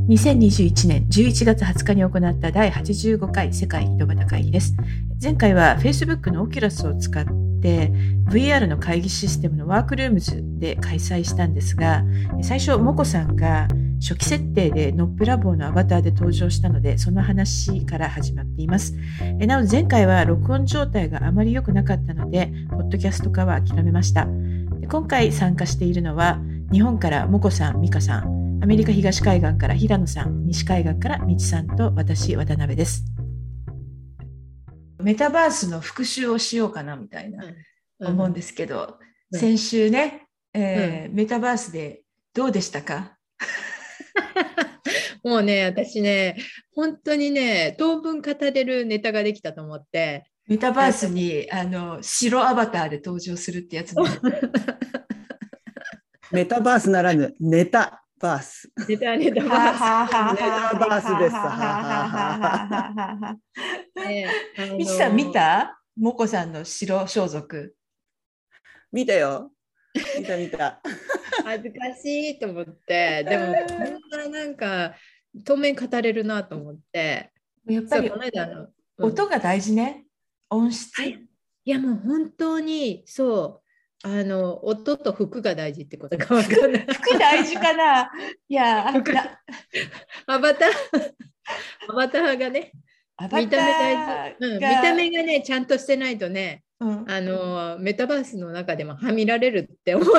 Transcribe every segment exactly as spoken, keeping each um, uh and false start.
にせんにじゅういちねんじゅういちがつはつかに行っただいはちじゅうごかい世界井戸端会議です。前回は Facebook の Oculus を使って ブイアール の会議システムのワークルームズで開催したんですが、最初モコさんが初期設定でノッペラボーのアバターで登場したので、その話から始まっています。なお前回は録音状態があまり良くなかったので、ポッドキャスト化は諦めました。今回参加しているのは日本からモコさん、ミカさん、アメリカ東海岸から平野さん、西海岸からみちさんと私、渡辺です。メタバースの復習をしようかなみたいな、うん、思うんですけど、うん、先週ね、えーうん、メタバースでどうでしたか？ もうね、私ね、本当にね、当分語れるネタができたと思って。 メタバースにあの白アバターで登場するってやつね。 メタバースならぬネタバース。 ネタネタバース。 ネタバースです。みちさん見た？もこさんの白装束。 見たよ。見た見た。 恥ずかしいと思って、でもこんななんか当面語れるなと思って。 やっぱり音が大事ね。音質。 いやもう本当にそう。あの音と服が大事ってことが分かんない。 服大事かな。いや、 アバター、アバターがね、見た目大事、うん、見た目がねちゃんとしてないとね、うん、あのメタバースの中でもはみられるって思った。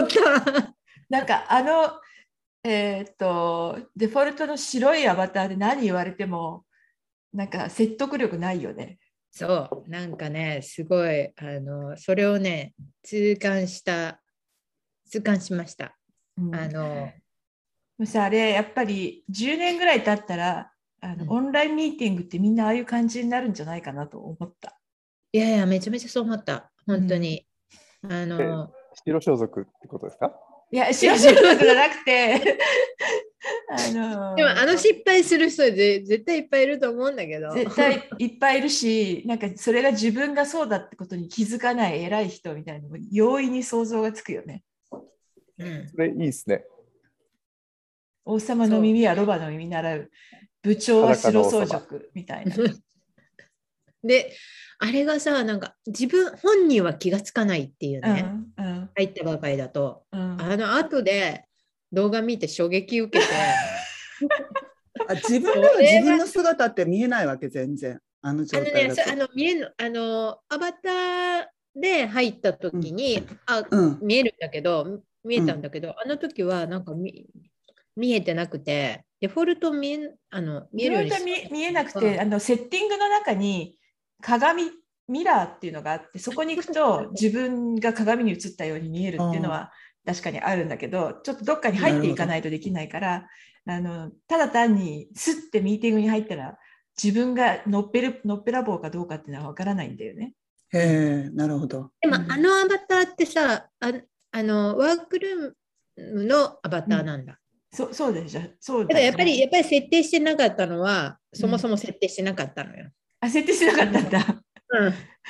なんかあのえー、っとデフォルトの白いアバターで何言われてもなんか説得力ないよね。 そうなんかねすごいあのそれをね痛感した痛感しました、うん、あのさあれやっぱりじゅうねんぐらい経ったらあの、うん、オンラインミーティングってみんなああいう感じになるんじゃないかなと思った。 いやいやめちゃめちゃそう思った本当に、うん、あの白装束ってことですか？ いや白装束じゃなくてあのー、でもあの失敗する人で絶対いっぱいいると思うんだけど絶対いっぱいいるしなんかそれが自分がそうだってことに気づかない偉い人みたいなのも容易に想像がつくよね、 うん、それいいですね。 王様の耳はロバの耳習う部長は白装束みたいなであれがさなんか自分本人は気がつかないっていうね、うんうん、入ったばかりだと、うん、あの後で動画見て衝撃受けてあ自分では自分の姿って見えないわけ全然あの状態だと。 あのね、あの見えるあのアバターで入った時に、うん、あ、うん、見えるんだけど見えたんだけど、うん、あの時はなんか 見, 見えてなくてデフォルト見えあの見えるようにデフォルト 見, 見えなくてあのセッティングの中に鏡ミラーっていうのがあってそこに行くと自分が鏡に映ったように見えるっていうのは確かにあるんだけどちょっとどっかに入っていかないとできないからあのただ単にスッてミーティングに入ったら自分がのっぺるのっぺらぼうかどうかっていうのは分からないんだよね。 へえ、なるほど。 でもあのアバターってさ あ, あのワークルームのアバターなんだ。 うん、そ, そうでしょそうだだからやっぱりやっぱり設定してなかったのはそもそも設定してなかったのよ。うん、 あ設定してなかったんだ。うん、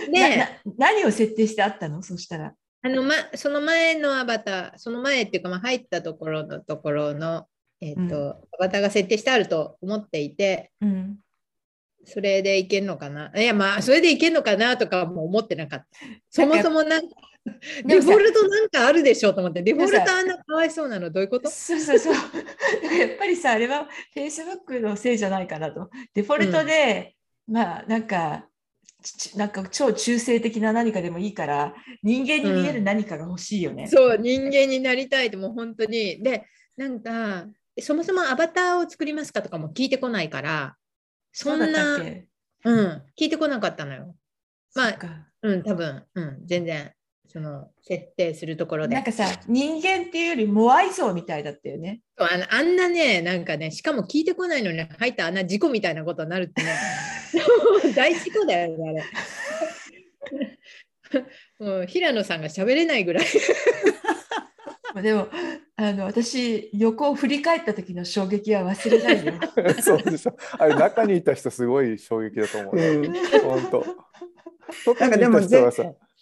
でな何を設定してあったの？そしたらあの、ま、その前のアバターその前っていうか、まあ、入ったところのところの、えーとうん、アバターが設定してあると思っていて、うん、それでいけるのかないやまあそれでいけるのかなとかも思ってなかった。そもそもなんかデフォルトなんかあるでしょうと思ってデフォルトあんなかわいそうなのどういうこと？ そうそうそうやっぱりさあれは Facebook のせいじゃないかなとデフォルトで、うん、まあなんかなんか超中性的な何かでもいいから人間に見える何かが欲しいよね、うん、 そう人間になりたいともう本当にでなんかそもそもアバターを作りますかとかも聞いてこないからそんなうん、聞いてこなかったのよ。まあうん多分、うん、全然その設定するところでなんかさ人間っていうよりモアイ像みたいだったよね。 そう あ, のあんなねなんかねしかも聞いてこないのに入ったあんな事故みたいなことになるってね大事故だよねあれもう平野さんが喋れないぐらいでもあの私横を振り返った時の衝撃は忘れないよそうでしょあれ中にいた人すごい衝撃だと思う、うん、本当外にいた人はさ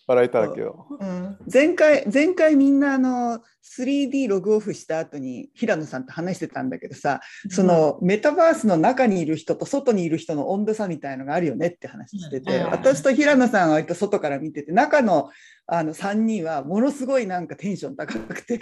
笑いただけよ。 うん、前回前回みんなあの スリーディー ログオフした後に平野さんと話してたんだけどさ、そのメタバースの中にいる人と外にいる人の温度差みたいのがあるよねって話してて、うん、私と平野さんは割と外から見てて、中のあのさんにんはものすごいなんかテンション高くて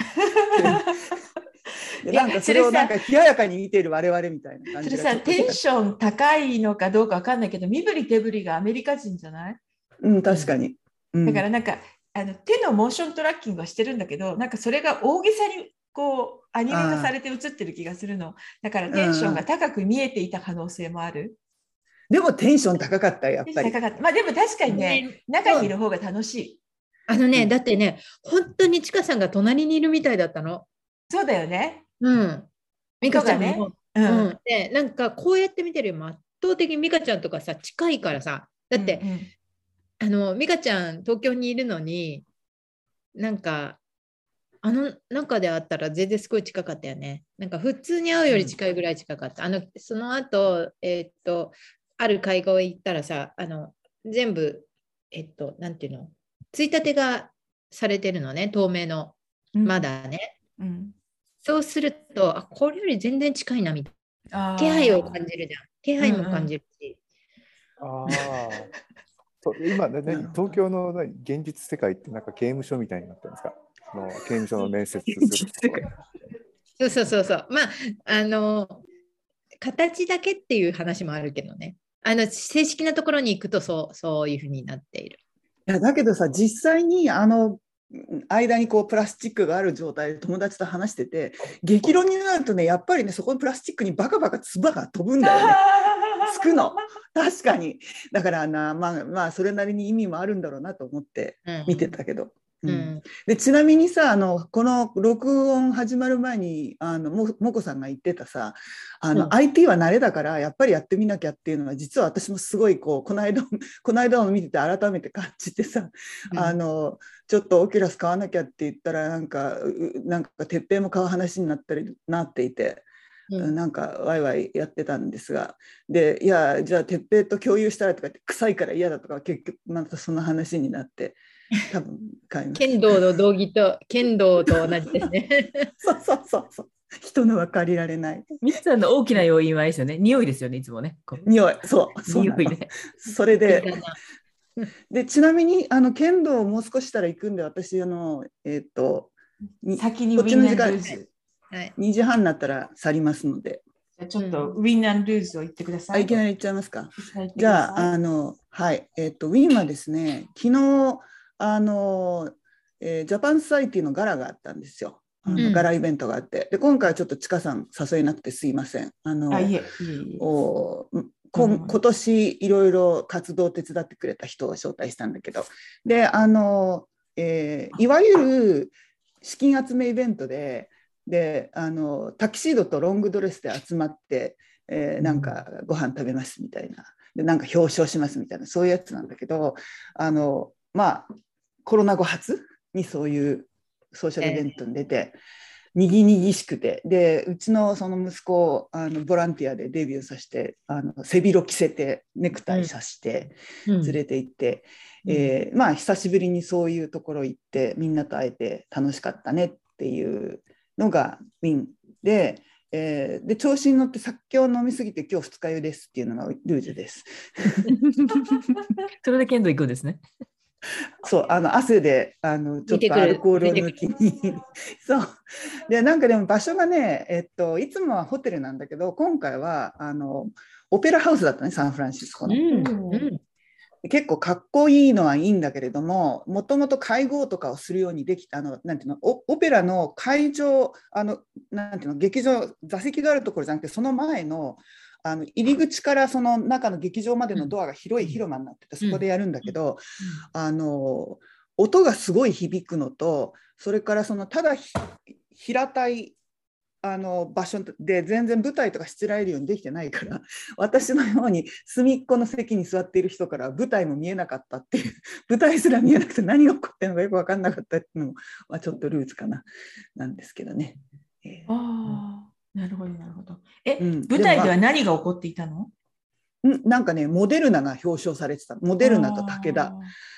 でなんかそれをなんか冷ややかに見ている我々みたいな感じが。 それさ、テンション高いのかどうかわかんないけど、身振り手振りがアメリカ人じゃない？ うん、確かに。 うん、だからなんかあの手のモーショントラッキングはしてるんだけど、なんかそれが大げさにこうアニメ化されて映ってる気がするの。だからテンションが高く見えていた可能性もある。 でもテンション高かったやっぱり。 高かった。まあでも確かにね、中にいる方が楽しい。 あのね、うん、だってね、本当にちかさんが隣にいるみたいだったの。 そうだよね。 うん。美香ちゃんも、 うん、 うん、でなんかこうやって見てるよりも圧倒的に美香ちゃんとかさ近いからさ、だって、うんうん、あの美香ちゃん東京にいるのになんかあの中で会ったら全然すごい近かったよね。なんか普通に会うより近いぐらい近かった。うん、あのその後えー、っとある会合行ったらさ、あの全部えっとなんていうのついたてがされてるのね、透明の、まだね。 うんうんそうすると、あ、これより全然近いなみたいな。気配を感じるじゃん。気配も感じるし。 うんうん、ああ。今、ね、東京の現実世界ってなんか刑務所みたいになってるんですか？の刑務所の面接する。 そうそうそうそう。まあ、あの、形だけっていう話もあるけどね。あの、正式なところに行くとそう、そういうふうになっている。 いやだけどさ、実際にあの、間にこうプラスチックがある状態で友達と話してて、激論になるとね、やっぱりね、そこのプラスチックにバカバカ唾が飛ぶんだよね。つくの。確かに。だからな、まあまあそれなりに意味もあるんだろうなと思って見てたけど。うんうん、でちなみにさ、あのこの録音始まる前にあのももこさんが言ってたさ、あの、うん、アイティー は慣れだからやっぱりやってみなきゃっていうのは、実は私もすごいこうこの間この間を見てて改めて感じてさ、うん、あのちょっとオキュラス買わなきゃって言ったらなんかなんかてっぺいも買う話になったりなっていて。うん、なんかワイワイやってたんですが、でいやじゃあてっぺいと共有したらとかって臭いから嫌だとか、結局またその話になって多分買います。 剣道の道着と剣道と同じですね。 そうそうそうそう。人のは借りられない。 みつさんの大きな要因はですよね。匂いですよね、いつもね。 匂い、そう。そう匂いね。 それで。でちなみにあの剣道をもう少ししたら行くんで、私あのえっ、ー、と先にウィンナンルーズ。 はい、にじはんになったら去りますので。 じゃあちょっとウィンナンルーズを言ってください。 いきなり言っちゃいますか。じゃあ、あの、はい、えっと、ウィンはですね、昨日、あの、えー、ジャパンソサイティのガラがあったんですよ。あの、うん、ガライベントがあって。で、今回はちょっとちかさん誘えなくてすいません。あの、 あ、いえ、いえいえ。 お今, 今年いろいろ活動を手伝ってくれた人を招待したんだけど、で、あの、えー、いわゆる資金集めイベントで、であのタキシードとロングドレスで集まって、えー、なんかご飯食べますみたいな、でなんか表彰しますみたいな、そういうやつなんだけど、あのまあコロナ後初にそういうソーシャルイベントに出て、えー、にぎにぎしくて、でうちのその息子をあのボランティアでデビューさせて、あの背広着せてネクタイさして連れて行って、うんえー、まあ久しぶりにそういうところ行ってみんなと会えて楽しかったねっていうのがウィンで、えー、で調子に乗って酒を飲みすぎて今日二日酔いですっていうのがルージュです。 それで剣道行くんですね。 そうあの汗であのちょっとアルコールを抜きにそうでなんかでも場所がね、えっと、いつもはホテルなんだけど、今回はあのオペラハウスだったね、サンフランシスコの。うんうん結構かっこいいのはいいんだけれども、もともと会合とかをするようにできた、あのなんていうの、オペラの会場、あのなんていうの、劇場、座席があるところじゃなくて、その前の、あの入り口からその中の劇場までのドアが広い広間になってて、そこでやるんだけど、あの音がすごい響くのと、それからそのただ平たいあの場所で全然舞台とかしつらえるようにできてないから、私のように隅っこの席に座っている人から舞台も見えなかったっていう、舞台すら見えなくて何が起こってるのかよく分かんなかったっていうのも、まあ、ちょっとルーツかななんですけどね。 えー、ああ、なるほどなるほど。え、うん、舞台では何が起こっていたの？ んなんかね、モデルナが表彰されてた。モデルナと武田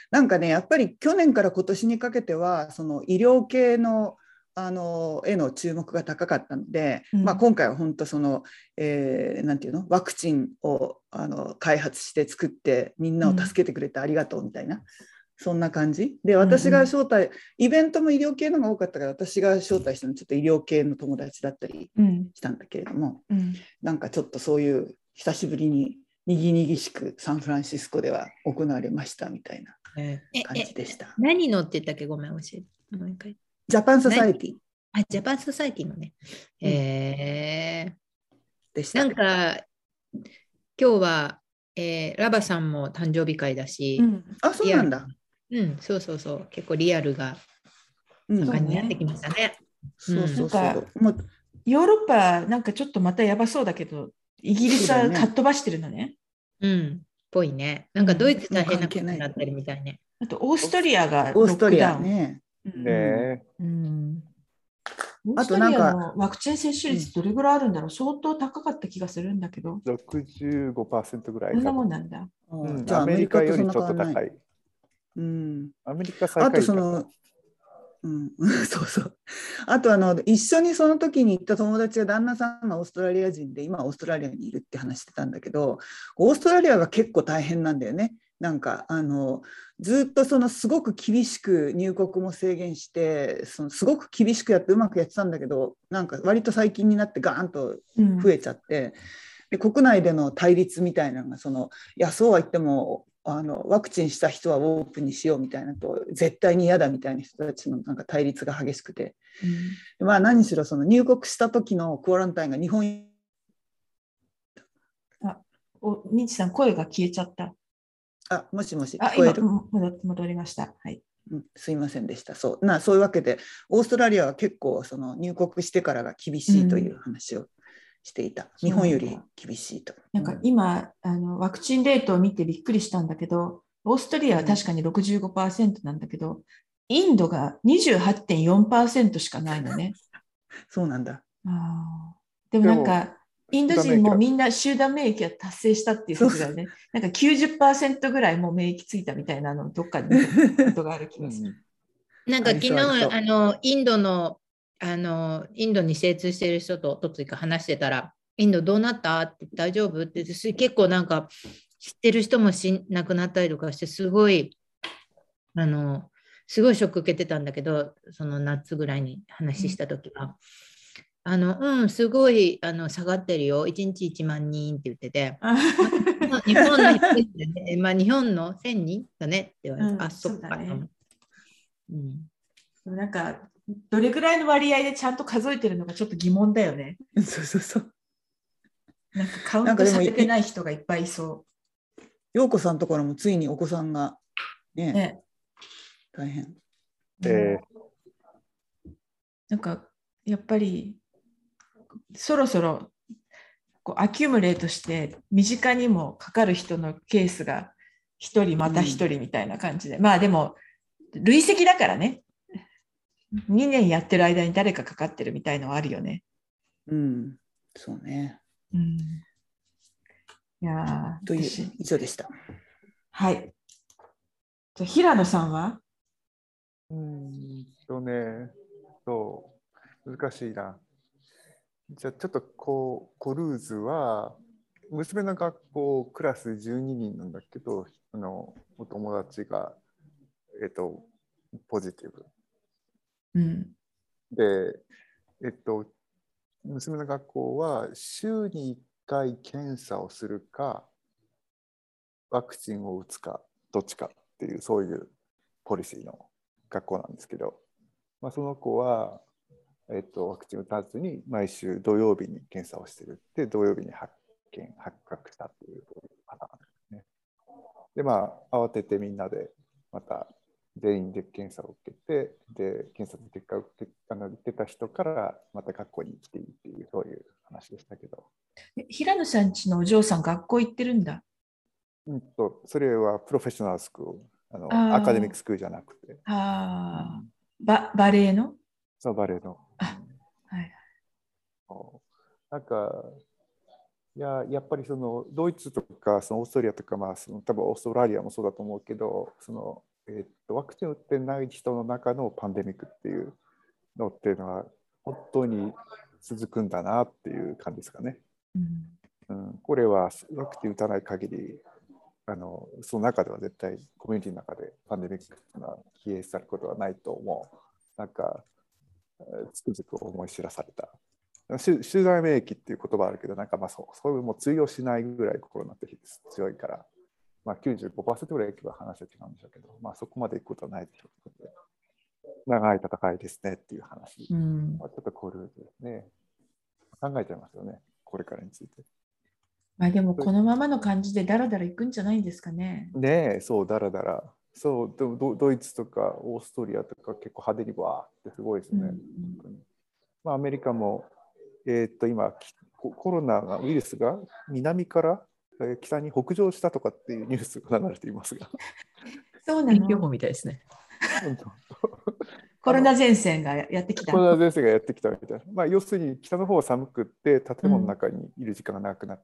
なんかね、やっぱり去年から今年にかけてはその医療系のあのへの注目が高かったので、うん、まあ、今回は本当その、えー、なんていうの、ワクチンをあの開発して作ってみんなを助けてくれてありがとうみたいな、うん、そんな感じで、私が招待、うんうん、イベントも医療系のが多かったから、私が招待したのはちょっと医療系の友達だったりしたんだけれども、うん、なんかちょっとそういう久しぶりににぎにぎしくサンフランシスコでは行われましたみたいな感じでした。 ええ何のって言ったっけ、ごめん教えて。もう一回。 ジャパンソサエティ。 あ、ジャパンソサエティのね。うん、えー、 でした。 なんか今日は、えー、ラバさんも誕生日会だし、 うん、あ、そうなんだ。 うん、そうそうそう、結構リアルが盛んになってきましたね。 そうそうそう。もうヨーロッパなんかちょっとまたやばそうだけど、イギリスはかっ飛ばしてるのね。 うん、ぽいね。なんかドイツ大変なことになってるみたいね。 あとオーストリアがロックダウン。ね。 ね、 うん、オーストリアのワクチン接種率どれぐらいあるんだろう、相当高かった気がするんだけど。 ろくじゅうごパーセント ぐらい。 そんなもんなんだ。 うん、じゃあアメリカよりちょっと高い。 うん、 アメリカ最下位だった。あとその、 うん、そうそう。あとあの一緒にその時に行った友達が旦那さんがオーストラリア人で今オーストラリアにいるって話してたんだけど、オーストラリアが結構大変なんだよね。なんかあのずっとそのすごく厳しく入国も制限してそのすごく厳しくやってうまくやってたんだけど、なんか割と最近になってガーンと増えちゃって、うん、で国内での対立みたいなのがそのいやそうは言ってもあのワクチンした人はオープンにしようみたいなと絶対に嫌だみたいな人たちのなんか対立が激しくて、うん、まあ何しろその入国した時のクオランタインが日本。 あ、おみちさん声が消えちゃった。 あ、もしもし聞こえる？今戻りました。はい。 うん、すいませんでした。そうなそういうわけでオーストラリアは結構その入国してからが厳しいという話をしていた、うん、日本より厳しいと。 なんか今あのワクチンレートを見てびっくりしたんだけど、オーストリアは確かに ろくじゅうごパーセント なんだけど、インドが にじゅうはちてんよんパーセント しかないのね。 そうなんだ。 あでもなんかインド人もみんな集団免疫が達成したっていう説だよね。なんか きゅうじゅっパーセント ぐらいもう免疫ついたみたいなのどっかで見たことがある気がする。 なんか昨日あのインドのあのインドに精通している人ととついか話してたら、インドどうなったって大丈夫って結構なんか知ってる人もし亡くなったりとかしてすごいあのすごいショック受けてたんだけど、その夏ぐらいに話した時は。うんあのうん、すごいあの下がってるよ。いちにちいちまんにんって言ってて。日本の、ねまあ、日本のせんにんだねって言われて、うん、あ、そっか。ねうん、なんか、どれぐらいの割合でちゃんと数えてるのかちょっと疑問だよね。 そうそうそう。 なんかカウントされてない人がいっぱいいそう。 陽子さんのところもついにお子さんがね、ね大変。 えー、なんか、やっぱり、そろそろこうアキュムレートして身近にもかかる人のケースがひとりまたひとりみたいな感じで、うん、まあでも累積だからね、にねんやってる間に誰かかかってるみたいのはあるよね。 うん、そうね。 うん、いやという以上でした。 はい。じゃ平野さんは？ うんとね、そう難しいな。じゃあちょっとこうコルーズは娘の学校クラスじゅうににんなんだけど、あのお友達が、えっと、ポジティブ、 うん、 で、えっと、娘の学校は週にいっかい検査をするかワクチンを打つかどっちかっていうそういうポリシーの学校なんですけど、まあ、その子はえっと、ワクチン打たずに毎週土曜日に検査をしてるって土曜日に発見発覚したっていうパターンですね。でまあ慌ててみんなでまた全員で検査を受けて、で検査の結果を受けあの受けた人からまた学校に来ていいっていうそういう話でしたけど。 平野さんちのお嬢さん学校行ってるんだ。 うんとそれはプロフェッショナルスクール、あのアカデミックスクールじゃなくて。 あ、うん、バ, バレエのそうバレエの。 あ、はい。 なんかいややっぱりそのドイツとかそのオーストリアとか、まあ、その多分オーストラリアもそうだと思うけど、そのえっと、ワクチン打ってない人の中のパンデミックっていうのっていうのは本当に続くんだなっていう感じですかね。うんうん、これはワクチン打たない限りあのその中では絶対コミュニティの中でパンデミックっていうのは消え去ることはないと思う。なんかつくづく思い知らされた。集団免疫っていう言葉あるけど、なんかまあそう、そういうもう通用しないぐらいコロナって強いから、まあ、きゅうじゅうごパーセント ぐらいいけば話は違うんでしょうけど、まあ、そこまでいくことはないでしょうけど、長い戦いですねっていう話、うん、ちょっとコールですね。考えちゃいますよね、これからについて。 まあでもこのままの感じでだらだらいくんじゃないんですかね。 ねえ、そうだらだら。そう、ド, ドイツとかオーストリアとか結構派手にわーってすごいですね。うん、まあ、アメリカも、えー、っと今コロナがウイルスが南から北に北上したとかっていうニュースが流れていますが。 そうなの。 予報みたいですね。 コロナ前線がやってきた。 コロナ前線がやってきたみたいな。まあ、要するに北の方は寒くって建物の中にいる時間が長くなって、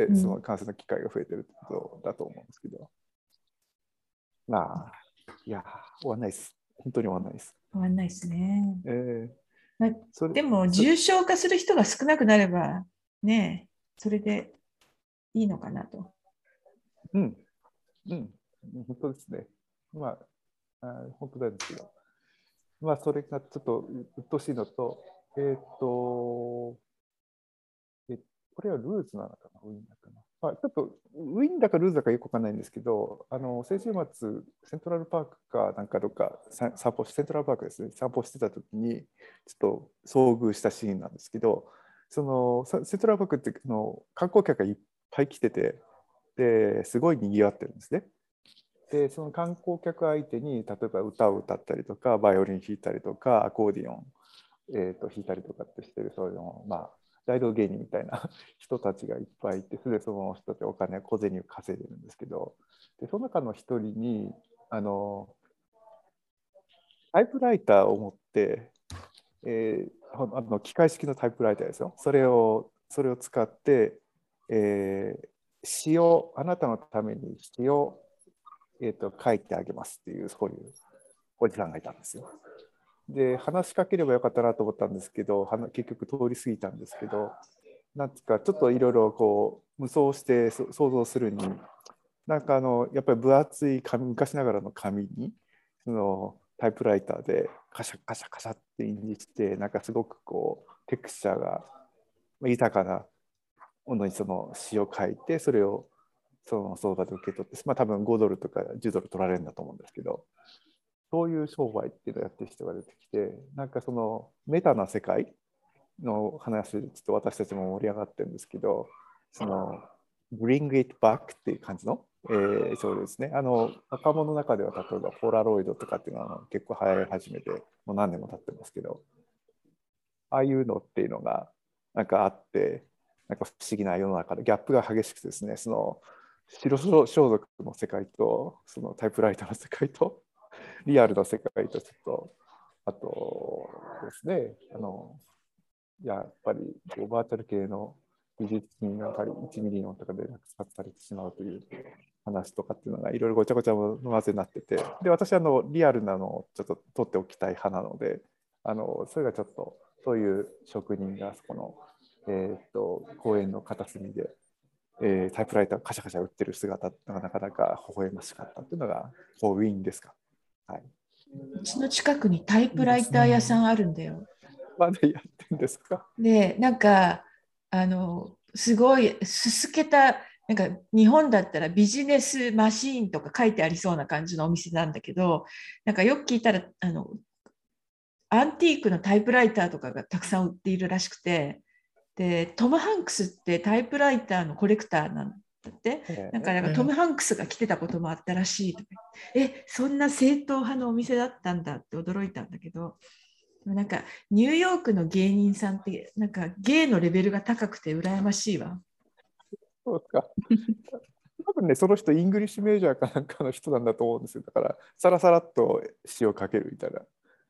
うん、その感染の機会が増えてるってことだと思うんですけど。まあ、いや、終わんないです。本当に終わんないです。 終わんないですね。 えー、まあ、でも、重症化する人が少なくなれば、ね、それでいいのかなと。 うん。うん。本当ですね。まあ、あ本当なんですけど。まあ、それがちょっとうっとうしいのと、えっ、ー、と、えこれはルーズなのかな、ウィンだかな。まあ、ちょっとウィンだかルーズだかよくわかんないんですけど、あの先週末、セントラルパークかなんかどっか散歩、セントラルパークですね、散歩してたときに、ちょっと遭遇したシーンなんですけど、そのセントラルパークっての観光客がいっぱい来てて、ですごい賑わってるんですね。で、その観光客相手に、例えば歌を歌ったりとか、バイオリン弾いたりとか、アコーディオン、えー、と弾いたりとかってしてる、そういうの、まあ、大道芸人みたいな人たちがいっぱいいて、それでその人たちお金、小銭を稼いでるんですけど、でその中の一人にあの、タイプライターを持って、えー、あの機械式のタイプライターですよ。それを、それを使って、えー、詩を、あなたのために詩を、えー、と書いてあげますっていう、そういうおじさんがいたんですよ。で、話しかければよかったなと思ったんですけど、結局通り過ぎたんですけど、なんつうかちょっといろいろこう無双して想像するに、なんかあのやっぱり分厚い紙、昔ながらの紙にそのタイプライターでカシャカシャカシャって印字して、なんかすごくこうテクスチャーが豊かなものにその詩を書いて、それをその相場で受け取って、まあ多分ごドルとかじゅうドル取られるんだと思うんですけど、そういう商売っていうのをやってる人が出てきて、なんかそのメタな世界の話、ちょっと私たちも盛り上がってるんですけど、その Bring it back っていう感じの、えー、そうですね。あの若者の中では例えばポラロイドとかっていうのは結構流行り始めて、もう何年も経ってますけど、ああいうのっていうのがなんかあって、なんか不思議な世の中でギャップが激しくてですね、その白装束の世界とそのタイプライターの世界とリアルな世界とちょっと、あとですね、あのやっぱりバーチャル系の技術にやはりいちミリオンとかで落札されてしまうという話とかっていうのがいろいろごちゃごちゃの混ぜになってて、で私はあのリアルなのをちょっと取っておきたい派なので、あのそれがちょっとそういう職人がそこの、えー、っと公園の片隅で、えー、タイプライターをカシャカシャ売ってる姿がなかなか微笑ましかったっていうのがこうウィーンですか。はい、 うちの近くにタイプライター屋さんあるんだよ。 まだやってんですか。 で、なんかあのすごいすすけた、なんか日本だったらビジネスマシーンとか書いてありそうな感じのお店なんだけど、なんかよく聞いたらあのアンティークのタイプライターとかがたくさん売っているらしくて、でトム・ハンクスってタイプライターのコレクターなんだって、なんかなんかトム・ハンクスが来てたこともあったらしいとか、え、そんな正統派のお店だったんだって驚いたんだけど、なんかニューヨークの芸人さんってなんか芸のレベルが高くて羨ましいわ。 そうですか。多分ね、その人イングリッシュメジャーかなんかの人なんだと思うんですよ。だからさらさらっと詩をかけるみたいな。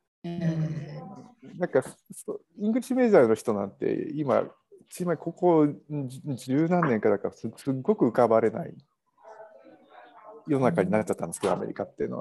なんかイングリッシュメジャーの人なんて今つまりここ十何年かだからすっごく浮かばれない世の中になっちゃったんですけど、アメリカっていうのは。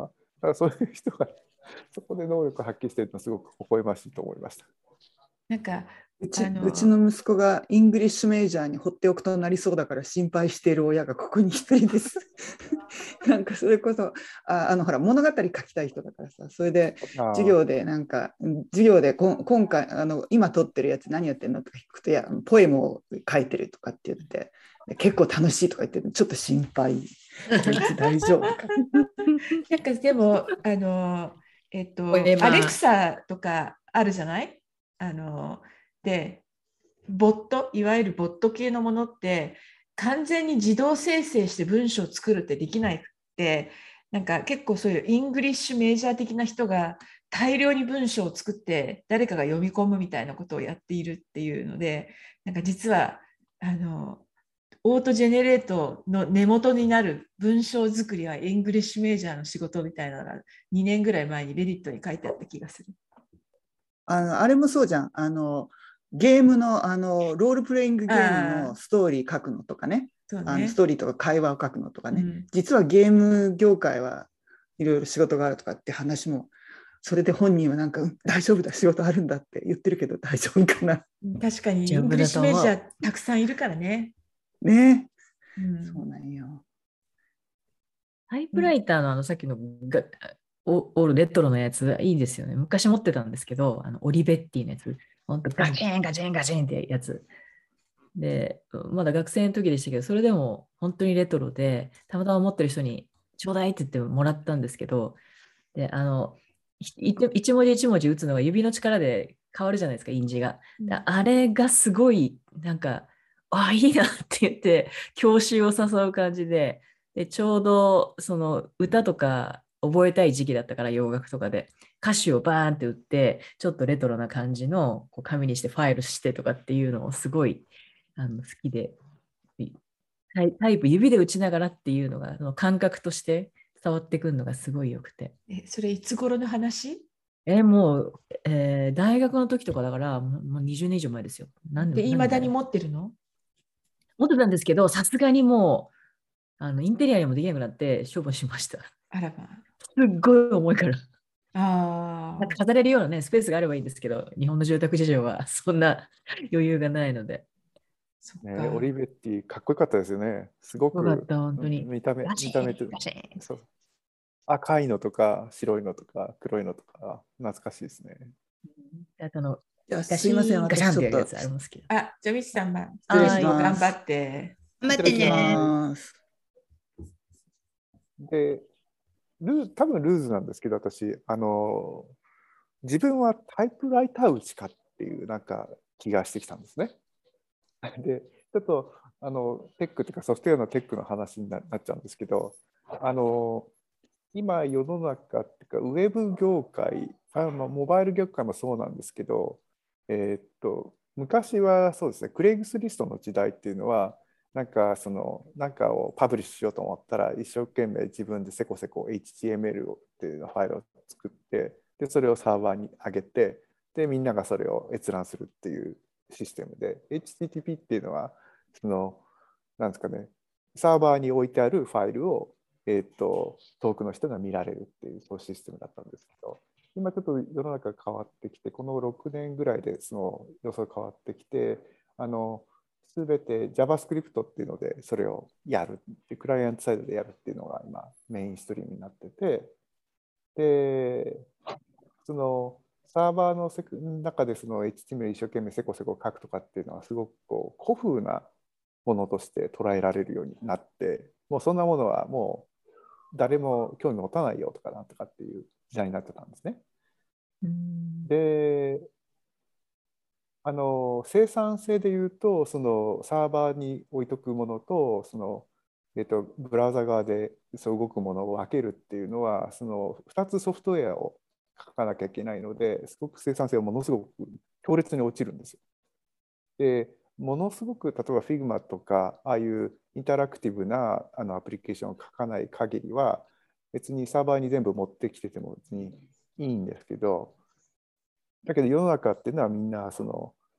からそういう人がそこで能力を発揮しているのはすごく微笑ましいと思いました。 なんかうち、うちの息子がイングリッシュメジャーに放っておくとなりそうだから心配している親がここに一人です。なんかそれこそああのほら物語書きたい人だからさ、それで授業でなんか授業でこ今回あの今撮ってるやつ何やってんのとか聞くと、いやポエムを書いてるとかって言って結構楽しいとか言ってちょっと心配。こいつ大丈夫か。 なんかでもあのえっとアレクサとかあるじゃない。あのでボット、いわゆるボット系のものって完全に自動生成して文章を作るってできなくて、なんか結構そういうイングリッシュメジャー的な人が大量に文章を作って誰かが読み込むみたいなことをやっているっていうので、なんか実はあのオートジェネレートの根元になる文章作りはイングリッシュメジャーの仕事みたいなのがにねんぐらい前にレディットに書いてあった気がする。 あのあれもそうじゃん。あのゲームの、あのロールプレイングゲームのストーリー書くのとかね、 そうね、 あのストーリーとか会話を書くのとかね、うん、実はゲーム業界はいろいろ仕事があるとかって話も、それで本人はなんか、うん、大丈夫だ仕事あるんだって言ってるけど大丈夫かな。 確かにイングリッシュメジャーたくさんいるからね。 ね、うん、そうなんよ。 タイプライターのあのさっきのがオールレトロのやついいですよね。昔持ってたんですけど、あのオリベッティのやつ。本当ガチンガチンガチンってやつ。で、まだ学生の時でしたけど、それでも本当にレトロで、たまたま持ってる人にちょうだいって言ってもらったんですけど、で、あの、一文字一文字打つのが指の力で変わるじゃないですか、印字が。あれがすごい、なんか、あ、いいなって言って、郷愁を誘う感じで、で、ちょうどその歌とか覚えたい時期だったから、洋楽とかで歌詞をバーンって打ってちょっとレトロな感じのこう紙にしてファイルしてとかっていうのをすごいあの好きで、タイプ指で打ちながらっていうのがその感覚として伝わってくるのがすごいよくて。 え、それいつ頃の話？ えもう、えー、大学の時とかだからもうにじゅうねん以上前ですよ。 なんでいまだに持ってるの？ 持ってたんですけど、さすがにもうあのインテリアにもできなくなって処分しました。 あらば。 すっごい重いから。 あなんか飾れるようなね、スペースがあればいいんですけど、日本の住宅事情はそんな余裕がないので。 そっかね、オリベッティかっこよかったですよね。すごくよかった、本当に。 見た目、見た目とそう赤いのとか白いのとか黒いのとか懐かしいですね。 あとのいやすいません、 ガシャンってやるやつありますけど。 あ、じゃあミチさん、まあ、失礼します。 頑張って。 頑張ってね。 で、ル多分ルーズなんですけど、私あの自分はタイプライター打ちかっていうなんか気がしてきたんですね。で、ちょっとあのテックというかソフトウェアのテックの話に な, なっちゃうんですけど、あの今世の中っていうかウェブ業界、あのモバイル業界もそうなんですけど、えー、っと昔はそうですね、クレイグスリストの時代っていうのはなんかそのなんかをパブリッシュしようと思ったら一生懸命自分でせこせこ エイチティーエムエル っていうファイルを作って、でそれをサーバーに上げて、でみんながそれを閲覧するっていうシステムで、 エイチティーティーピー っていうのはそのなんですかね、サーバーに置いてあるファイルを、えー、と遠くの人が見られるっていうそうシステムだったんですけど、今ちょっと世の中が変わってきて、このろくねんぐらいでその予想が変わってきて、あのすべて JavaScript っていうのでそれをやるっていう、クライアントサイドでやるっていうのが今メインストリームになってて、でそのサーバーの中でその エイチティーエムエル 一生懸命せこせこ書くとかっていうのはすごくこう古風なものとして捉えられるようになって、もうそんなものはもう誰も興味持たないよとかなんとかっていう時代になってたんですね。 うんで、あの生産性でいうと、そのサーバーに置いとくものとその、えっと、ブラウザ側でそう動くものを分けるっていうのは、そのふたつソフトウェアを書かなきゃいけないので、すごく生産性はものすごく強烈に落ちるんですよ。でものすごく例えば Figma とかああいうインタラクティブなあのアプリケーションを書かない限りは別にサーバーに全部持ってきてても別にいいんですけど、だけど世の中っていうのはみんなその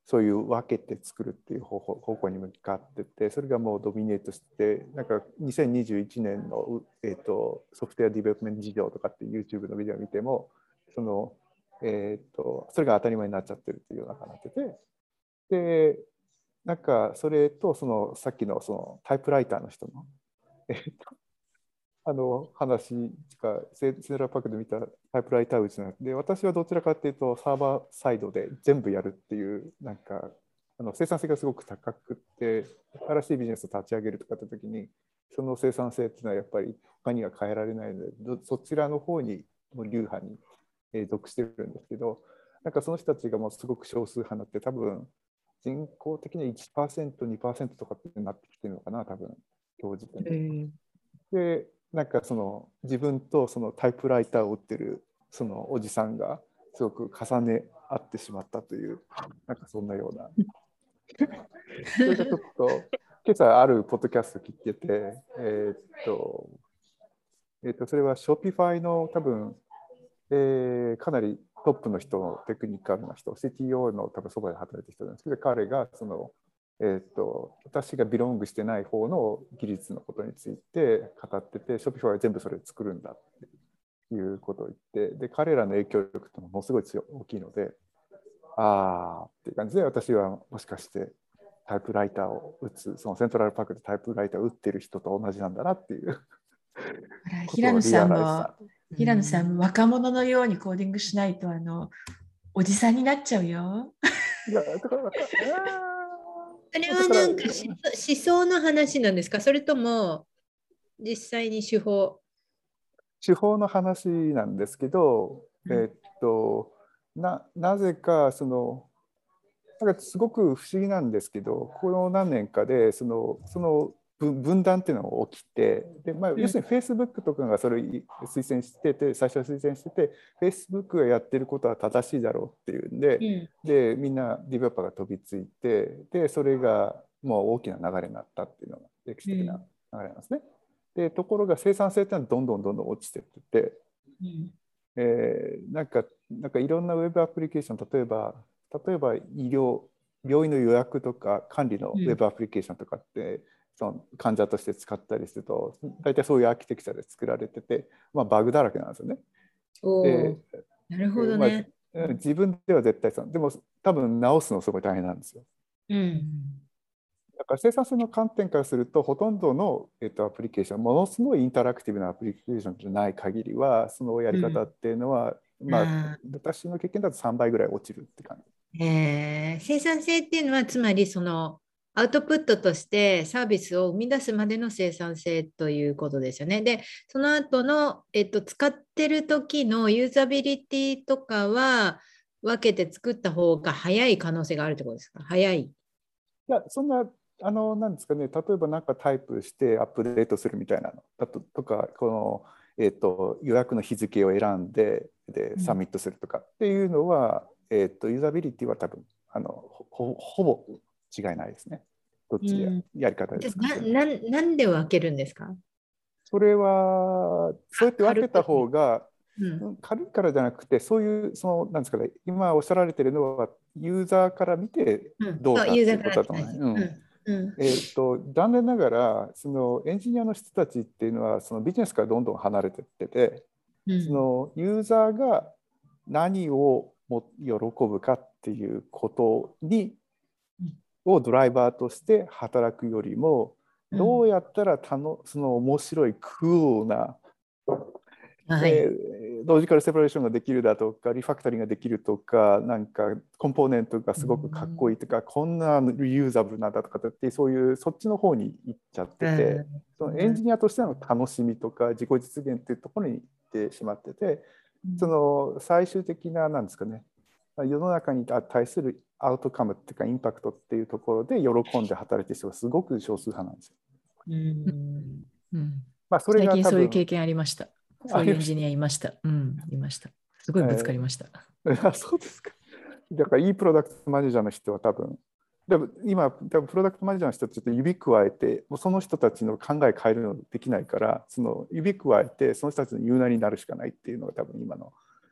そういう分けて作るっていう方法、方向に向かってて、それがもうドミネートして、なんかにせんにじゅういちねんの、えー、とソフトウェアディベロップメント事情とかって YouTube のビデオを見ても、そのえー、とそれが当たり前になっちゃってるっていうような感じになってて、でなんかそれとそのさっきのそのタイプライターの人の、えー、とあの話がセントラルパークで見たタイプライターうちなんで、私はどちらかというとサーバーサイドで全部やるっていう、なんかあの生産性がすごく高くて、新しいビジネスを立ち上げるとかって時に、その生産性っていうのはやっぱり他には変えられないので、そちらの方にも流派に属してるんですけど、なんかその人たちがもうすごく少数派になって、多分人口的に いちパーセント、にパーセント とかってなってきてるのかな、多分今日時点で。で、なんかその自分とそのタイプライターを売ってるそのおじさんがすごく重ね合ってしまったという、なんかそんなような。それがちょっと今朝あるポッドキャスト聞いてて、えー、っと、えー、っとそれは Shopify の多分、えー、かなりトップの人のテクニカルな人、シーティーオー の多分そばで働いてる人なんですけど、彼がその、えー、と私がビロングしてない方の技術のことについて語ってて、Shopify は全部それを作るんだっていうことを言って、で彼らの影響力ってものすごい強い大きいので、ああっていう感じで、私はもしかしてタイプライターを打つ、そのセントラルパークでタイプライターを打ってる人と同じなんだなっていう。 平野さんも、平野さんも若者のようにコーディングしないと、あのおじさんになっちゃうよ。いやだからあれはなんか思想の話なんですか、それとも実際に手法？ 手法の話なんですけど、うん、えー、っとな, なぜかそのなんかすごく不思議なんですけど、この何年かでそのその分断っていうのが起きて、で、まあ、要するに Facebook とかがそれを推薦してて、最初は推薦してて、Facebook がやってることは正しいだろうっていうんで、うん、でみんなディベロッパーが飛びついて、でそれがもう大きな流れになったっていうのが歴史的な流れなんですね。うん、でところが生産性っていうのはどんどんどんどん落ちてってて、うん、えー、なんかなんかいろんなウェブアプリケーション、例えば例えば医療病院の予約とか管理のウェブアプリケーションとかって、うん、その患者として使ったりすると、大体そういうアーキテクチャで作られてて、まあ、バグだらけなんですよね。 で、なるほどね。 まあ、自分では絶対そう。でも多分直すのすごい大変なんですよ。 うん、 だから生産性の観点からすると、ほとんどの、えっと、アプリケーション、ものすごいインタラクティブなアプリケーションじゃない限りは、そのやり方っていうのは、うん、まあ、私の経験だとさんばいぐらい落ちるって感じ。 えー、生産性っていうのはつまりそのアウトプットとしてサービスを生み出すまでの生産性ということですよね。で、その後の、えっと、使ってる時のユーザビリティとかは分けて作った方が早い可能性があるってことですか？早い？いや、そんな、あの、なんですかね、例えばなんかタイプしてアップデートするみたいなのだととか、この、えっと、予約の日付を選んで、で、サミットするとかっていうのは、うん、えっと、ユーザビリティは多分、あの、ほ、ほぼ違いないですね。どっちや、うん、やり方ですか、 ね。な、な、なんで分けるんですか？ それは、そうやって分けた方が、うん、軽いからじゃなくて、そういう、その、なんですかね、今おっしゃられているのは、ユーザーから見てどうかっていうことだと思う。えっと、残念ながら、そのエンジニアの人たちっていうのは、そのビジネスからどんどん離れていってて、うん、そのユーザーが何をも喜ぶかっていうことに、をドライバーとして働くよりも、どうやったらたのその面白いクールな、はい、えー、ロジカルセパレーションができるだとか、リファクタリングができるとか、なんかコンポーネントがすごくかっこいいとか、うん、こんなリユーザブルなんだとかって、そういうそっちの方に行っちゃってて、うん、そのエンジニアとしての楽しみとか自己実現っていうところに行ってしまってて、うん、その最終的ななんですかね、世の中に対するアウトカムっていうかインパクトっていうところで喜んで働いてる人がすごく少数派なんですよ。 うんうん、 まあそれが最近そういう経験ありました。そういうエンジニアいました。うん、いました。すごいぶつかりました。 えー、あ、そうですか。だからいいプロダクトマネージャーの人は多分、でも今多分プロダクトマネージャーの人はちょっと指加えて、もうその人たちの考え変えるのできないから、その指加えてその人たちの言うなりになるしかないっていうのが多分今の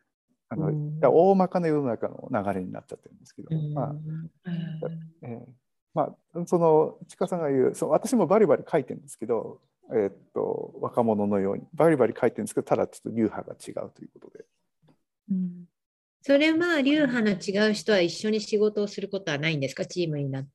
あの大まかな世の中の流れになっちゃってるんですけど、まあえーまあ、そのちかさんが言う、そう私もバリバリ書いてるんですけど、えー、っと若者のようにバリバリ書いてるんですけど、ただちょっと流派が違うということで。 うん、それは流派の違う人は一緒に仕事をすることはないんですか、チームになって。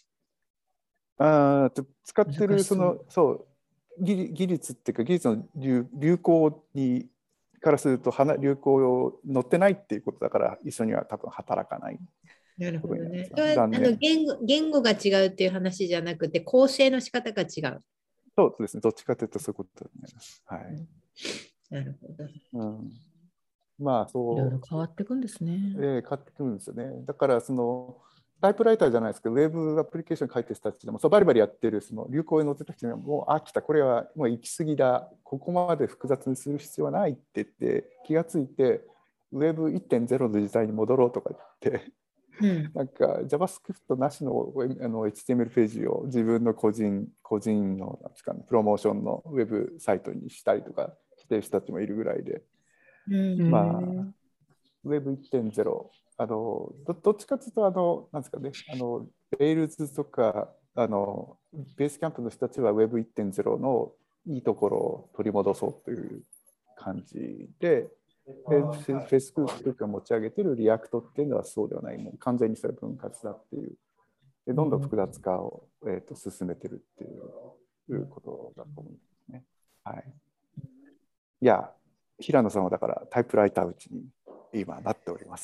あ使ってるそのそう技術っていうか技術の 流, 流行にからすると流行乗ってないっていうことだから一緒には多分働かない。 なるほどね。あの言語、言語が違うっていう話じゃなくて構成の仕方が違う。 そうですね。どっちかというとそういうことになります。はい。 なるほど。 うん、まあそう。 いろいろ変わっていくんですね。 えー、変わってくるんですよね。だからそのタイプライターじゃないですけど、ウェブアプリケーション書いてる人たちでも、そうバリバリやってるその流行に乗ってた人には、もう飽きた、これはもう行き過ぎだ、ここまで複雑にする必要はないって言って気がついて、ウェブ いってんゼロ の時代に戻ろうとか言って、うん、なんか JavaScript なしのあの エイチティーエムエル ページを自分の個人個人のなんですか、ね、プロモーションのウェブサイトにしたりとかしてる人たちもいるぐらいで、うん、まあ ウェブ いってんゼロ、あの ど, どっちかというとあのなんですかね、あの Rails とかあのベースキャンプの人たちは ウェブ いってんゼロ のいいところを取り戻そうという感じで。フェイスブックが持ち上げているリアクトっていうのはそうではない、もう完全にそれ分割だっていう、でどんどん複雑化を、えー、と進めてるっていうことだと思うんですね。はい、いや、平野さんはだからタイプライターうちに今なっております。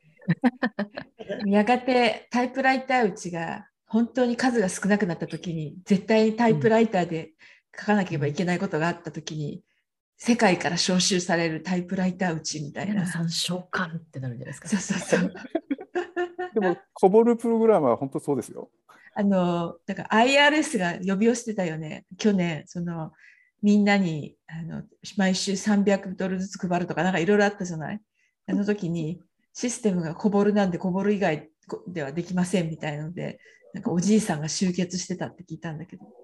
やがてタイプライターうちが本当に数が少なくなったときに、絶対にタイプライターで書かなければいけないことがあったときに、世界から招集されるタイプライターうちみたいな。 さん召喚ってなるんじゃないですか。 そうそうそう。 でも、こぼるプログラマーは本当そうですよ。 あの、だから アイアールエス が呼び寄せてたよね。去年、その、みんなにあの毎週さんびゃくドルずつ配るとか、なんかいろいろあったじゃない。あの時に、システムがこぼるなんで、こぼる以外ではできませんみたいなので、なんかおじいさんが集結してたって聞いたんだけど。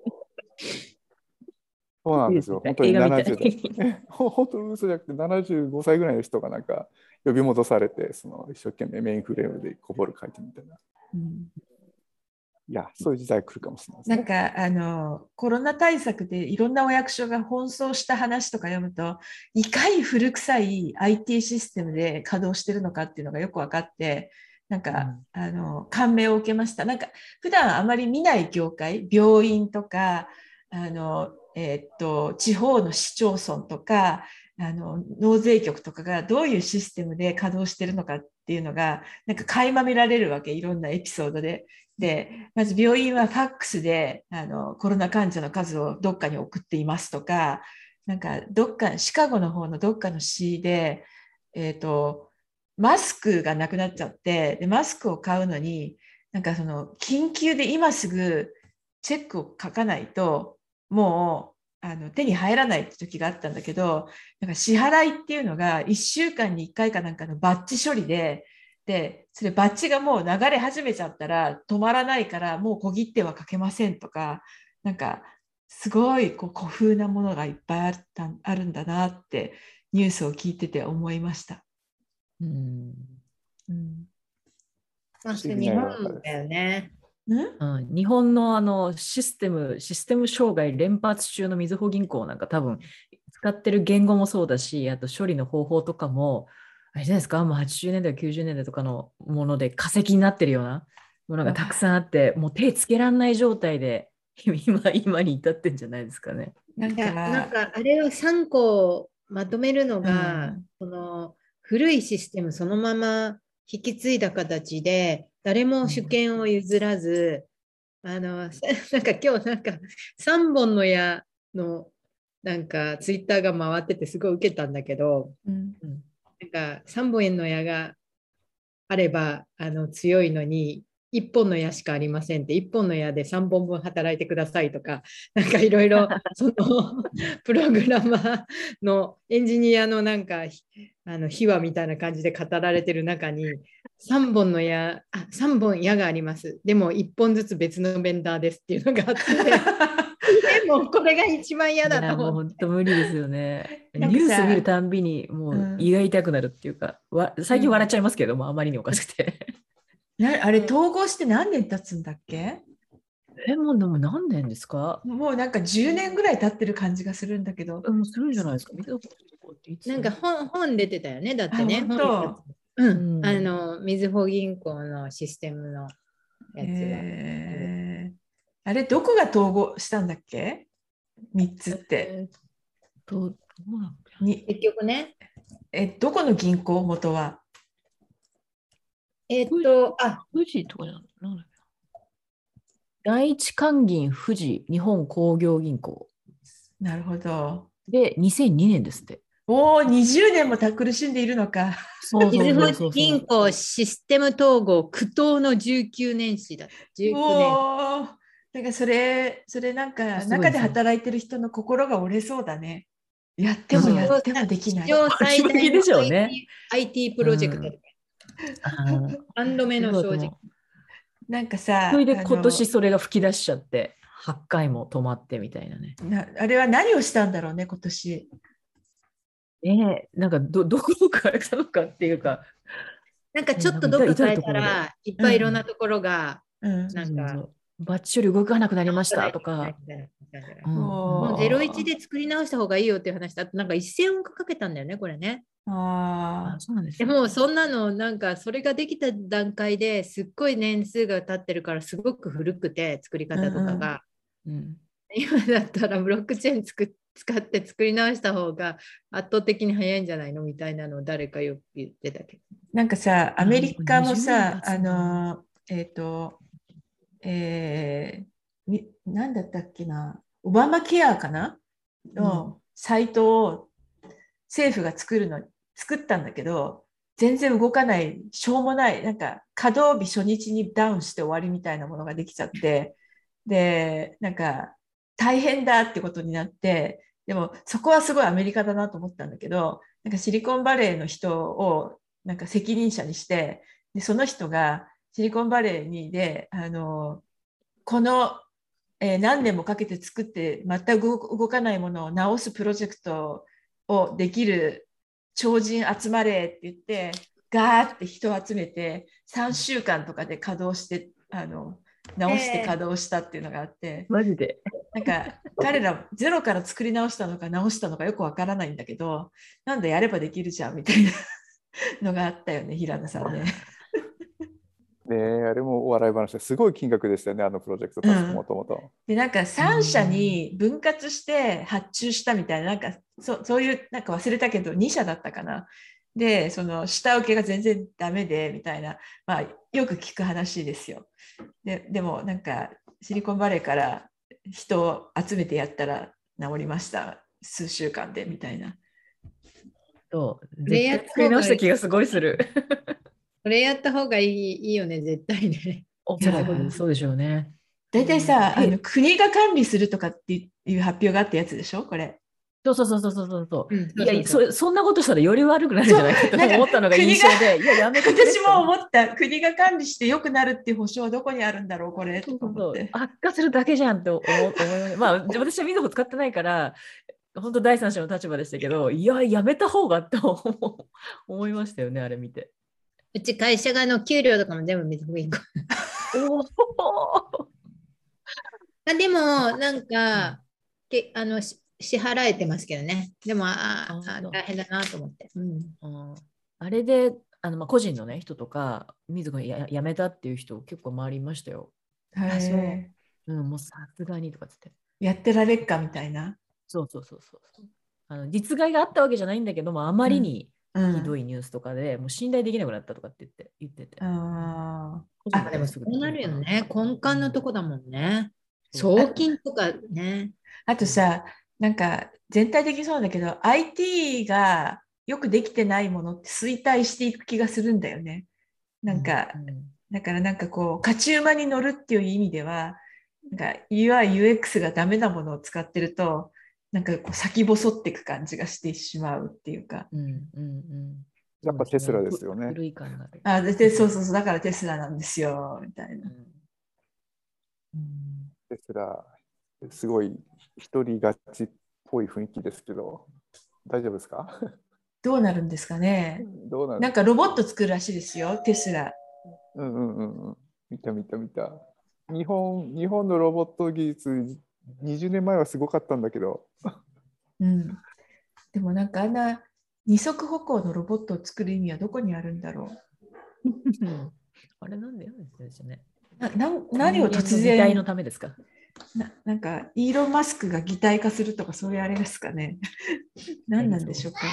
そうなんですよ。本当にななじゅう代。本当に嘘じゃなくてななじゅうごさいぐらいの人がなんか呼び戻されて、その一生懸命メインフレームでこぼる書いてみたいな。うん、いや、そういう時代来るかもしれないですね。 なんかあのコロナ対策でいろんなお役所が奔走した話とか読むと、いかに古臭い アイティー システムで稼働してるのかっていうのがよく分かって、なんか、うん、あの感銘を受けました。なんか普段あまり見ない業界、病院とかあのえー、っと地方の市町村とかあの納税局とかがどういうシステムで稼働してるのかっていうのがなんか垣間見られるわけ、いろんなエピソードで。でまず病院はファックスであのコロナ患者の数をどっかに送っていますとか、なんかどっかシカゴの方のどっかの市で、えー、っとマスクがなくなっちゃって、でマスクを買うのになんかその緊急で今すぐチェックを書かないともうあの手に入らないって時があったんだけど、なんか支払いっていうのがいっしゅうかんにいっかいかなんかのバッジ処理で、でそれバッジがもう流れ始めちゃったら止まらないからもう小切手はかけませんとか、なんかすごいこう古風なものがいっぱいあった、あるんだなってニュースを聞いてて思いました。うんうん、まあ、日本だよね。 うん、日本のあのシステム、システム障害連発中のみずほ銀行なんか多分使ってる言語もそうだし、あと処理の方法とかも、あれじゃないですか、もうはちじゅうねんだい、きゅうじゅうねんだいとかのもので化石になってるようなものがたくさんあって、もう手つけらんない状態で今、今に至ってんじゃないですかね。 なんか、なんかあれをさんこまとめるのが、うん、その古いシステムそのまま引き継いだ形で、誰も主権を譲らず、うん、あのなんか今日なんかさんぼんの矢のなんかツイッターが回っててすごい受けたんだけど、うん、なんかさんぼんの矢があればあの強いのにいっぽんの矢しかありませんって、いっぽんの矢でさんぼんぶん働いてくださいとか、なんかいろいろそのプログラマーのエンジニアのなんかあの秘話みたいな感じで語られてる中にさんぼんの矢、あ、さんぼん矢があります。でもいっぽんずつ別のベンダーですっていうのがあってでもこれが一番嫌だと思う。 もう本当無理ですよね。ニュース見るたんびにもう胃が痛くなるっていうか、うん、わ最近笑っちゃいますけども、うん、あまりにおかしくて。 なあれ統合して何年経つんだっけ？ え、もうでも何年ですか？ もうなんかじゅうねんぐらい経ってる感じがするんだけど。 もうするんじゃないですか。 なんか 本, 本出てたよね、だってね。 本うん、あの、みずほ銀行のシステムのやつは。 えー、あれ、どこが統合したんだっけ？みっつって。えー、どうに結局ね。 え、どこの銀行元は？ えっと、あ、 富士とかじゃなんだっけ？第一関銀富士日本工業銀行。 なるほど。 で、にせんにねんですって。 おお、にじゅうねんも苦しんでいるのか。 みずほ銀行システム統合苦闘のじゅうきゅうねん史だ。じゅうきゅうねん。 おー、なんかそれ、それなんか中で働いてる人の心が折れそうだね。やってもやってもできない。 史上最大の アイティー, でしょうね、 アイティー プロジェクト。さんどめの正直。 なんかさ、 それで今年それが吹き出しちゃって、はちかいも止まってみたいなね。 なあれは何をしたんだろうね、今年。 えー、なんか ど, どこを変えたのかっていうか。 なんかちょっとどっか変えたら、いっぱいいろんなところが、なんか、 バッチリ動かなくなりましたとか。 もうゼロイチで作り直した方がいいよっていう話だと、なんかせんおくかけたんだよね、これね。 ああ、 そうなんです、 ね。でもそんなの、なんかそれができた段階ですっごい年数が経ってるから、すごく古くて、作り方とかが。うんうん、今だったらブロックチェーン作使って作り直した方が圧倒的に早いんじゃないのみたいなのを誰かよく言ってたけど。 なんかさ、アメリカもさ、あの、えっと、えー、なんだったっけな、オバマケアかなのサイトを政府が作るの、作ったんだけど、全然動かない、しょうもない、なんか稼働日初日にダウンして終わりみたいなものができちゃって、で、なんか大変だってことになって、でもそこはすごいアメリカだなと思ったんだけど、なんかシリコンバレーの人をなんか責任者にして、でその人がシリコンバレーにで、あの、この、えー、何年もかけて作って全く動かないものを直すプロジェクトをできる超人集まれって言って、ガーって人を集めてさんしゅうかんとかで稼働して、あの、直して稼働したっていうのがあって、 マジでなんか彼らゼロから作り直したのか直したのかよくわからないんだけど、なんだやればできるじゃんみたいなのがあったよね、平野さんね。 ねえ、あれもお笑い話ですごい金額でしたよね、あのプロジェクト、確かもともと。 で、なんかさん社に分割して発注したみたいな、なんか そ, そういう、なんか忘れたけどに社だったかな。で、その下請けが全然ダメでみたいな、まあ、よく聞く話ですよ。で, でもなんかシリコンバレーから人を集めてやったら治りました、数週間でみたいな。 そう、絶対作り直した気がすごいする。 これやった方がいい、いいよね、絶対ね。 おそらくそうでしょうね。 大体さ、あの国が管理するとかっていう発表があったやつでしょ、これ。 そうそうそうそうそうそう。うん、いやそ、そんなことしたらより悪くなるんじゃないかと思ったのが印象で、いや、やめて私も思った、国が管理して良くなるっていう保証はどこにあるんだろう、これ。 そうそうそう、悪化するだけじゃんって思思います。まあ、私はみずほ使ってないから、本当第三者の立場でしたけど、いや、やめた方がって思いましたよね、あれ見て。 うち会社側の給料とかも全部みずほ銀行。あでも、なんか、うん、けあの支払えてますけどね。でも、ああ大変だなと思って。うん、 あ, あれで、あのまあ、個人の、ね、人とか、みずほや辞めたっていう人結構周りいましたよ。 あ、そう。 うん、もうさすがにとかつって。 やってられっかみたいな。 そうそうそうそう。あの実害があったわけじゃないんだけども、あまりにひどいニュースとかで、うん、もう信頼できなくなったとかって言って、言ってて。 ああ、でもそうなるよね。根幹のとこだもんね。送金とかね。 あとさ、なんか全体的にそうだけど、アイティー がよくできてないものって衰退していく気がするんだよね。なんか、うん、だからなんかこう、勝ち馬に乗るっていう意味では、なんか ユーアイ、ユーエックス がダメなものを使ってると、なんかこう先細っていく感じがしてしまうっていうか。 うんうんうん、 やっぱテスラですよね。 古い感がある。 あでそうそうそう、だからテスラなんですよ、みたいな。 うん、 テスラ、 すごい一人勝ちっぽい雰囲気ですけど、大丈夫ですか？ どうなるんですかね。 どうなるなんかロボット作るらしいですよ、テスラ。 うんうんうんうん。見た見た見た。日本、日本のロボット技術、にじゅうねんまえはすごかったんだけど。 うん。でもなんかあんな二足歩行のロボットを作る意味はどこにあるんだろう。 あれなんでですよね。 なな何を突然。 擬態のためですか？ ななんかイーロン・マスクが擬態化するとかそういうあれですかね。何なんでしょうか。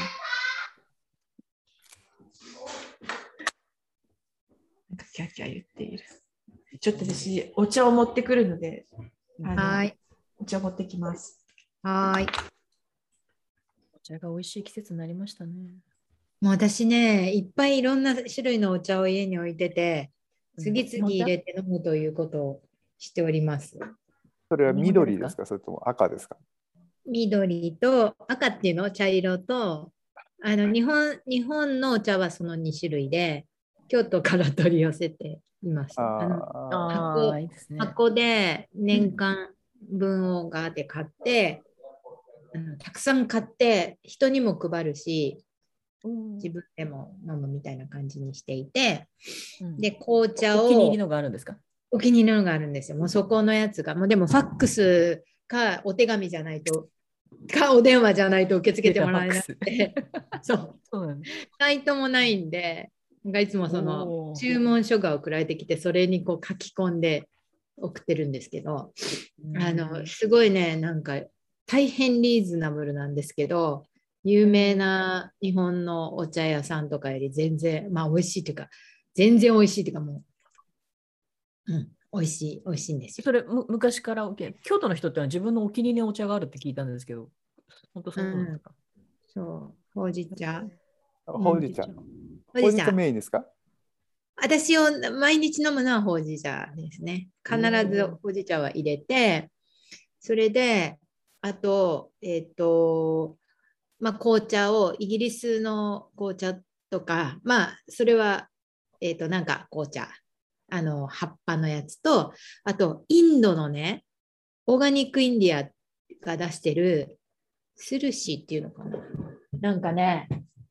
なんかキャーキャー言っている。ちょっと私お茶を持ってくるので、 はい。 お茶を持ってきます。 はい。 お茶が美味しい季節になりましたね。 もう私ね、いっぱいいろんな種類のお茶を家に置いてて、次々入れて飲むということをしております。 それは緑ですか、それとも赤ですか？ 緑と赤っていうの茶色と、あの日本、日本のお茶はそのに種類で、京都から取り寄せています。あの箱, いいですね、箱で年間分をガーって買って、うん、たくさん買って人にも配るし、自分でも飲むみたいな感じにしていて、うん、で紅茶をお気に入りのがあるんですか？ お気に入りのがあるんですよ。もうそこのやつが、もうでもファックスかお手紙じゃないとかお電話じゃないと受け付けてもらえなくて、そうそうなんです。サイトもないんで、いつもその注文書が送られてきて、それにこう書き込んで送ってるんですけど、あのすごいね、なんか大変リーズナブルなんですけど、有名な日本のお茶屋さんとかより全然、まあ美味しいというか、全然美味しいというか、もう、うん、美味しい、美味しいんですよ。 それむ昔から京都の人ってのは自分のお気に入りのお茶があるって聞いたんですけど、本当そうなんですか？ うん、そう、ほうじ茶。 ほうじ茶。ほうじ茶メインですか？ 私を毎日飲むのはほうじ茶ですね。必ずほうじ茶は入れて、それで、あと、えっと、まあ、紅茶を、イギリスの紅茶とか、まあ、それは、えっと、なんか紅茶、あの、葉っぱのやつと、あと、インドのね、オーガニックインディアが出してる、スルシーっていうのかな。なんかね、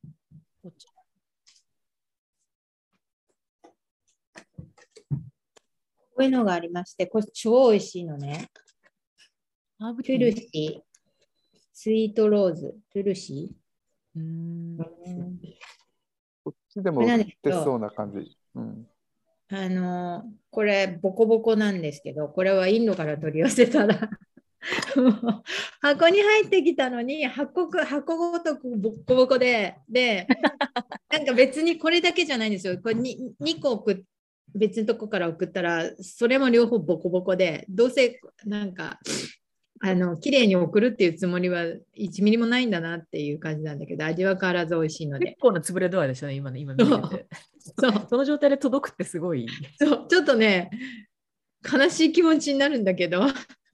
こういうのがありまして、これ超美味しいのね。トゥルシー、スイートローズ、トゥルシー。うーん、 こっちでも売ってそうな感じ。うん、 あの、これ、ボコボコなんですけど、これはインドから取り寄せたら箱に入ってきたのに、箱、箱ごとくボコボコで、で、なんか別にこれだけじゃないんですよ。これ 2, 2個送って、別のとこから送ったら、それも両方ボコボコで、どうせなんか、あの、綺麗に送るっていうつもりはいちミリもないんだなっていう感じなんだけど、味は変わらず美味しいので。 結構な潰れドアでしたね、今ね、今見てて。そう。その状態で届くってすごい。 そう、ちょっとね、悲しい気持ちになるんだけど。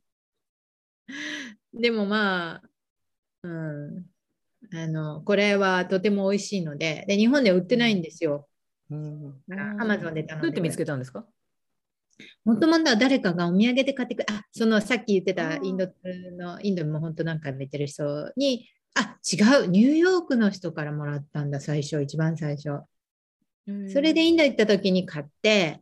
でもまあ、うん。あの、これはとても美味しいので、で、日本で売ってないんですよ。アマゾンで頼んで。 どうやって見つけたんですか？ もともとは誰かがお土産で買ってくる、あ、そのさっき言ってたインドの、インドにも本当何回も言ってる人に、あ、違う、ニューヨークの人からもらったんだ、最初、一番最初。それでインド行った時に買って、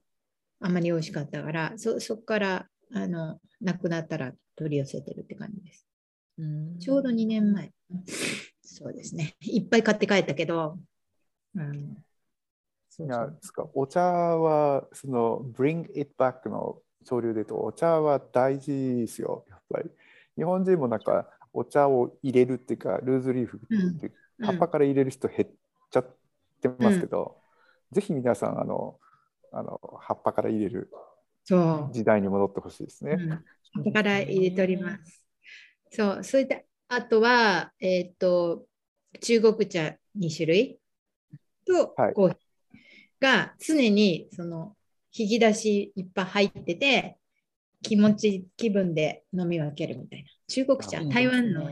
あまり美味しかったから、そそこから、あの、なくなったら取り寄せてるって感じです。うんちょうどにねんまえ。そうですね。いっぱい買って帰ったけど、うん、 そうそういやですかお茶はその Bring it back の潮流でとお茶は大事ですよやっぱり日本人もなんかお茶を入れるっていうかルーズリーフって、うん、葉っぱから入れる人減っちゃってますけど、うん、ぜひ皆さんあのあの葉っぱから入れる時代に戻ってほしいですね、うん、 葉っぱから入れておりますそうそれであとはえっ、ー、と中国茶に種類とコーヒーが常にその引き出しいっぱい入ってて気持ち気分で飲み分けるみたいな中国茶、台湾の、うん、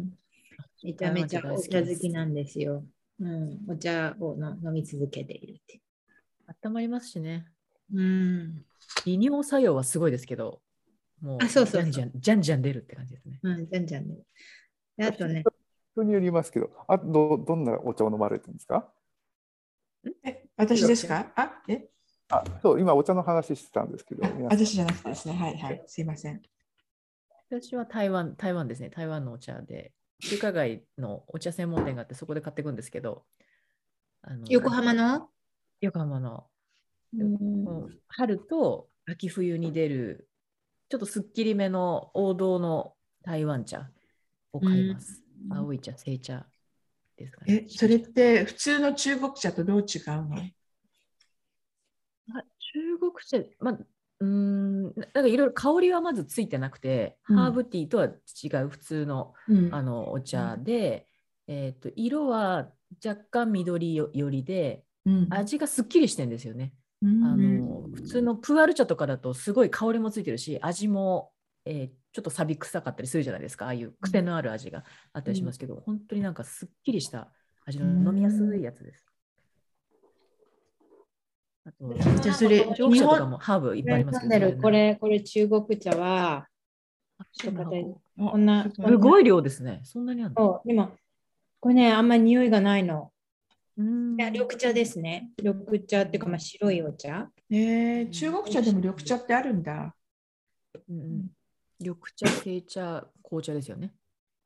めちゃめちゃお茶好きなんですよ、うん、お茶をの飲み続けているって温まりますしね、 うん、 利尿作用はすごいですけどもう、 あ、そうそうそうじゃんじゃん、じゃんじゃん出るって感じですね。 うん、じゃんじゃんね。であとね。 人によりますけど、あどどんなお茶を飲まれてるんですか？ え、私ですか？あ、えあ、そう、今お茶の話してたんですけど、 私じゃなくてですね。はいはい。すいません。 私は台湾、台湾ですね。台湾のお茶で、中華街のお茶専門店があって、そこで買っていくんですけど、あの横浜の横浜の、 うん、 もう春と秋冬に出る、ちょっとすっきりめの王道の台湾茶を買います。うん、青い茶、製茶ですかね。 え、それって普通の中国茶とどう違うの？ あ、中国茶、まあ、うーん、なんかいろいろ香りはまずついてなくて、うん、ハーブティーとは違う普通の、うん、あのお茶で、うん、えーと、色は若干緑よりで、うん、味がすっきりしてるんですよね。うん、あの普通のプーアル茶とかだとすごい香りもついてるし、味も、えー、ちょっと錆び臭かったりするじゃないですか。ああいう癖のある味があったりしますけど、うん、本当になんかすっきりした味の飲みやすいやつです。あと、 じゃあそれ、 中国茶とかもハーブいっぱいありますけど、 これ、これ中国茶は、 こんな、すごい量ですね。そんなにあるの？ でも、これね、あんまり匂いがないの。うん、いや、緑茶ですね。緑茶っていうか、まあ、白いお茶。 えー、中国茶でも緑茶ってあるんだ。 うん、緑茶、製茶、紅茶ですよね。 うん、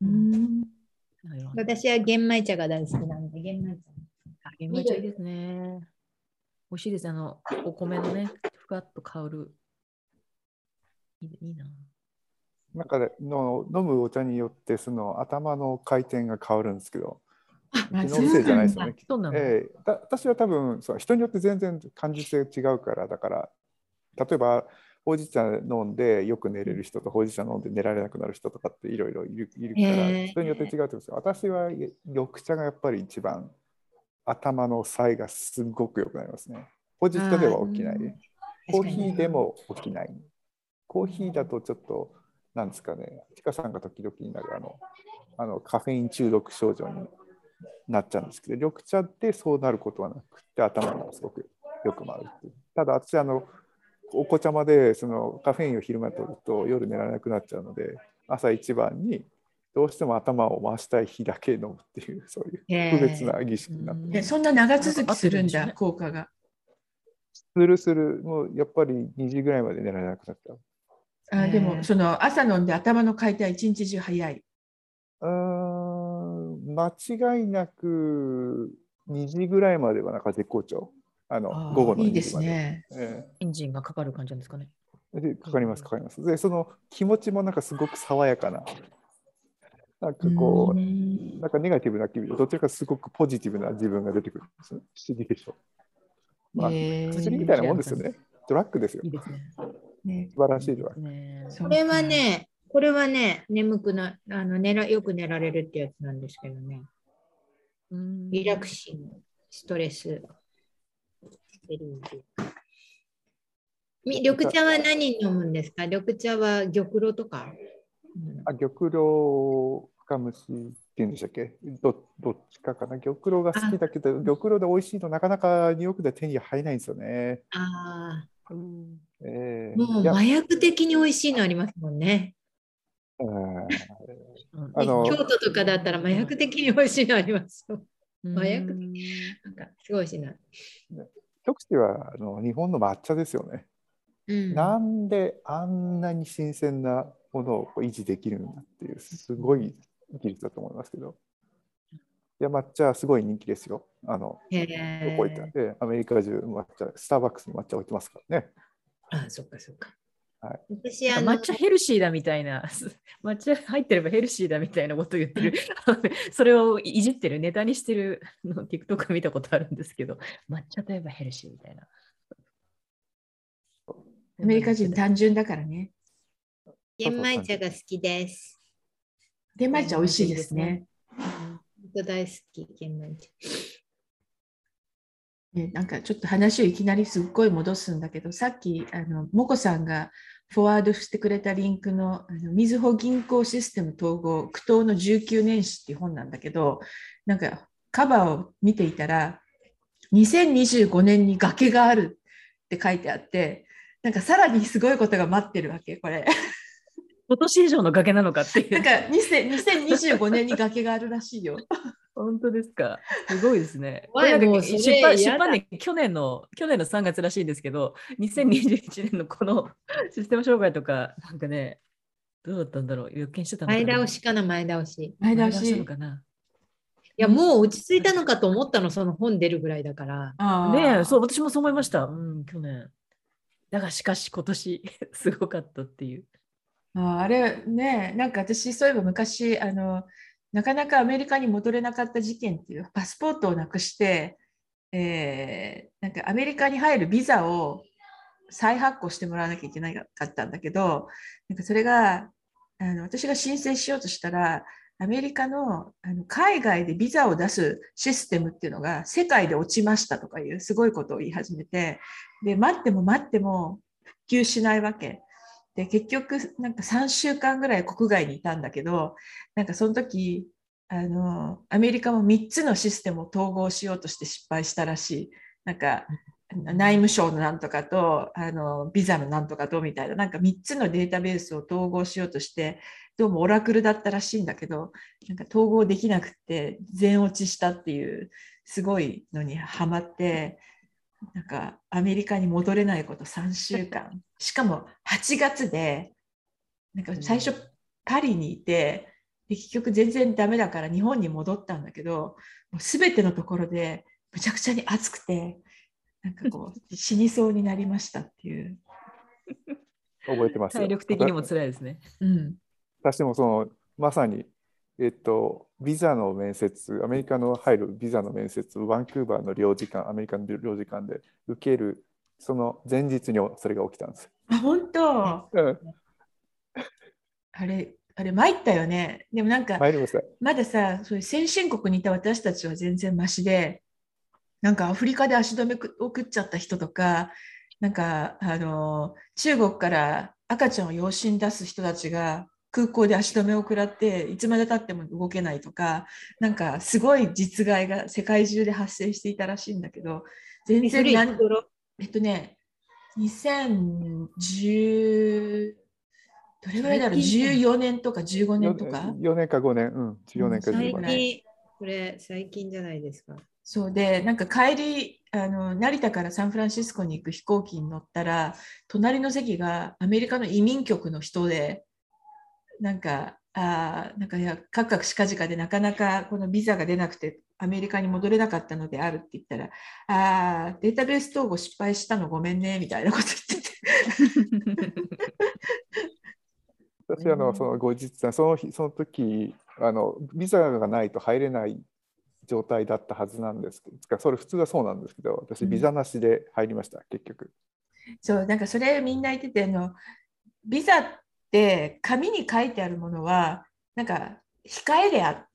私は玄米茶が大好きなんで、玄米茶。 玄米茶いいですね。美味しいです。あの、お米のね、ふわっと香る。いい、いいな。 なんかの飲むお茶によってその頭の回転が変わるんですけど、気のせいじゃないですよね。えー、だ私は多分そう人によって全然感受性違うから、だから例えばほうじ茶飲んでよく寝れる人とほうじ茶飲んで寝られなくなる人とかっていろいろいるから人によって違うと思うんですよ。私は緑茶がやっぱり一番頭の差異がすごく良くなりますね。ほうじ茶では起きない。コーヒーでも起きない。コーヒーだとちょっとなんですかね、ちかさんが時々になるあのあのカフェイン中毒症状になっちゃうんですけど、緑茶ってそうなることはなくて頭がすごくよく回るっていう。ただ私あのお子ちゃまでそのカフェインを昼間取ると夜寝られなくなっちゃうので、朝一番にどうしても頭を回したい日だけ飲むっていう、そういう特別な儀式になってます。 えそんな長続きするんだ、効果が。 するする、もうやっぱりにじぐらいまで寝られなくなっちゃう。 あでもその朝飲んで頭の回転は一日中早い。 うーん、間違いなくにじぐらいまではなんか絶好調。あのあ午後のいいですね、 えー。エンジンがかかる感じなんですかね。 でかかりますかかります。でその気持ちもなんかすごく爽やかな。なんかこう、うんなんかネガティブな気分、どちらかすごくポジティブな自分が出てくるんです。不思議でしょ。まあ、えー、薬みたいなもんですよね。ドラッグですよ。 いいですね。 ね、素晴らしいドラッグ。ね、 これはね、これはね、眠くな、あの寝らよく寝られるってやつなんですけどね。うんリラクシング、ストレス。緑茶は何飲むんですか？緑茶は玉露とか。 あ玉露深蒸しっていうんでしたっけ？ ど, どっちかかな。玉露が好きだけど、玉露で美味しいのなかなかニューヨークで手に入らないんですよね。 ああ、 うんえー、 もう麻薬的に美味しいのありますもんね。 ああの京都とかだったら麻薬的に美味しいのありますよ。麻薬的なんかすごい美味しいな。 特使はあの日本の抹茶ですよね、うん。なんであんなに新鮮なものを維持できるんだっていうすごい技術だと思いますけど。いや抹茶すごい人気ですよ。あのどこ行ったってアメリカ中抹茶、スターバックスに抹茶置いてますからね。 ああ、そっかそっか。 はい、私あの抹茶ヘルシーだみたいな、抹茶入ってればヘルシーだみたいなことを言ってる、それをいじってる、ネタにしてるの TikTok 見たことあるんですけど、抹茶といえばヘルシーみたいな。 アメリカ人単純だからね。 玄米茶が好きです。 玄米茶美味しいですね。 本当大好き、玄米茶。 ね、なんかちょっと話をいきなりすっごい戻すんだけど、さっきあのもこさんがフォワードしてくれたリンクの「あのみずほ銀行システム統合苦闘のじゅうきゅうねん史」っていう本なんだけど、なんかカバーを見ていたらにせんにじゅうごねんに崖があるって書いてあって、なんかさらにすごいことが待ってるわけこれ今年以上の崖なのかっていう。 なんかにせんにじゅうごねんに崖があるらしいよ。 本当ですか。すごいですね。 前も出版出版年去年の去年のさんがつらしいんですけど、にせんにじゅういちねんのこのシステム障害とかなんかね、どうだったんだろう。予見してたのかな。 前倒しかな前倒し。 前倒しなのかな。 いやもう落ち着いたのかと思ったの、その本出るぐらいだから。 ねえ、そう私もそう思いました。うん、去年。だがしかし今年すごかったっていう。 あ, あれね、なんか私そういえば昔あのなかなかアメリカに戻れなかった事件っていうパスポートをなくして、えー、なんかアメリカに入るビザを再発行してもらわなきゃいけなかったんだけど、なんかそれがあの私が申請しようとしたらアメリカ の, あの海外でビザを出すシステムっていうのが世界で落ちましたとかいうすごいことを言い始めて、で待っても待っても復旧しないわけで、結局なんかさんしゅうかんぐらい国外にいたんだけど、なんかその時あのアメリカもみっつのシステムを統合しようとして失敗したらしい。なんか内務省のなんとかとあのビザのなんとかとみたいな、なんかみっつのデータベースを統合しようとして、どうもオラクルだったらしいんだけど、なんか統合できなくて全落ちしたっていうすごいのにハマって、なんかアメリカに戻れないことさんしゅうかん、しかもはちがつで、なんか最初パリにいて、で結局全然ダメだから日本に戻ったんだけど、もう全てのところでむちゃくちゃに暑くて、なんかこう死にそうになりましたっていう。 覚えてますよ。 体力的にも辛いですね。 うん、 私もそのまさに、えっと、ビザの面接、アメリカの入るビザの面接、バンクーバーの領事館、アメリカの領事館で受ける、その前日にそれが起きたんです。 あ、本当、 うん、 あれ、あれ参ったよね。でもなんか、 参りました。 まださ、そういう先進国にいた私たちは全然マシで、なんかアフリカで足止めを食っちゃった人とか、なんかあの中国から赤ちゃんを養子に出す人たちが空港で足止めを食らっていつまでたっても動けないとか、なんかすごい実害が世界中で発生していたらしいんだけど、全然なんえっとねにせんじゅうどれぐらいだろう、じゅうよねんとかじゅうごねんとか、 よねんかごねん、うん、じゅうよねんかじゅうごねん。 最近、これ最近じゃないですか。 そうで、なんか帰りあの成田からサンフランシスコに行く飛行機に乗ったら、隣の席がアメリカの移民局の人で、なんかあなんかいやカクカクしかじかでなかなかこのビザが出なくてアメリカに戻れなかったのであるって言ったら、あデータベース統合失敗したのごめんねみたいなこと言ってて私あのその後日その日その時あのビザがないと入れない状態だったはずなんですけど、それ普通はそうなんですけど、私ビザなしで入りました、うん、結局。 そうなんかそれみんな言ってて、あのビザって紙に書いてあるものはなんか控えであって、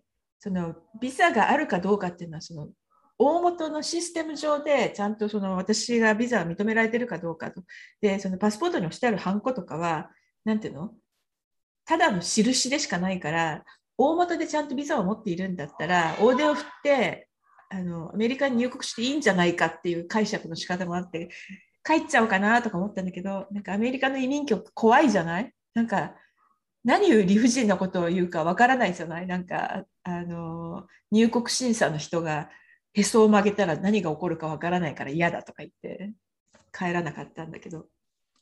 そのビザがあるかどうかっていうのはその大元のシステム上でちゃんとその私がビザが認められてるかどうかと、でそのパスポートに押してあるハンコとかはなんていうの、ただの印でしかないから、大元でちゃんとビザを持っているんだったら大手を振ってあのアメリカに入国していいんじゃないかっていう解釈の仕方もあって、帰っちゃおうかなとか思ったんだけど、なんかアメリカの移民局怖いじゃない、なんか何を理不尽なことを言うかわからないじゃない、なんかあの入国審査の人がへそを曲げたら何が起こるかわからないから嫌だとか言って帰らなかったんだけど。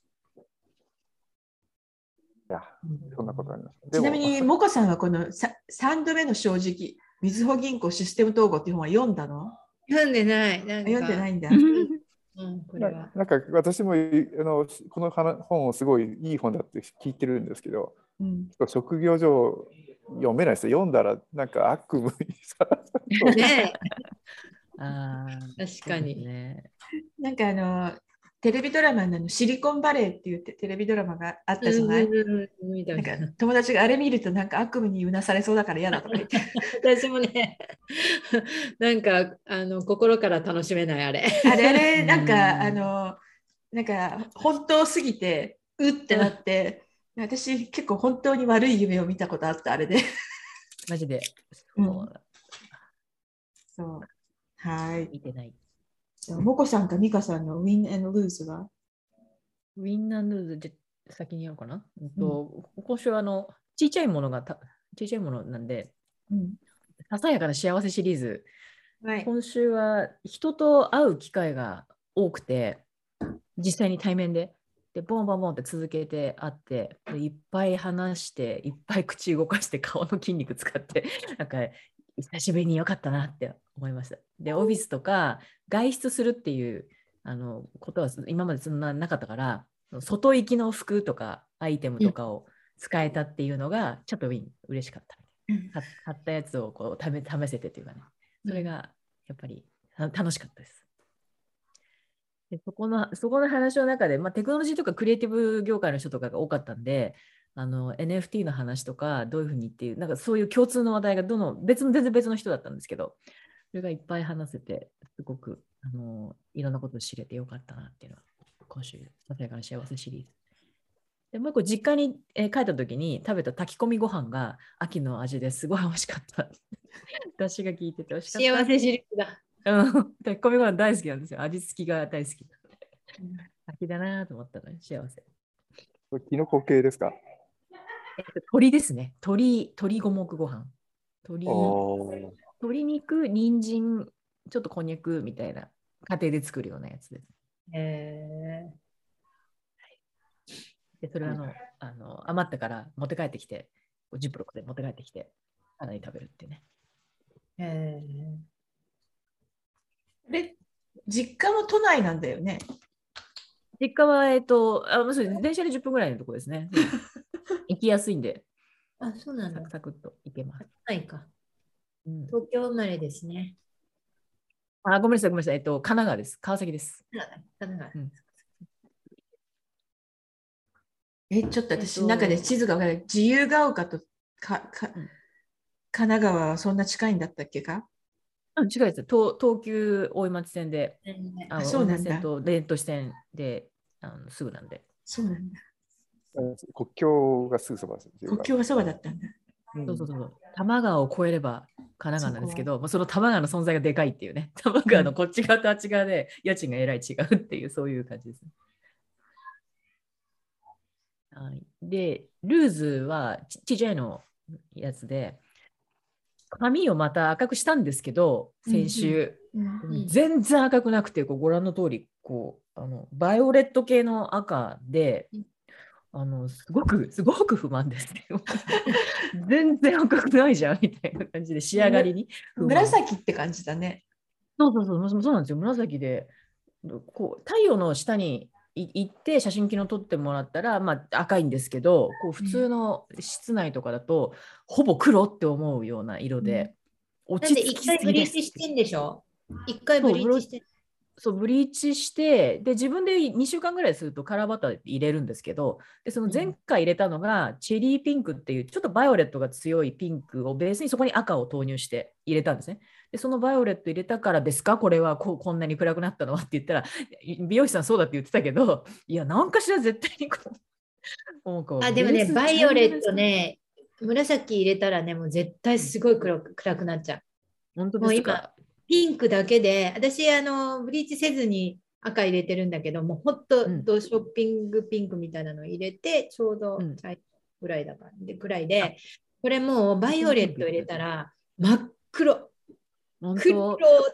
いや、そんなことあります。 ちなみにモコさんはこのさんどめの正直みずほ銀行システム統合っていう本は読んだの？ 読んでない。なんか読んでないんだ。 うん、これはな, なんか私もあのこの本をすごいいい本だって聞いてるんですけど、うん、職業上読めないですよ。読んだらなんか悪夢にさらねあ確かに、 ね、なんかあのテレビドラマのシリコンバレーっていうテレビドラマがあったじゃない、なんか友達があれ見るとなんか悪夢にうなされそうだから嫌だとか言って私もねなんかあの心から楽しめないあれあれあれなんかあのなんか本当すぎてうってなって、うん、私結構本当に悪い夢を見たことあったあれでマジでそう、うん、そうはい見てない。 もこさんかミカさんのウィン&ルーズは？ ウィン&ルーズで先にやろうかな。うんと、今週はあの、ちっちゃいものがた、ちっちゃいものなんで、うん、ささやかな幸せシリーズ。はい、今週は人と会う機会が多くて、実際に対面で、で、ボンボンボンって続けて会って、いっぱい話して、いっぱい口動かして、顔の筋肉使って、なんか、久しぶりに良かったなって思いました。で、オフィスとか外出するっていうあのことは今までそんななかったから、外行きの服とかアイテムとかを使えたっていうのがちょっと嬉しかった。うん、買ったやつをこう試試せてっていうかね、それがやっぱり楽しかったです。でそこのそこの話の中で、まあ、テクノロジーとかクリエイティブ業界の人とかが多かったんで、あの エヌエフティー の話とかどういうふうにっていうなんかそういう共通の話題がどの別の全然別の人だったんですけど、それがいっぱい話せてすごくあのいろんなことを知れてよかったなっていうのは今週ささやかな幸せシリーズで、もう一個実家に、えー、帰った時に食べた炊き込みご飯が秋の味ですごい美味しかった私が聞いてて美味しかった。 幸せシリーズだ。 炊き込みご飯大好きなんですよ。味付きが大好き。秋だなと思ったので幸せ。 キノコ系ですか？ 鶏ですね。鶏、鶏五目ご飯。鶏、鶏肉、人参、ちょっとこんにゃくみたいな家庭で作るようなやつです。 へー。 でそれはあの、あの余ったから持って帰ってきて、ジップロックで持って帰ってきて、花に食べるっていうね。 へー。で、実家も都内なんだよね。 実家は、えっと、あ電車でじゅっぷんぐらいのところですね。行きやすいんで。 あ、そうなんだ。 サクサクっと行けます。 ないか。うん、東京生まれですね。 あ、ごめんなさい、ごめんなさい。えっと、神奈川です。川崎です。 神奈川。うん、 え、ちょっと私の中で地図が分からない。自由が丘とかか、うん、神奈川はそんな近いんだったっけか？ あ、違いです。東, 東急大井町線で、 ああ、そうなんだ。 大井町線とレント線であのすぐなんで。 そうなんだ。 国境がすぐそばです。 国境がそばだったんだ。 そうそうそう。多摩川を越えれば神奈川なんですけど、そ, その多摩川の存在がでかいっていうね。多摩川のこっち側とあっち側で家賃がえらい違うっていう、そういう感じです。はい、で、ルーズはち, ちっちゃいのやつで、髪をまた赤くしたんですけど、先週、うんうん、全然赤くなくて、こうご覧の通り、こうあのバイオレット系の赤で、あのすごくすごく不満ですね。全然赤くないじゃんみたいな感じで仕上がりに。 紫って感じだね。 そうそうそう、そうなんですよ。紫で、こう太陽の下に行って写真機の撮ってもらったら、まあ、赤いんですけど、こう普通の室内とかだと、うん、ほぼ黒って思うような色で、 うん、落ち着きすぎです。一回ブリーチしてんでしょ？一回ブリーチしてそう、ブリーチして、で、自分でにしゅうかんぐらいするとカラーバター入れるんですけど、で、その前回入れたのが、チェリーピンクっていう、ちょっとバイオレットが強いピンクをベースにそこに赤を投入して入れたんですね。で、そのバイオレット入れたからですか、これはこうこんなに暗くなったのはって言ったら、美容師さんそうだって言ってたけど、いや、なんかしら絶対にこう。あ、でもね、バイオレットね、紫入れたらね、もう絶対すごい 暗, 暗くなっちゃう。 本当ですか？ ピンクだけで、私、あの、ブリーチせずに赤入れてるんだけど、もうほんと、うん、ショッピングピンクみたいなの入れて、ちょうど茶色ぐらいだから、で、くらいで、これもうバイオレット入れたら真っ黒。 本当黒って、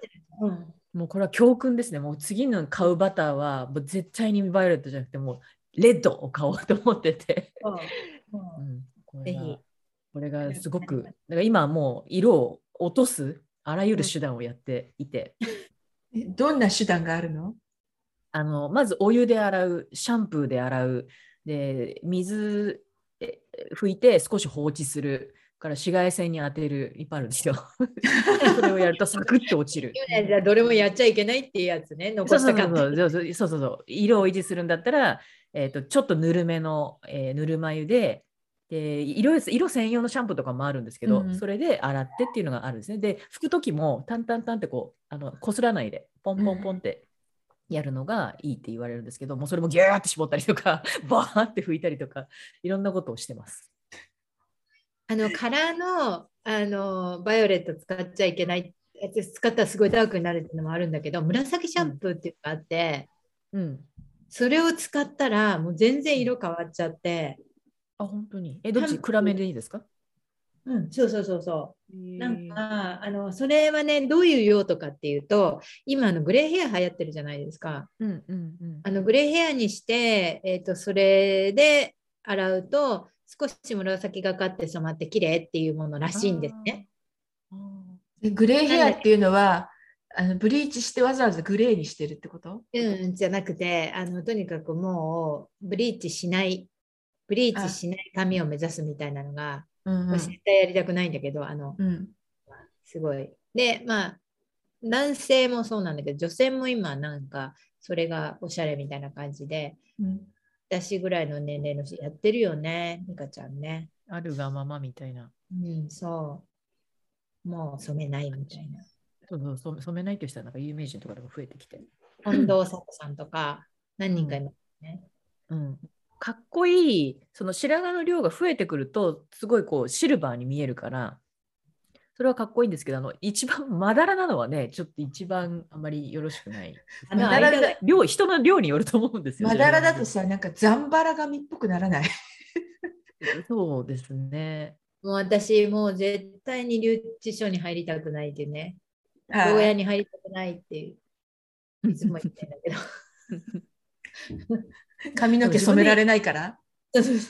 うん、もうこれは教訓ですね。もう次の買うバターは、もう絶対にバイオレットじゃなくて、もうレッドを買おうと思ってて。ぜひ。これがすごく、だから今はもう色を落とすあらゆる手段をやっていて、 うん、どんな手段があるの？ あのまずお湯で洗う、シャンプーで洗う、で水拭いて少し放置するから紫外線に当てる、いっぱいあるんですよ。それをやるとサクッと落ちる。 じゃあどれもやっちゃいけないっていうやつね。残したかった。 そうそうそうそうそうそう。色を維持するんだったら、えーと、ちょっとぬるめの、えー、ぬるま湯で、で 色, 色専用のシャンプーとかもあるんですけど、うん、それで洗ってっていうのがあるんですね。で、拭くときもタンタンタンってこう、あのこすらないで、ポンポンポンってやるのがいいって言われるんですけど、うん、もうそれもギューって絞ったりとか、バーって拭いたりとか、いろんなことをしてます。 あのカラーの、あのバイオレット使っちゃいけない使ったらすごいダークになるっていうのもあるんだけど、紫シャンプーっていうのがあって、 うん、 それを使ったらもう全然色変わっちゃって。 あ、本当に。え、どっち暗めでいいですか？ うん、そうそうそうそう。なんかあのそれはね、どういう用途かっていうと、今のグレーヘア流行ってるじゃないですか。 うんうんうん、 あのグレーヘアにして、えーと、それで洗うと少し紫がかって染まって綺麗っていうものらしいんですね。 ああ、グレーヘアっていうのはあのブリーチしてわざわざグレーにしてるってこと？ うん、じゃなくて、あのとにかくもうブリーチしないブリーチしない髪を目指すみたいなのが、うんうん、絶対やりたくないんだけど、あの、うん、すごい。で、まあ、男性もそうなんだけど、女性も今なんか、それがおしゃれみたいな感じで、うん、私ぐらいの年齢の人やってるよね、ミカちゃんね。 あるがままみたいな。 うん、そう。もう染めないみたいな。 そうそう、染めないという人はなんか有名人とかでも増えてきて。 近藤紗子さんとか、何人かいますね。 うん、うんかっこいい、その白髪の量が増えてくると、すごいこうシルバーに見えるから、それはかっこいいんですけど、あの一番まだらなのはね、ちょっと一番あまりよろしくない。あの間が量、人の量によると思うんですよ。 まだらだとさ、なんかザンバラ髪っぽくならない？ そうですね。 もう私、もう絶対に留置所に入りたくないっていうね。牢屋に入りたくないっていう、いつも言ってんだけど。 髪の毛染められないから。 自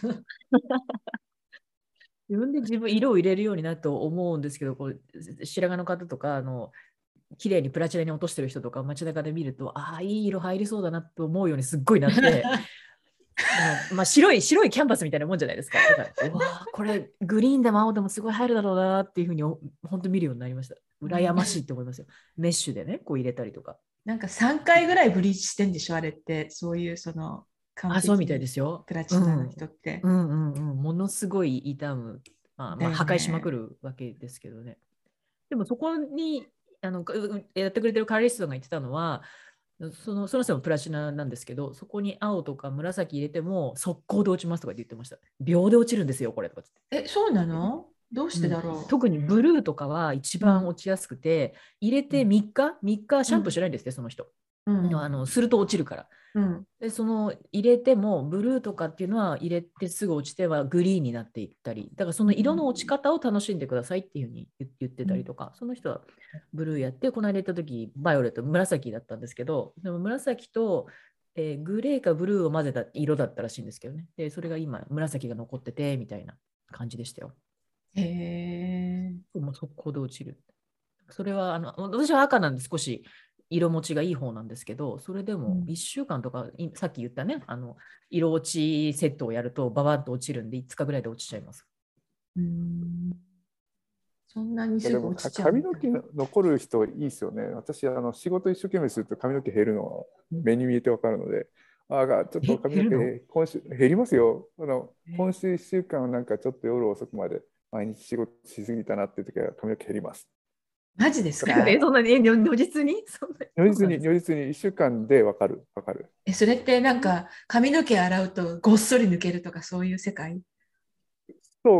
分で自分色を入れるようになると思うんですけど、こう白髪の方とかあの綺麗にプラチナに落としてる人とか街中で見ると、ああいい色入りそうだなと思うようにすっごいなってあの、まあ、白い白いキャンバスみたいなもんじゃないですか。だからうわこれグリーンでも青でもすごい入るだろうなっていうふうに本当見るようになりました。羨ましいって思いますよ。メッシュでねこう入れたりとか。 なんかさんかいぐらいブリーチしてんでしょあれって。そういうそのあ、そうみたいですよ。 プラチナの人って。 うんうんうんうん、ものすごい傷む、まあまあ、破壊しまくるわけですけどね。でもそこにあのやってくれてるカラリストが言ってたのは、そのその人もプラチナなんですけど、そこに青とか紫入れても速攻で落ちますとか言ってました。秒で落ちるんですよ、これとかって。 え、そうなの？どうしてだろう、 うん、特にブルーとかは一番落ちやすくて、うん、入れてみっか、みっかシャンプーしないんですね、うん、その人。うん、あのすると落ちるから、うん、でその入れてもブルーとかっていうのは入れてすぐ落ちてはグリーンになっていったり、だからその色の落ち方を楽しんでくださいっていうふうに言ってたりとか、うん、その人はブルーやって、この間入れた時バイオレット紫だったんですけど、でも紫と、えー、グレーかブルーを混ぜた色だったらしいんですけどね。でそれが今紫が残っててみたいな感じでしたよ。 へえ。 もう速攻で落ちる。それはあの私は赤なんで少し色持ちがいい方なんですけど、それでもいっしゅうかんとか、うん、さっき言ったね、あの色落ちセットをやるとババッと落ちるんでいつかぐらいで落ちちゃいます。 うーん、そんなにすぐ落ちちゃう。 髪の毛残る人いいですよね。私あの仕事一生懸命すると髪の毛減るのは目に見えて分かるので、ああちょっと髪の毛今週減りますよ。あの今週いっしゅうかんなんかちょっと夜遅くまで毎日仕事しすぎたなっていう時は髪の毛減ります。 マジですか？ え、そんなに如実に如実に如実にいっしゅうかんで分かる分かる。 え、それってなんか髪の毛洗うとごっそり抜けるとかそういう世界？ そう、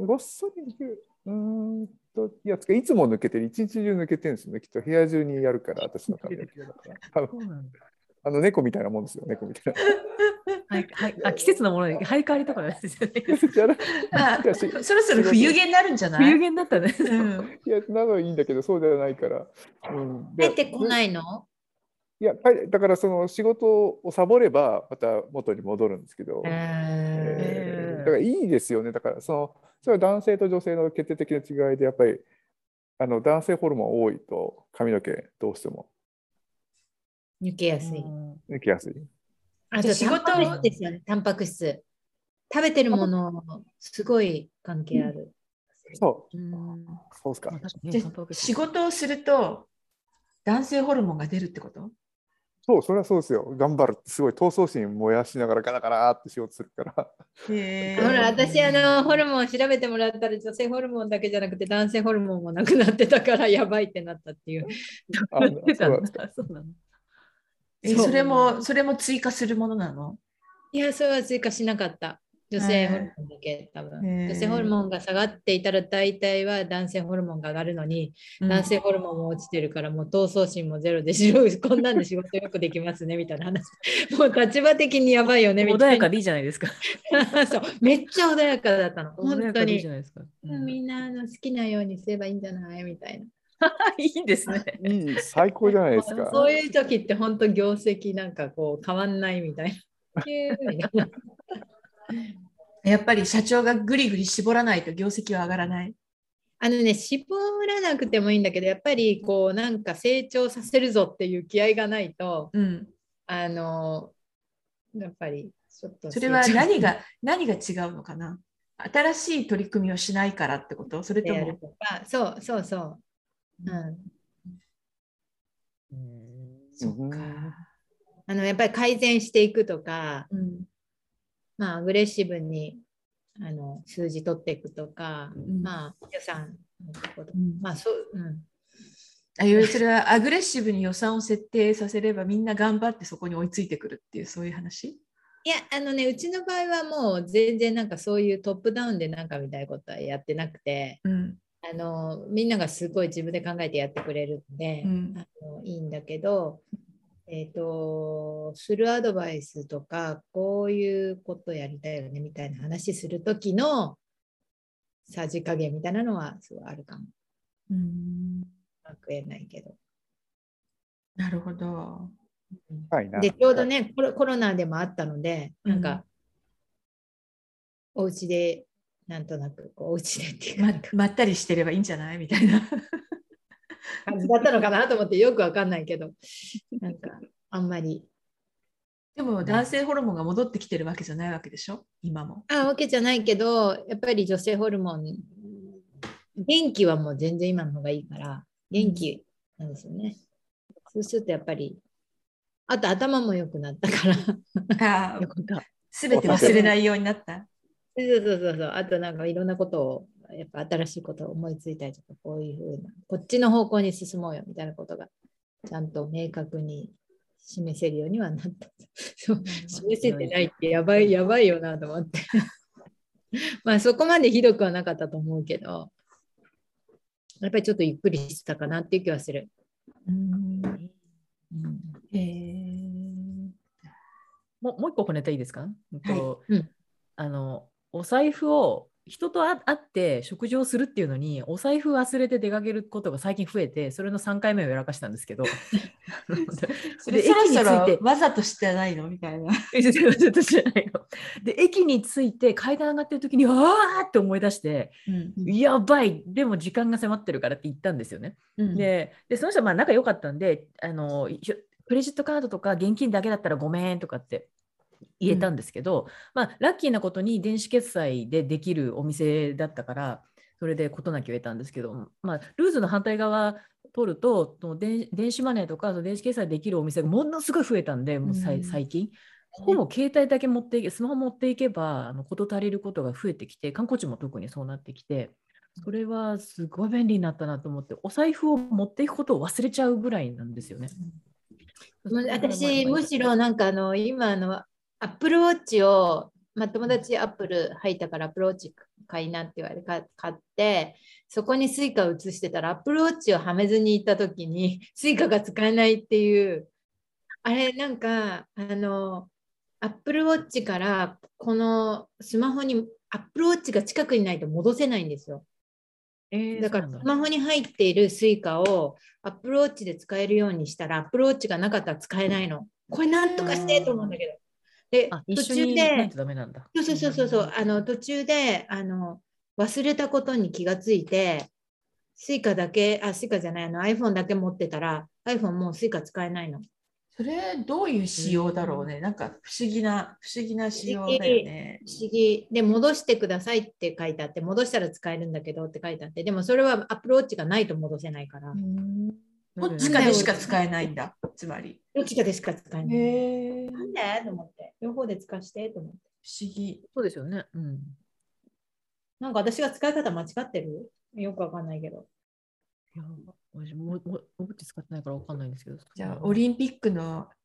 ごっそり抜ける。うーんといやつかいつも抜けてる、一日中抜けてるんですよね。きっと部屋中にやるから私の髪の毛だから。多分あの猫みたいなもんですよ、猫みたいな。 はいはい、あ季節のもので生え変わりとかですよね。 あそろそろ冬毛になるんじゃない？ 冬毛になったね。うん、 いや、なのはいいんだけど、そうではないから。 うん、出てこないの？ いや、だからその仕事をサボればまた元に戻るんですけど、えー、だからいいですよね。だからそのそれは男性と女性の決定的な違いで、やっぱりあの男性ホルモン多いと髪の毛どうしても抜けやすい。 抜けやすい。 あと仕事ですよね、タンパク質。食べてるものすごい関係ある。 そう。うん、そうですか。 仕事をすると男性ホルモンが出るってこと？ そう、それはそうですよ。頑張るってすごい闘争心燃やしながらガラガラって仕事するから。 へほら、私あのホルモン調べてもらったら女性ホルモンだけじゃなくて男性ホルモンもなくなってたからやばいってなったっていう。あ、そうなんだ。 そうなの。え、それもそれも追加するものなの？ いや、それは追加しなかった。 女性ホルモンだけ多分。女性ホルモンが下がっていたら大体は男性ホルモンが上がるのに、うん、男性ホルモンも落ちてるからもう闘争心もゼロでこんなんで仕事よくできますねみたいな話。もう立場的にやばいよねみたいな。 穏やかでいいじゃないですか。 そうめっちゃ穏やかだったの。本当に。 いいじゃないですか。 うん、みんなの好きなようにすればいいんじゃないみたいな。 いいですね。 いい、最高じゃないですか。 そういう時って本当業績なんかこう変わんないみたいな。 やっぱり社長がぐりぐり絞らないと業績は上がらない。 あのね、絞らなくてもいいんだけど、やっぱりこうなんか成長させるぞっていう気合がないと、うん、あのやっぱりちょっとそれは何が何が違うのかな。新しい取り組みをしないからってこと？それともとかそうそうそう。うん。 うん、そっか。 あのやっぱり改善していくとか、うん、まあアグレッシブにあの数字取っていくとか、うん、まあ予算のこと、うん、まあそう、うん。 あいそれはアグレッシブに予算を設定させればみんな頑張ってそこに追いついてくるっていうそういう話？ いやあのねうちの場合はもう全然なんかそういうトップダウンでなんかみたいなことはやってなくて、うん、あのみんながすごい自分で考えてやってくれるんで、うん、あのいいんだけど、えーと、するアドバイスとかこういうことやりたいよねみたいな話する時のさじ加減みたいなのはすごいあるかも。うん、うまく言えないけど。 なるほど。 でちょうどねコロ、コロナでもあったので、なんか、うん、お家でなんとなくこうお家でっていうま, まったりしてればいいんじゃないみたいな感じだったのかなと思ってよくわかんないけど、なんかあんまり。 でも男性ホルモンが戻ってきてるわけじゃないわけでしょ今も。 あわけじゃないけど、やっぱり女性ホルモン元気はもう全然今の方がいいから元気なんですよね。うん、そうするとやっぱりあと頭も良くなったからあすべて忘れないようになった。 そうそうそうそう。あとなんかいろんなことをやっぱ新しいことを思いついたりとか、こういうふうなこっちの方向に進もうよみたいなことがちゃんと明確に示せるようにはなった。示せてないってやばいやばいよなと思ってまあそこまでひどくはなかったと思うけど、やっぱりちょっとゆっくりしたかなっていう気はする。うんへえ。もう、もう一個小ネタいいですか？はい、うん、あのお財布を人と会って食事をするっていうのにお財布忘れて出かけることが最近増えて、それのさんかいめをやらかしたんですけどそれそろそろわざとしてないのみたいなわざとしてないので駅に着いて階段上がってる時にあーって思い出して、うん、やばいでも時間が迫ってるからって言ったんですよね、うん、で, でその人はまあ仲良かったんであのクレジットカードとか現金だけだったらごめんとかって言えたんですけど、うんまあ、ラッキーなことに電子決済でできるお店だったからそれで事なきを得たんですけど、まあ、ルーズの反対側取ると電子マネーとか電子決済できるお店がものすごい増えたんで、もう最近、ほぼ携帯だけ持っていけスマホ持っていけばあの事足りることが増えてきて、観光地も特にそうなってきて、それはすごい便利になったなと思って、お財布を持っていくことを忘れちゃうぐらいなんですよね。 私むしろなんかあの今のアップルウォッチを、まあ、友達アップル入ったからアップルウォッチ買いなって言われて買って、そこにスイカを移してたらアップルウォッチをはめずに行った時にスイカが使えないっていう、あれなんかあのアップルウォッチからこのスマホにアップルウォッチが近くにないと戻せないんですよ。えー、だからスマホに入っているスイカをアップルウォッチで使えるようにしたら、アップルウォッチがなかったら使えないの。これなんとかしてと思うんだけど。で途中でそうそうそうそうあの途中であの忘れたことに気がついて、スイカだけあスイカじゃないあの iPhone だけ持ってたら iPhone もうスイカ使えないの。 それどういう仕様だろうね。なんか不思議な不思議な仕様だよね。 不思議で戻してくださいって書いてあって、戻したら使えるんだけどって書いてあって、でもそれは Apple Watch がないと戻せないから。 どっちかでしか使えないんだ。つまり。 どっちかでしか使えない。へーなんでと思って。両方で使わしてと思って。 不思議。 そうですよね。うん。 なんか私が使い方間違ってる？よくわかんないけど。 いや、私もう、もう、もう使ってないからわかんないんですけど。 じゃあ、オリンピックの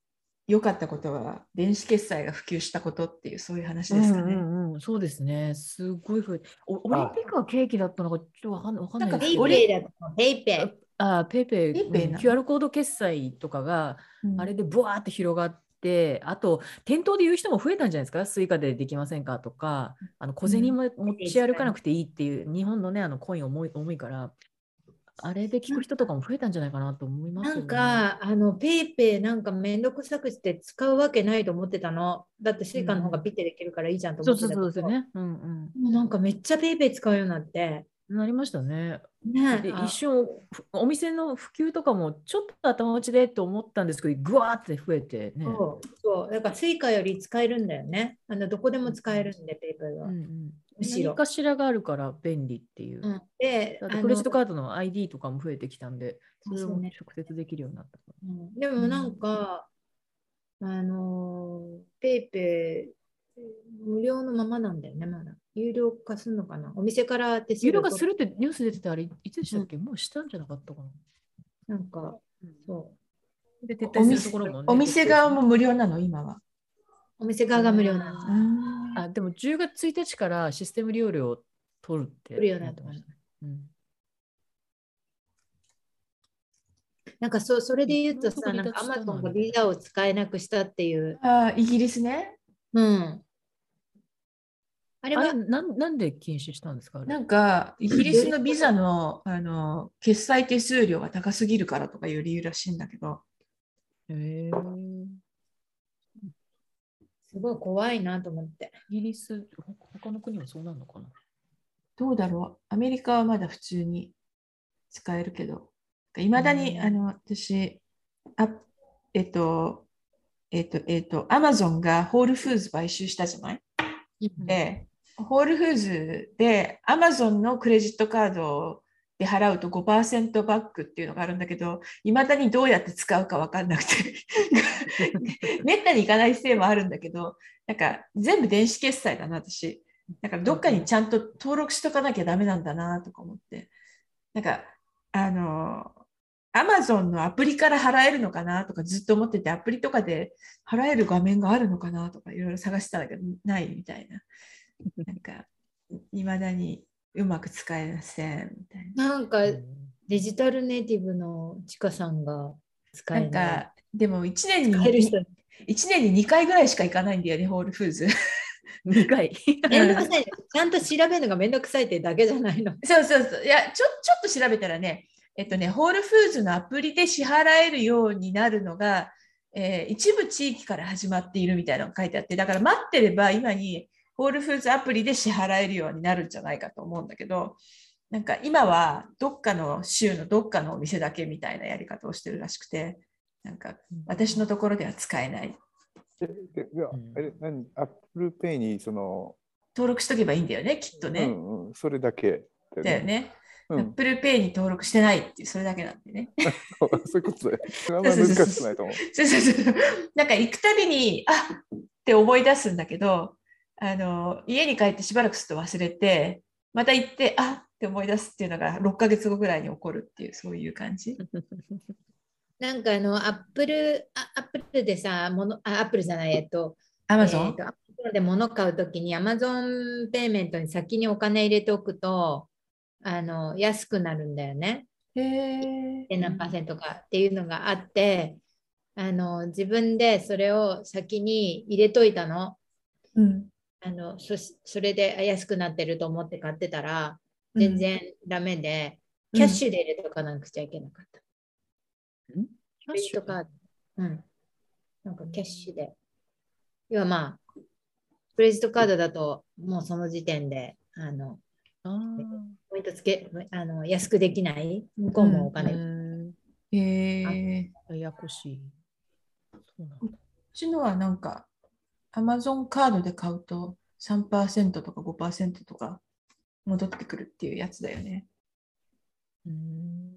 良かったことは電子決済が普及したことっていうそういう話ですかね。 うんうんうん、そうですね。すごい増えて。オリンピックはケーキだったのかちょっとわかんわかんないですけど。 ペイペイだとペイペイ。 あ、ペイペイ、 ペイペイなの、 キューアール コード決済とかが、 うん、 あれでブワーって広がって、あと店頭で言う人も増えたんじゃないですか。スイカでできませんかとか、あの小銭も持ち歩かなくていいっていう、日本のね、あのコイン重い重いから。あれで聞く人とかも増えたんじゃないかなと思いますよね。 なんか、あの、ペイペイなんかめんどくさくして使うわけないと思ってたの。だってスイカの方がピッてできるからいいじゃんと思ってたけど。 そうそうそうですね。うんうん。 もうなんかめっちゃペイペイ使うようになって。 なりましたね。 ねで一瞬、お店の普及とかもちょっと頭打ちでと思ったんですけど、ぐわーって増えてね。 そうそう。だからスイカより使えるんだよね。あのどこでも使えるんで、ペイペイは。 うんうん、 むしろ。 何かしらがあるから便利っていう。 うん、で、 クレジットカードの アイディー とかも増えてきたんで、それもね、 直接できるようになった。 うん、でもなんか、うん、あのペイペイ無料のままなんだよね、まだ。有料化するのかな、お店から手数料。 有料化するってニュース出てて、あれ、いつでしたっけ、うん、もうしたんじゃなかったかな。 なんか、そう。 で、撤退するところもね、 お店側も無料なの、今は。 お店側が無料なの。 あ、でもじゅうがつついたちからシステム利用料を取るって取るようになってましたね。うん、なんかそそれで言うとさ、なんかアマゾンがビザを使えなくしたっていう。 あ、イギリスね。 うん。あれはあれななんで禁止したんですか？ なんかイギリスのビザの、あの決済手数料が高すぎるからとかいう理由らしいんだけど。 へー、 すごい怖いなと思って。 イギリス、他の国はそうなるのかな？ どうだろう。アメリカはまだ普通に使えるけど、いまだに、あの、私、あえっと、えっと、えっと、アマゾンがホールフーズ買収したじゃない？で、ホールフーズでアマゾンのクレジットカードで払うと ごパーセント バックっていうのがあるんだけど、いまだにどうやって使うか分かんなくてめったに行かないせいもあるんだけど、なんか全部電子決済だな、私。だからどっかにちゃんと登録しとかなきゃダメなんだなとか思って、なんかあのアマゾンのアプリから払えるのかなとかずっと思ってて、アプリとかで払える画面があるのかなとかいろいろ探してたんだけど、ないみたいな。なんかいまだにうまく使えませんみたいな。なんかデジタルネイティブのちかさんが使えない。 なんかでもいちねんにいちねんににかいぐらいしか行かないんだよね、ホールフーズ。 にかい。 めんどくさい。ちゃんと調べるのがめんどくさいってだけじゃないの。 そうそうそう。いや、ちょ、ちょっと調べたらね、えっとね、ホールフーズのアプリで支払えるようになるのが、えー、一部地域から始まっているみたいなのが書いてあって、だから待ってれば今にホールフーズアプリで支払えるようになるんじゃないかと思うんだけど、なんか今はどっかの州のどっかのお店だけみたいなやり方をしてるらしくて、なんか私のところでは使えない。 ででであれ何アップルペイにその登録しとけばいいんだよね、きっとね。 うんうん、それだけだよね。 だよね。アップルペイに登録してないっていうそれだけなんでね。 そういうことで。あんまり難しくないと思う。 そうそうそう。なんか行くたびに、あっって思い出すんだけど、あの家に帰ってしばらくすると忘れて、また行って、あっって思い出すっていうのがろっかげつごぐらいに起こるっていう、そういう感じ。 なんかあの、アップル、アップルでさ、ものあアップルじゃない、えっと、 アマゾン、 えー、とアマゾンで物買うときにアマゾンペイメントに先にお金入れておくと、あの安くなるんだよね。 へー。 何パーセントかっていうのがあって、あの自分でそれを先に入れといたの。 うん、 あの そ, それで安くなってると思って買ってたら全然ダメで、うん、キャッシュで入れとかなくちゃいけなかった。 うん、 クレジットカード。うん。なんかキャッシュで。要はまあ、クレジットカードだともうその時点で、あの、ポイントつけ、あの安くできない。向こうもお金。うん、 へえ。ややこしい。 そうなんだ。うちのはなんか、アマゾンカードで買うと さんパーセント とか ごパーセント とか戻ってくるっていうやつだよね。 うーん。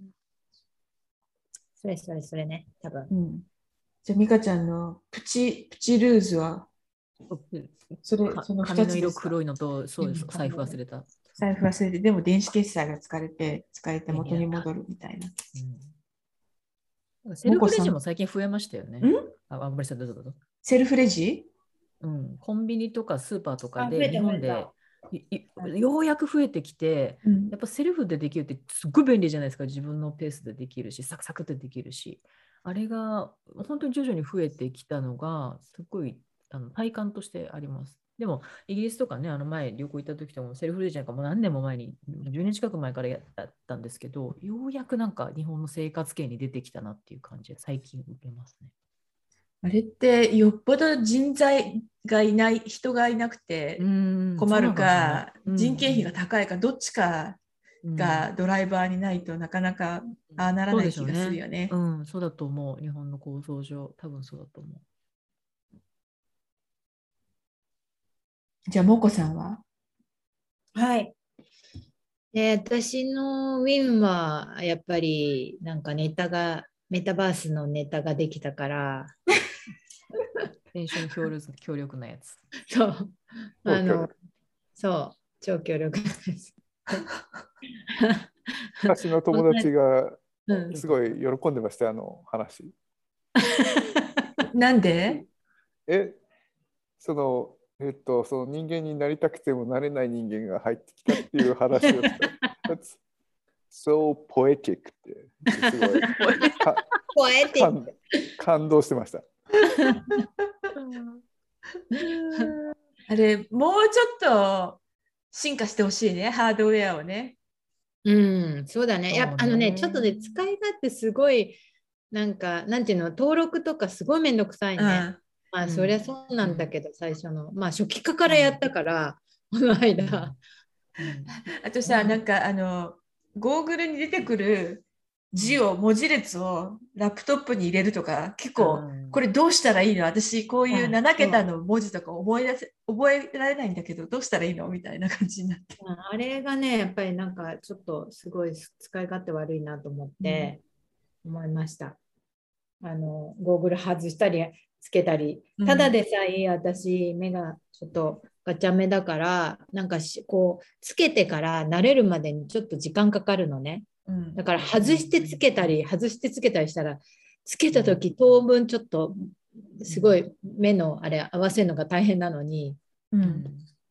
それそれそれね、多分。 うん、じゃあ、美香ちゃんのプチ、プチルーズは、 それそのふたつの色黒いのと、そうです、財布忘れた。 財布忘れて、でも電子決済が使えて、使えて元に戻るみたいな。 うん、セルフレジも最近増えましたよね。 あ、あんまりさんどうぞどうぞ。 セルフレジ、 うん、コンビニとかスーパーとかであ増えた日本でようやく増えてきて、 うん、 やっぱセルフでできるってすっごい便利じゃないですか。自分のペースでできるし、サクサクってできるし。あれが本当に徐々に増えてきたのが、すごいあの体感としてあります。でも、イギリスとかね、あの前旅行行った時とかもセルフレジなんかもう何年も前に、じゅうねん近く前からやったんですけど、ようやくなんか日本の生活圏に出てきたなっていう感じで最近受けますね。 あれってよっぽど人材がいない人がいなくて困るか、人件費が高いか、どっちかがドライバーにないとなかなかああならない気がするよね。 うん、そうだと思う。日本の構造上、多分そうだと思う。 じゃあ、もこさんは？ はい。で、私のウィンはやっぱりなんかネタが、メタバースのネタができたから、 練習の強力強力なやつ。 そう。あの、そう、超強力なやつ。 私の友達がすごい喜んでました、あの話。 なんで？ え、その、えっと、その人間になりたくてもなれない人間が入ってきたっていう話をした。That's so poetic ってすごい感, 感動してました。 あれ、もうちょっと進化してほしいね、ハードウェアをね。 うん、そうだね。やあのね、ちょっとね、使い勝手すごい、なんか、なんていうの、登録とかすごいめんどくさいね。うん、まあ、そりゃそうなんだけど、うん、最初の。まあ、初期化からやったから、この間。 うん、あとさ、なんか、あの、ゴーグルに出てくる字を、文字列をラップトップに入れるとか、結構、これどうしたらいいの？私、こういうなな桁の文字とか覚え出せ、覚えられないんだけど、どうしたらいいの？みたいな感じになって。 あれがね、やっぱりなんか、ちょっとすごい使い勝手悪いなと思って思いました。うん、あの、ゴーグル外したり、つけたり。ただでさえ、私、目がちょっとガチャ目だから、なんかし、こう、つけてから慣れるまでにちょっと時間かかるのね。だから外してつけたり外してつけたりしたら、つけた時当分ちょっとすごい目のあれ合わせるのが大変なのに、うん、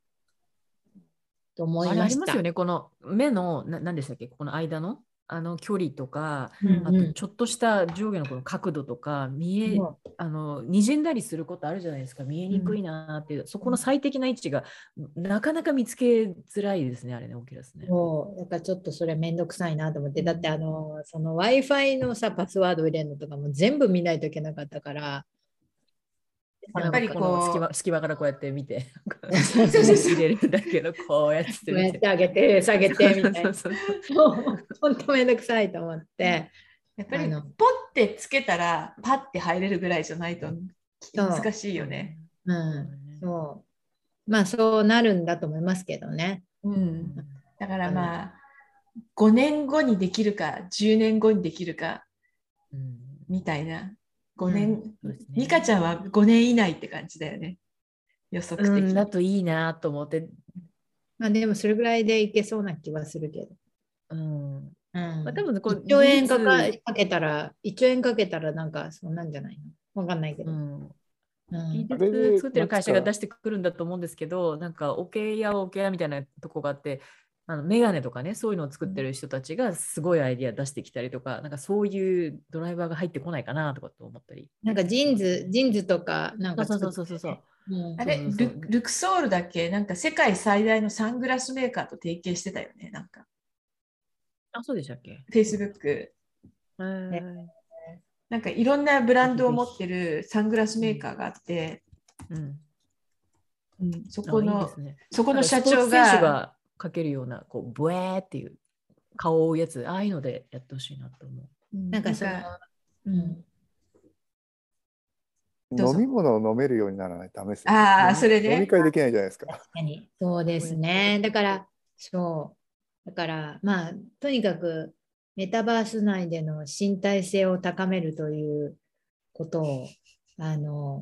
と思いました。 あれありますよね、この目のな何でしたっけ、この間のあの距離とか、うんうん、あとちょっとした上下のこの角度とか見え、うん、あの滲んだりすることあるじゃないですか。見えにくいなっていう、うん、そこの最適な位置がなかなか見つけづらいですね、あれね、オキュラスね。 そう、だからちょっとそれめんどくさいなと思って、だってあのその Wi-Fi のさパスワード入れるのとかも全部見ないといけなかったから。 やっぱりこう隙間、隙間からこうやって見て入れるだけのこうやってこうやって上げて下げてみたいな。本当めんどくさいと思って。 やっぱりポッてつけたらパッて入れるぐらいじゃないと難しいよね。 うん、そう。まあそうなるんだと思いますけどね。 うん、だからまあごねんごにできるかじゅうねんごにできるかみたいな。ごねん、うんね、ミカちゃんはごねん以内って感じだよね。予測的に。 だといいなと思って。 まあでもそれぐらいでいけそうな気はするけど。 うんうんまあ、多分こういちおうえんかけたら、いちおうえんかけたらなんかそんなんじゃないの？わかんないけど。うん技術作ってる会社が出してくるんだと思うんですけど、なんかオケやオケやみたいなとこがあって、あのメガネとかね、そういうのを作ってる人たちがすごいアイディア出してきたりとか、なんかそういうドライバーが入ってこないかなとかって思ったり。 なんかジーンズ、ジーンズとかなんかそうそうそうそうそう。 うん、あれル、ルクソールだっけ？なんか世界最大のサングラスメーカーと提携してたよね、なんか。 あ、そうでしたっけ？ Facebook。なんかいろんなブランドを持ってるサングラスメーカーがあって、うんうん、そこの、いいですね、そこの社長が、 選手がかけるようなこうブエーっていう顔を追うやつ、ああいうのでやってほしいなと思う。 うん、なんかその、うん、 飲み物を飲めるようにならないとダメですよ、ね。ああ、それね。 飲み会できないじゃないですか。 確かに。そうですね。だから、そう。だから、まあ、とにかく、メタバース内での身体性を高めるということを、あの、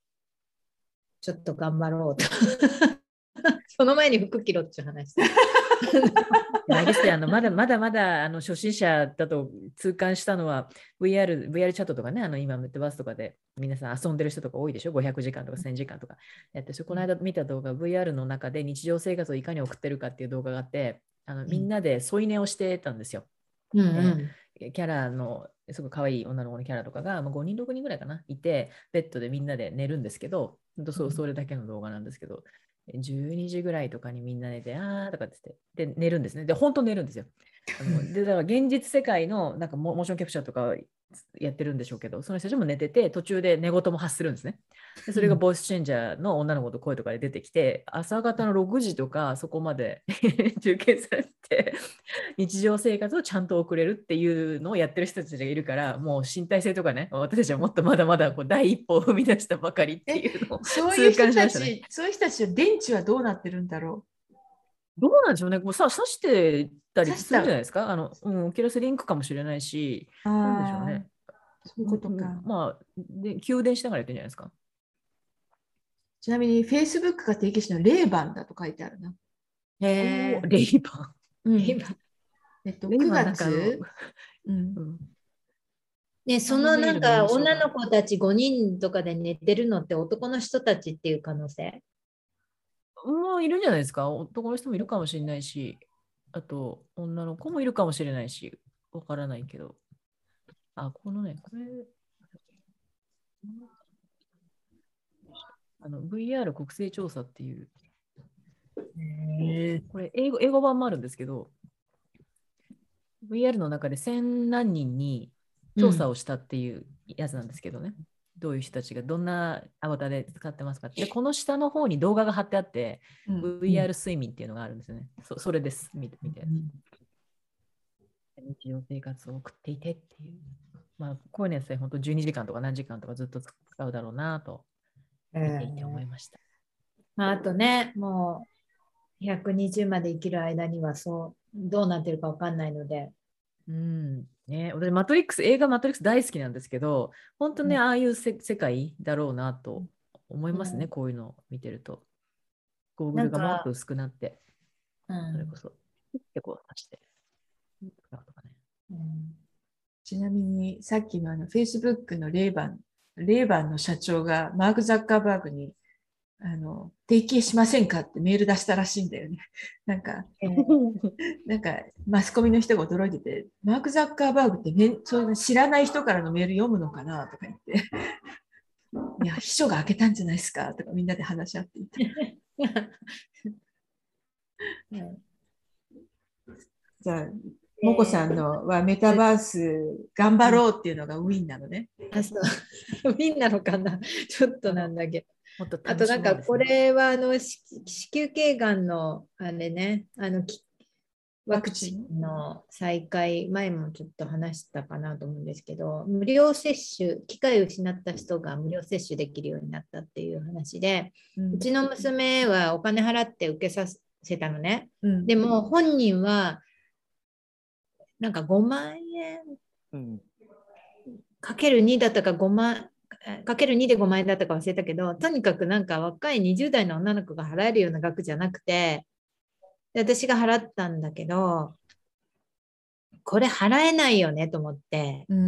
ちょっと頑張ろうと。その前に服着ろっていう話。 あれですね、あのまだまだまだあの初心者だと痛感したのは ブイアール、ブイアール チャットとかね、あの今メタバースとかで皆さん遊んでる人とか多いでしょ、ごひゃくじかんとかせんじかんとかやって、この間見た動画、ブイアール の中で日常生活をいかに送ってるかっていう動画があって、あのみんなで添い寝をしてたんですよ。 うんうんキャラのすごい可愛い女の子のキャラとかが、まあ、ごにんろくにんぐらいかないて、ベッドでみんなで寝るんですけど、そそれだけの動画なんですけど、じゅうにじぐらいとかにみんな寝て、あーとかって言って、で寝るんですね。で、本当寝るんですよ。あのでだから現実世界のなんかモーションキャプチャーとかやってるんでしょうけど、その人たちも寝てて、途中で寝言も発するんですね。でそれがボイスチェンジャーの女の子と声とかで出てきて、朝方のろくじとかそこまで中継されて、日常生活をちゃんと送れるっていうのをやってる人たちがいるから、もう身体性とかね、私たちはもっとまだまだこう第一歩を踏み出したばかりっていうのをそういう人たち、 ね、 そういう人たちは電池はどうなってるんだろう。 どうなんでしょうね。もうさ刺してたりするんじゃないですか。あの、うん、オキュラスリンクかもしれないし、なんでしょうね。 そういうことか。 まあ、で、給電しながらやってるんじゃないですか。 ちなみに、Facebook が提起したのレイバンだと書いてあるな。 へー、レイバン。 うん、レイバン。えっと、くがつ、 うん、ね、そのなんか女の子たちごにんとかで寝てるのって男の人たちっていう可能性もういるんじゃないですか。男の人もいるかもしれないし、あと女の子もいるかもしれないし、わからないけど。あ、このね、これ、あの ブイアール 国勢調査っていう、 へこれ英語、英語版もあるんですけど、ブイアール の中で千何人に調査をしたっていうやつなんですけどね。うん、どういう人たちがどんなアバターで使ってますかって。で、この下の方に動画が貼ってあって、うん、ブイアール 睡眠っていうのがあるんですよね。そ, それです。見てみて。うん、日常生活を送っていてっていう。まあ、こういうのやつで本当じゅうにじかんとか何時間とかずっと使うだろうなと見ていて思いました。 えーまあ、あとね、もうひゃくにじゅうまで生きる間にはそうどうなってるか分かんないので。 うんね、私マトリックス、映画マトリックス大好きなんですけど、本当ね、うん、ああいうせ世界だろうなと思いますね、うん、こういうのを見てると。ゴーグルがもっと薄くなって、 うん、 それこそ結構足して。 うん、ちなみにさっきのあの Facebook のレイバン、レイバンの社長がマーク・ザッカーバーグにあの提携しませんかってメール出したらしいんだよね。なんか、えー、なんかマスコミの人が驚いてて、マーク・ザッカーバーグってめそういう知らない人からのメール読むのかなとか言って、いや、秘書が開けたんじゃないですかとかみんなで話し合っていて。じゃあ、もこさんのはメタバース頑張ろうっていうのがウィンなのね。 あ、そう。ウィンなのかなちょっとなんだけど。あとなんかこれはあの子宮頸がんのあれね、あのワクチンの再開、前もちょっと話したかなと思うんですけど、無料接種、機会を失った人が無料接種できるようになったっていう話で、うん、うちの娘はお金払って受けさせたのね。うん、でも本人はなんかごまんえん、うん、かけるにだったかごまんかけるにでごまんえんだったか忘れたけど、とにかくなんか若いにじゅう代の女の子が払えるような額じゃなくて、で私が払ったんだけど、これ払えないよねと思って、うん、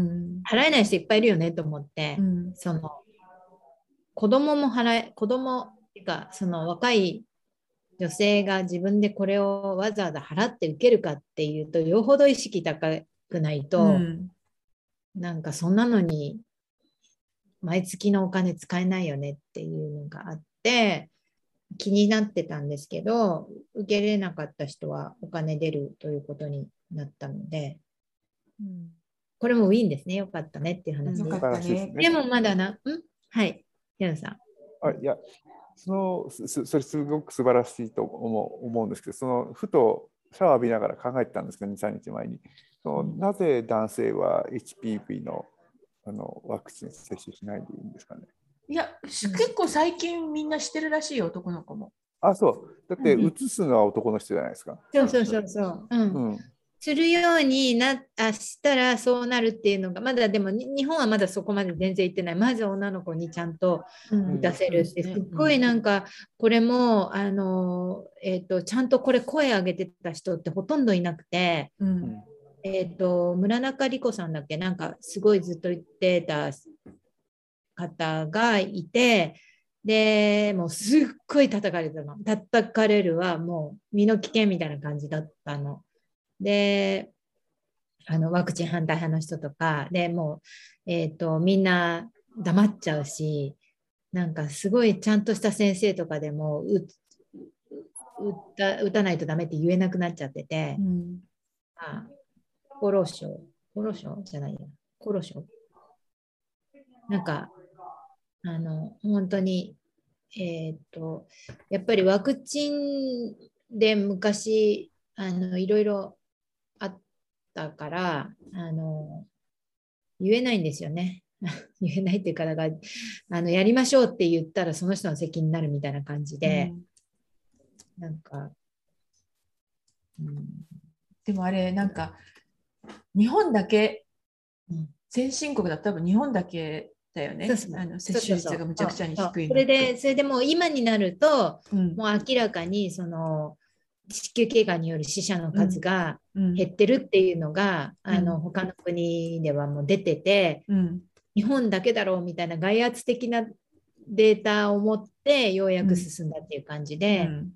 払えない人いっぱいいるよねと思って、うん、その子供も払え、子供っていうか、その若い女性が自分でこれをわざわざ払って受けるかっていうと、よほど意識高くないと、うん、なんかそんなのに毎月のお金使えないよねっていうのがあって気になってたんですけど、受け入れなかった人はお金出るということになったので、うん、これもウィンですね。よかったねっていう話です。 よかったね。 でもまだな、んはい、平野さん。 あ、いや、そのそそれすごく素晴らしいと思う、思うんですけど、そのふとシャワー浴びながら考えてたんですけど、に、さんにちまえに。そのなぜ男性は エイチピーブイ のあのワクチン接種しないでいいんですかね。 いや、結構最近みんなしてるらしいよ、男の子も。 あ、そう。だって、移すのは男の人じゃないですか。 そうそうそうそう。うん。 うん、 するようになあしたらそうなるっていうのが、まだでも日本はまだそこまで全然いってない。まず女の子にちゃんと打たせるって、すっごいなんか、これも、あの、えっと、ちゃんとこれ声上げてた人ってほとんどいなくて、うん、えっと、村中莉子さんだっけ、なんかすごいずっと言ってた方がいて、で、もうすっごい叩かれたの。叩かれるはもう身の危険みたいな感じだったの。で、あのワクチン反対派の人とかでもう、えーと、みんな黙っちゃうし、なんかすごいちゃんとした先生とかでも打た打たないとダメって言えなくなっちゃってて、うん、あ厚労省厚労省じゃないや厚労省なんかあの本当にえっ、ー、とやっぱりワクチンで昔あのいろいろあったからあの言えないんですよね。言えないっていうか、だからあのやりましょうって言ったらその人の責任になるみたいな感じで、うん、なんか、 うん、でもあれなんか日本だけ、うん、先進国だと多分日本だけだよね。そうそうあの接種率がむちゃくちゃに低いのって。 それでそれでもう今になると、うん、もう明らかにその子宮頸がんによる死者の数が減ってるっていうのが、うん、あの他の国ではもう出てて、うん、日本だけだろうみたいな外圧的なデータを持ってようやく進んだっていう感じで、うん、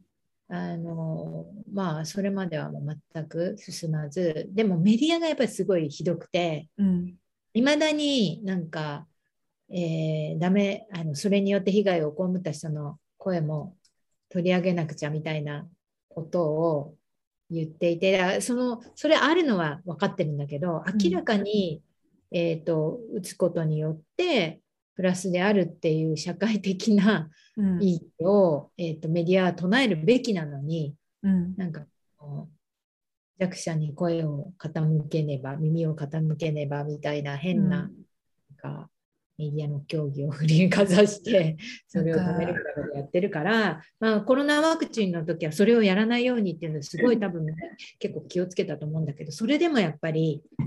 あのまあそれまではもう全く進まず、でもメディアがやっぱりすごいひどくて、いま、うん、だになんか、えー、ダメあのそれによって被害を被った人の声も取り上げなくちゃみたいなことを言っていて、そのそれあるのは分かってるんだけど、明らかに、うん、えーと、打つことによってプラスであるっていう社会的な意義を、うん、えーと、メディアは唱えるべきなのに、うん、なんか弱者に声を傾けねば耳を傾けねばみたいな変な、うん、なんかメディアの競技を振りかざしてそれを止めるからでやってるから、まあ、コロナワクチンの時はそれをやらないようにっていうのはすごい多分、ね、結構気をつけたと思うんだけど、それでもやっぱり、うん、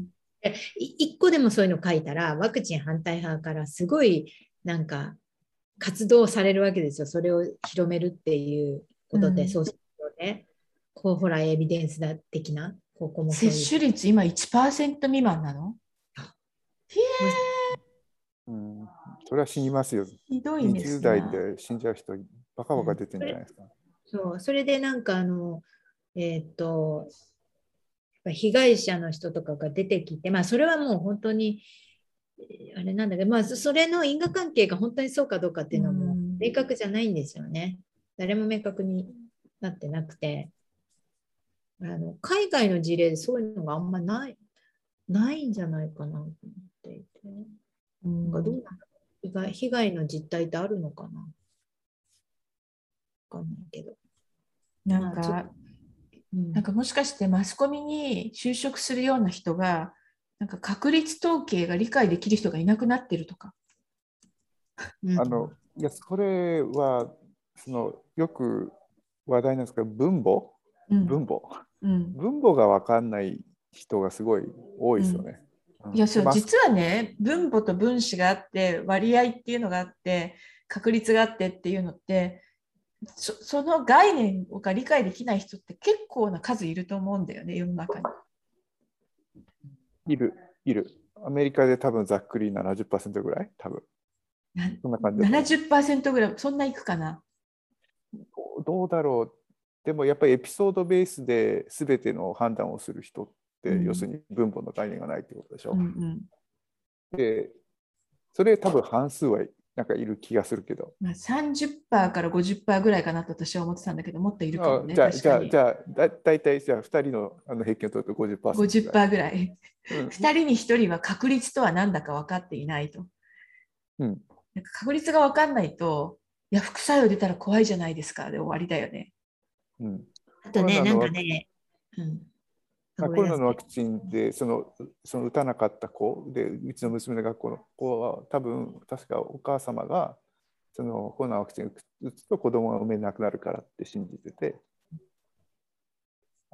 一個でもそういうの書いたらワクチン反対派からすごいなんか活動されるわけですよ。それを広めるっていうことで、うん、そうするとね、こうほらエビデンスだ的な、ここもそういう接種率今 いちパーセント 未満なの？ へえ。うん、それは死にますよ。ひどいですね。にじゅう代で死んじゃう人、バカバカ出てるんじゃないですか。うん、 そう、それでなんかあの、えー、っと、被害者の人とかが出てきて、まあそれはもう本当に、あれなんだけど、まあそれの因果関係が本当にそうかどうかっていうのも明確じゃないんですよね。誰も明確になってなくて、あの海外の事例でそういうのがあんまない、ないんじゃないかなと思っていて。なんかどうなんだろう。被害、被害の実態ってあるのかな。わかんないけど。 なんか、まあうん、なんかもしかしてマスコミに就職するような人が、なんか確率統計が理解できる人がいなくなってるとか。 うん、あのいやそれはそのよく話題なんですけど、分母、うん、分母、うん、分母が分かんない人がすごい多いですよね。 うんうん、いやそう実はね、分母と分子があって割合っていうのがあって確率があってっていうのってそ, その概念が理解できない人って結構な数いると思うんだよね、世の中に。 いるいる。アメリカで多分ざっくり ななじゅっパーセント ぐらい多分。 そんな感じだと思う。ななじゅっパーセント ぐらい、そんないくかな。 どうだろう。でもやっぱりエピソードベースで全ての判断をする人って、うん、要するに分母の概念がないってことでしょ。うんうん、で、それ多分半数はなんかいる気がするけど。 まあ、さんじゅっパーセント から ごじゅっパーセント ぐらいかなと私は思ってたんだけど、もっといるかもね。 じゃあ、じゃあ、じゃあ、だ大体じゃあふたりのあの平均を取ると ごじゅっパーセントごじゅっパーセント ぐらい。うん、ふたりにひとりは確率とは何だか分かっていないと。うん、なんか確率が分かんないと、いや、副作用出たら怖いじゃないですかで終わりだよね。 うん、あとね、なんかね、うん、 コロナのワクチンでそのその打たなかった子で、うちの娘の学校の子は多分確かお母様がそのコロナワクチンを打つと子供が産めなくなるからって信じてて、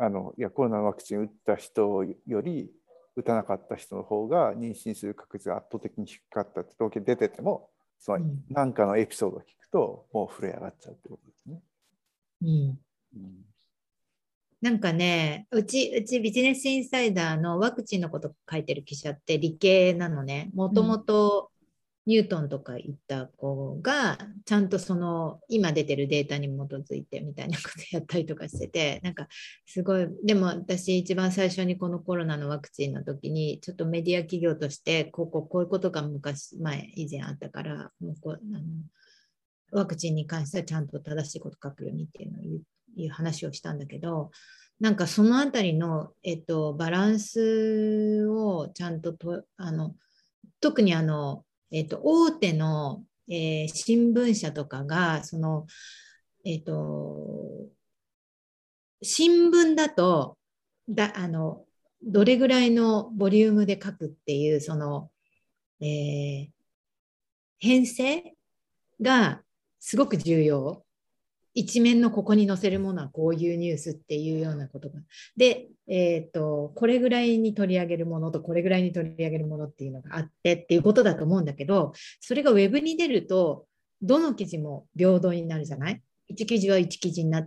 あのいやコロナのワクチン打った人より打たなかった人の方が妊娠する確率が圧倒的に低かったって統計出てても、その何かのエピソードを聞くともう震え上がっちゃうってことですね。 うんうん、なんかね、うち、うちビジネスインサイダーのワクチンのこと書いてる記者って理系なのね。もともとニュートンとか行った子が、ちゃんとその今出てるデータに基づいてみたいなことやったりとかしてて、なんかすごい、でも私一番最初にこのコロナのワクチンの時に、ちょっとメディア企業として、こうこうこういうことが昔、前、以前あったから、もうこうあのワクチンに関してはちゃんと正しいこと書くようにっていうのを言ういう話をしたんだけど、なんかそのあたりの、えっと、バランスをちゃんととあの特にあの、えっと、大手の、えー、新聞社とかがその、えっと、新聞だとだあのどれぐらいのボリュームで書くっていうその、えー、編成がすごく重要。一面のここに載せるものはこういうニュースっていうようなことが。で、えーと、これぐらいに取り上げるものとこれぐらいに取り上げるものっていうのがあってっていうことだと思うんだけど、それがウェブに出ると、どの記事も平等になるじゃない？一記事はいち記事になって、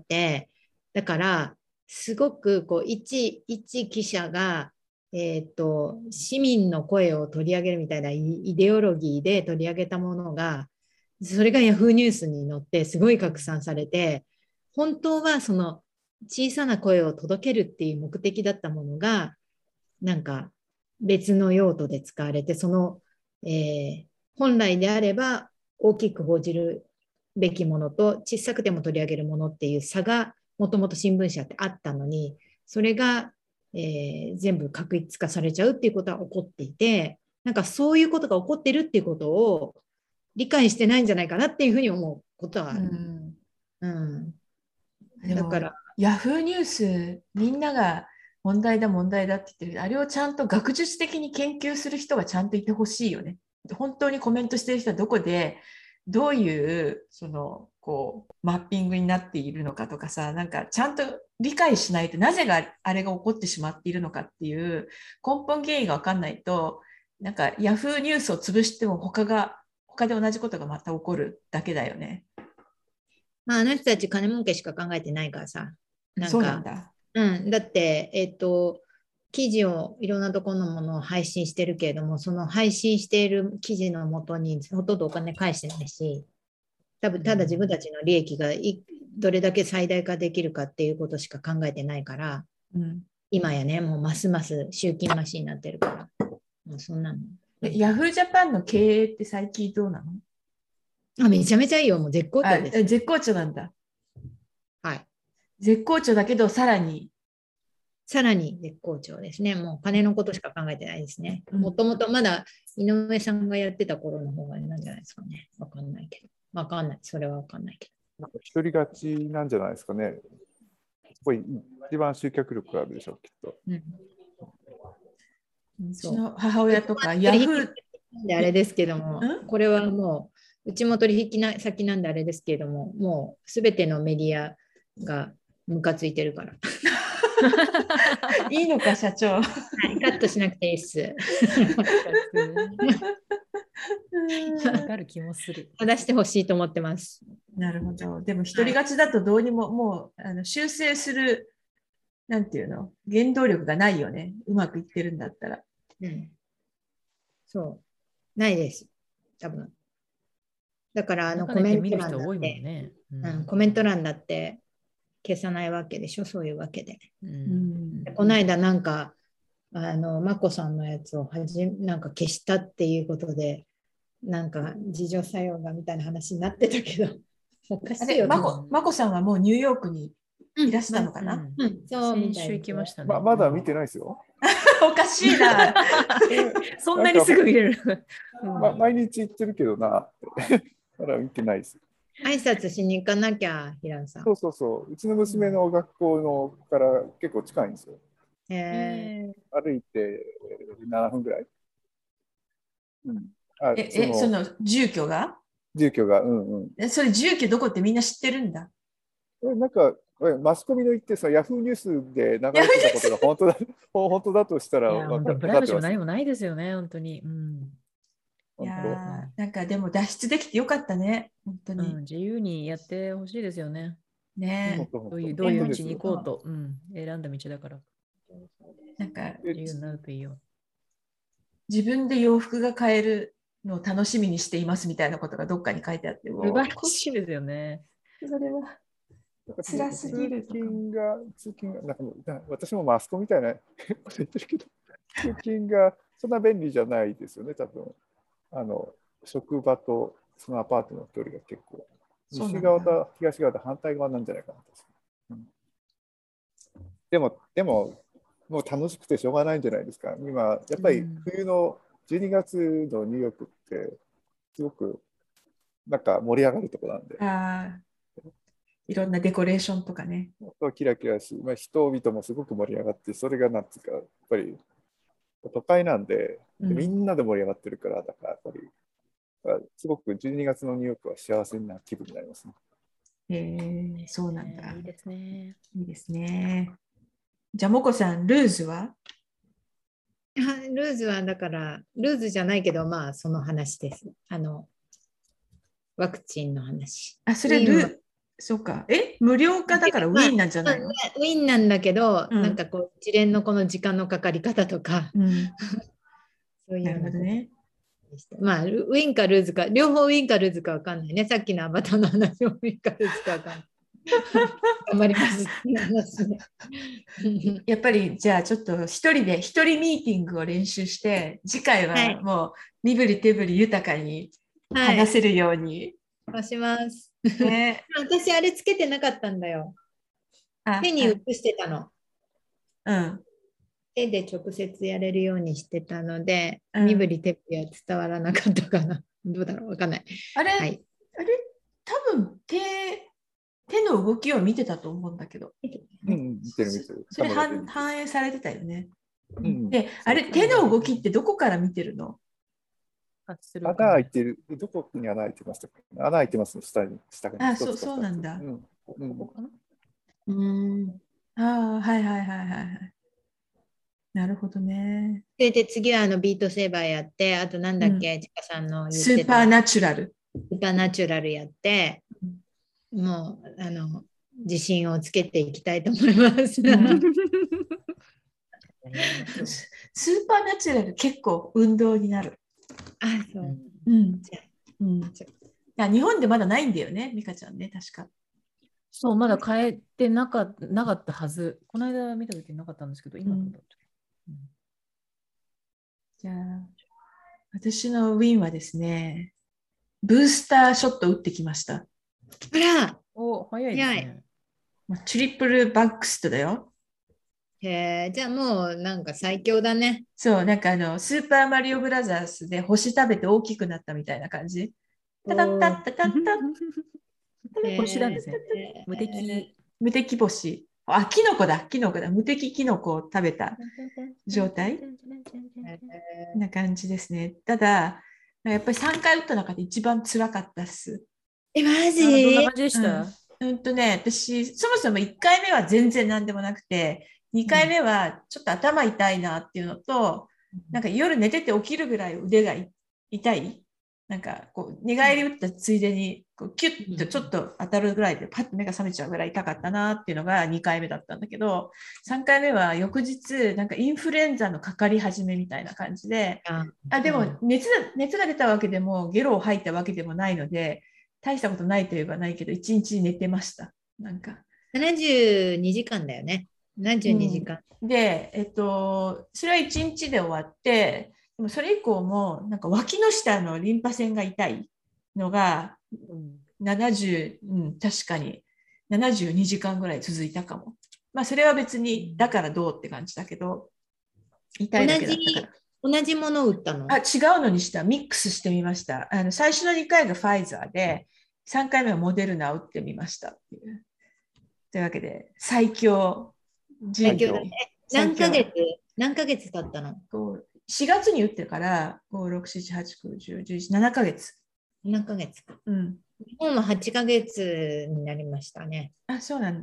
だから、すごくこう一、一記者が、えーと、市民の声を取り上げるみたいなイデオロギーで取り上げたものが、それがヤフーニュースに載ってすごい拡散されて、本当はその小さな声を届けるっていう目的だったものが、なんか別の用途で使われて、その、えー、本来であれば大きく報じるべきものと小さくても取り上げるものっていう差がもともと新聞社ってあったのに、それが、えー、全部確一化されちゃうっていうことは起こっていて、なんかそういうことが起こってるっていうことを理解してないんじゃないかなっていうふうに思うことはある。うんうん、 だからヤフーニュースみんなが問題だ問題だって言ってる、あれをちゃんと学術的に研究する人がちゃんといてほしいよね。本当にコメントしてる人はどこでどういうそのこうマッピングになっているのかとかさ、なんかちゃんと理解しないと、なぜがあれが起こってしまっているのかっていう根本原因が分かんないと、なんかヤフーニュースを潰しても他が他で同じことがまた起こるだけだよね。 まあ、あの人たち金儲けしか考えてないからさ。 なんかそうなんだ。 うん、だって、えっと、記事をいろんなところのものを配信してるけれども、その配信している記事のもとにほとんどお金返してないし、多分ただ自分たちの利益がいどれだけ最大化できるかっていうことしか考えてないから、うん、今やね、もうますます集金マシンになってるから、もうそんなの。 ヤフージャパンの経営って最近どうなの？ あ、めちゃめちゃいいよ。もう絶好調です。 絶好調なんだ。 はい。 絶好調だけど、さらに。 さらに絶好調ですね。もう金のことしか考えてないですね。もともとまだ井上さんがやってた頃の方がなんじゃないですかね。わかんないけど。わかんない。それはわかんないけど。 なんか一人勝ちなんじゃないですかね。すごい一番集客力があるでしょう、きっと。うんうちの母親とかヤフーであれですけども、これはもううちも取引先なんであれですけれども、もうすべてのメディアがムカついてるから。 いいのか社長。はい、 カットしなくていいっす。 わかる気もする。 正してほしいと思ってます。 なるほど。でも一人勝ちだとどうにも、はい、もうあの修正する。なんていうの原動力がないよね。うまくいってるんだったら。 うん。そう。ないです。多分。だからあのコメント欄だって、ねうんうん、コメント欄だって消さないわけでしょ。そういうわけで。うん、でこの間なんかあの眞子さんのやつをはじなんか消したっていうことでなんか自浄作用がみたいな話になってたけど。 おかしいよね。眞子さんはもうニューヨークにいらしたのかな、うんうん、そう先週行きましたね。 ままだ見てないですよ。 おかしいな。 そんなにすぐ見れる、 ま。毎日行ってるけどな。まだ見てないです。 挨拶しに行かなきゃ、平野さん。 そうそうそう。うちの娘の学校のから結構近いんですよ。 へ歩いてななふんぐらい。 うん、あえその、え、その住居が住居が、うんうん。 それ住居どこってみんな知ってるんだ。 なんかマスコミの言ってさ、ヤフーニュースで流れてたことが本当だ本当だとしたら、 本当プライバシーも何もないですよね、本当に。うん、 いやなんかでも脱出できてよかったね、本当に。 うん、自由にやってほしいですよね。 ね、 どういうどういう道に行こうと、うん、選んだ道だから。 なんか自由になるといいよ。 自分で洋服が買えるのを楽しみにしていますみたいなことがどっかに書いてあって、 素晴らしいですよね。 それは辛すぎるとか。 通勤が、通勤がなんか私もマスコみたいなこと言ってるけど、通勤がそんな便利じゃないですよね、多分。あの職場とそのアパートの距離が結構、西側と東側と反対側なんじゃないかな、うん。でも、でも、もう楽しくてしょうがないんじゃないですか。今、やっぱり冬のじゅうにがつのニューヨークって、すごくなんか盛り上がるところなんで。 あいろんなデコレーションとかね。 キラキラし、まあ、人々もすごく盛り上がって、それがなんつうか、やっぱり都会なんで、でみんなで盛り上がってるから、だからやっぱり、すごくじゅうにがつのニューヨークは幸せな気分になりますね。 へえ、そうなんだ。 いいですね。 いいですね。じゃあ、もこさん、ルーズは？ ルーズはだから、ルーズじゃないけど、まあ、その話です。あの、ワクチンの話。 あ、それルー、そうか。え、無料化だからウィーンなんじゃないの？ まあ、ウィーンなんだけど、うん、なんかこう、一連のこの時間のかかり方とか、うん、そういうなるほどね。 まあ、ウィンかルーズか、両方ウィンかルーズかわかんないね。さっきのアバターの話もウィンかルーズかわかんない。頑張ります。 やっぱりじゃあちょっと一人で一人ミーティングを練習して、次回はもう身振り手振り豊かに話せるように。 はい、そうします。ね、私あれつけてなかったんだよ。手に移してたの。 うん。 手で直接やれるようにしてたので、うん、身振り手振りは伝わらなかったかな。どうだろう、わかんない。 あれ、 はい、 あれ、多分手、手の動きを見てたと思うんだけど。 うん、見てる見てる。 それ反反映されてたよね。 うん、 で、あれ、手の動きってどこから見てるの？ 穴開いてる。どこに穴開いてましたか？穴開いてますね、下に。下にあ、そう、そうなんだ。 うん。 ああ、はいはいはいはいはい。なるほどね。 それで次はあのビートセーバーやって、あとなんだっけ、ちかさんの言ってたスーパーナチュラル。 スーパーナチュラルやって、もうあの自信をつけていきたいと思います。うん、 スーパーナチュラル結構運動になる。 あ、そう。 うん。うん、いや日本でまだないんだよね、美香ちゃんね、確か。 そう、まだ変えてなかった、なかったはず。この間見たときなかったんですけど、今どうだった、うんうん、 じゃあ、私のウィンはですね、ブースターショット打ってきました。 あら、 お、早いですね。 トリプルバックストだよ。 へえ、じゃあもうなんか最強だね。 そう、なんかあの、スーパーマリオブラザーズで星食べて大きくなったみたいな感じ。タタッタッタタッタッ。 星なんですね。無敵。 無敵星。あ、キノコだ、キノコだ。無敵キノコを食べた状態な感じですね。ただ、やっぱりさんかい打った中で一番辛かったっす。 え、マジ？ どんな感じでした？ うん、うんとね、私、そもそもいっかいめは全然何でもなくて、にかいめはちょっと頭痛いなっていうのと、うん、なんか夜寝てて起きるぐらい腕が痛い。なんかこう寝返り打ったついでにこうキュッとちょっと当たるぐらいでパッと目が覚めちゃうぐらい痛かったなっていうのがにかいめだったんだけど、さんかいめは翌日なんかインフルエンザのかかり始めみたいな感じで、あでも 熱, 熱が出たわけでもゲロを吐いたわけでもないので大したことないといえばないけどいちにち寝てました。なんかななじゅうにじかんだよね。ななじゅうにじかん、 うん、で、えっと、それはいちにちで終わってでもそれ以降もなんか脇の下のリンパ腺が痛いのがななじゅう、うん、確かにななじゅうにじかんぐらい続いたかも。まあそれは別にだからどうって感じだけど、痛いだけだったから。 同じ、同じものを打ったの？ あ、違うのにした。ミックスしてみました。あの最初のにかいがファイザーで、さんかいめはモデルナを打ってみましたっていう。というわけで最強最強だね。何ヶ月何ヶ月経ったの？ しがつに打ってからご、ろく、しち、はち、きゅう、じゅう、じゅういち、ななかげつ。 ななかげつか。 うん。 日本ははちかげつになりましたね。 あ、そうなんだ。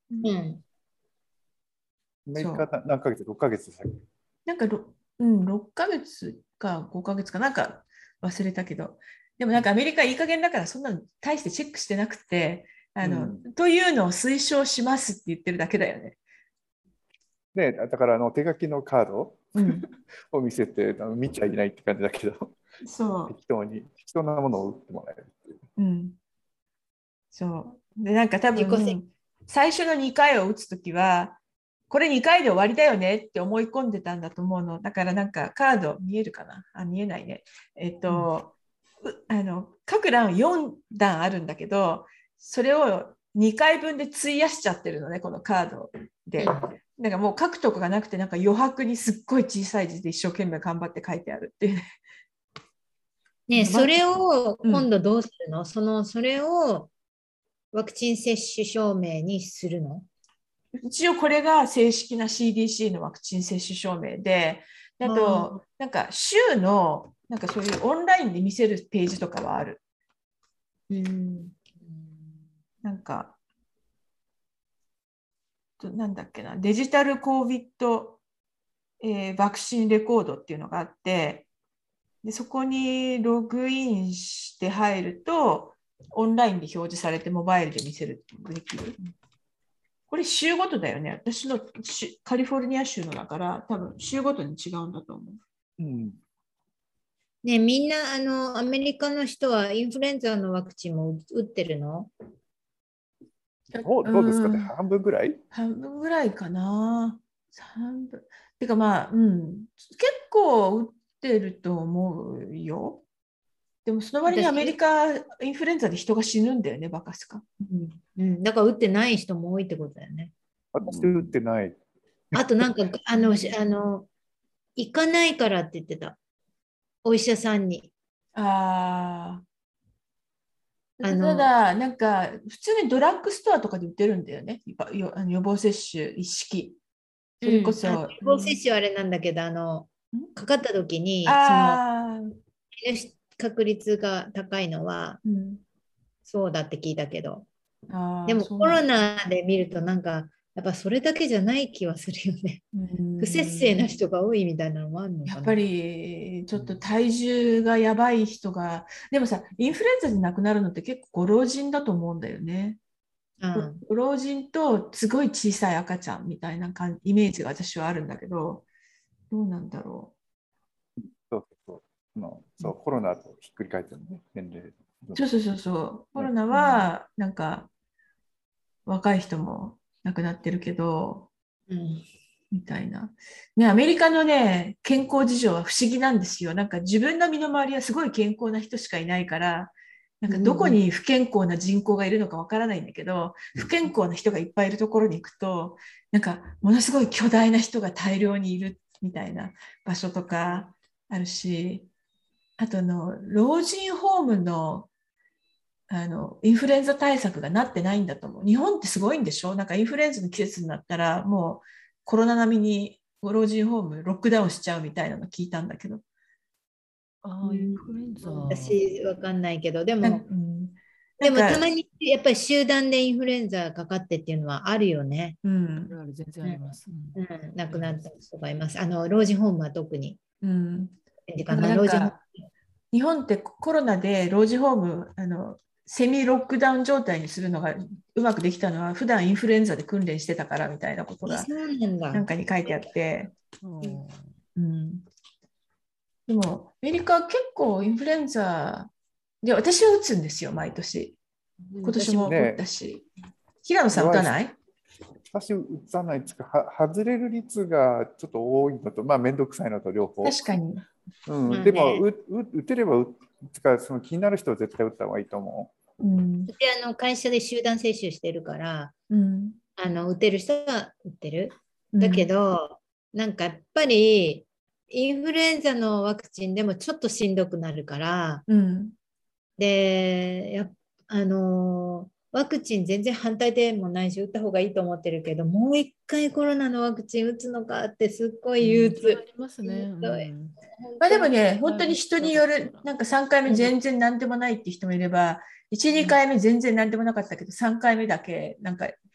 うん。 アメリカ何ヶ月 ?ろっ ヶ月でしたっけ？ なんか 6,、うん、ろっかげつかごかげつかなんか忘れたけど、でもなんかアメリカいい加減だからそんなの大してチェックしてなくて、あの、うん、というのを推奨しますって言ってるだけだよね。 ね、だからあの手書きのカード、うん、を見せて見ちゃいないって感じだけど、 そう適当に適当なものを打ってもらえるっていう。 うん、そうでなんか多分最初のにかいを打つときはこれにかいで終わりだよねって思い込んでたんだと思うの。だからなんかカード見えるかなあ、見えないね。えっと、うん、あの各欄よん段あるんだけど、それをにかいぶんで費やしちゃってるのね、このカードで。なんかもう書くとこがなくて、なんか余白にすっごい小さい字で一生懸命頑張って書いてあるっていうね。 ねえ、それを今度どうするの、うん、その、それをワクチン接種証明にするの？ 一応これが正式な シーディーシー のワクチン接種証明で、あと、なんか州の、なんかそういうオンラインで見せるページとかはある。うん。なんか、なんだっけな、デジタル COVID、えー、ワクチンレコードっていうのがあって、でそこにログインして入ると、オンラインで表示されてモバイルで見せることができる。これ州ごとだよね。私のカリフォルニア州のだから、多分州ごとに違うんだと思う。うん、 ね、みんなあのアメリカの人はインフルエンザのワクチンも打ってるの？ どうですかね、半分ぐらい？ 半分ぐらいかな。半分。てかまあ、うん。結構打ってると思うよ。でもその割にアメリカインフルエンザで人が死ぬんだよね、バカすか。 うんうん、だから打ってない人も多いってことだよね。 私打ってない。 あとなんか、あの、あの、行かないからって言ってた。お医者さんに。 ああ。ただ、なんか、普通にドラッグストアとかで売ってるんだよね。予防接種一式。それこそ。うん、 予防接種はあれなんだけど、あの、かかった時に、その、確率が高いのは、うん、そうだって聞いたけど。でもコロナで見るとなんか、やっぱそれだけじゃない気はするよね。不摂生な人が多いみたいなのもあるのかな。 やっぱりちょっと体重がやばい人が、でもさ、インフルエンザで亡くなるのって結構ご老人だと思うんだよね。うん、ご老人とすごい小さい赤ちゃんみたいな感イメージが私はあるんだけど、どうなんだろう。そうそうのそう、コロナとひっくり返ってるね、年齢。 そうそうそうそう。コロナはなんか若い人も亡くなってるけど、うん、みたいな。ね、アメリカのね、健康事情は不思議なんですよ。なんか自分の身の回りはすごい健康な人しかいないから、なんかどこに不健康な人口がいるのかわからないんだけど、不健康な人がいっぱいいるところに行くと、なんかものすごい巨大な人が大量にいるみたいな場所とかあるし、あとの老人ホームのあのインフルエンザ対策がなってないんだと思う。日本ってすごいんでしょ？なんかインフルエンザの季節になったらもうコロナ並みにご老人ホームロックダウンしちゃうみたいなの聞いたんだけど。 ああ、インフルエンザ。私わかんないけど、でも、うん、でもたまにやっぱり集団でインフルエンザかかってっていうのはあるよね。 うん、全然あります。 うん、うん、亡くなった人がいます。あの老人ホームは特に。うん。 日本ってコロナで老人ホームあのセミロックダウン状態にするのがうまくできたのは普段インフルエンザで訓練してたからみたいなことがなんかに書いてあって、うんうん、でもアメリカは結構インフルエンザで私は打つんですよ毎年。今年も打ったし、ね、平野さん打たない？ 私打たないですか。外れる率がちょっと多いのと、まあ面倒くさいのと両方。 確かに。 うん、でも、ね、打てれば打つか、その気になる人は絶対打った方がいいと思う。 うん、であの会社で集団接種してるから、うん、あの打てる人は打ってる。だけど、うん、なんかやっぱりインフルエンザのワクチンでもちょっとしんどくなるから、うん、でやあのワクチン全然反対でもないし打った方がいいと思ってるけど、もう一回コロナのワクチン打つのかってすっごい憂鬱、うん、ありますね。うん、 まあでもね、本当に人による、なんかさんかいめ全然何でもないって人もいれば、いち、にかいめ全然何でもなかったけど、さんかいめだけなんか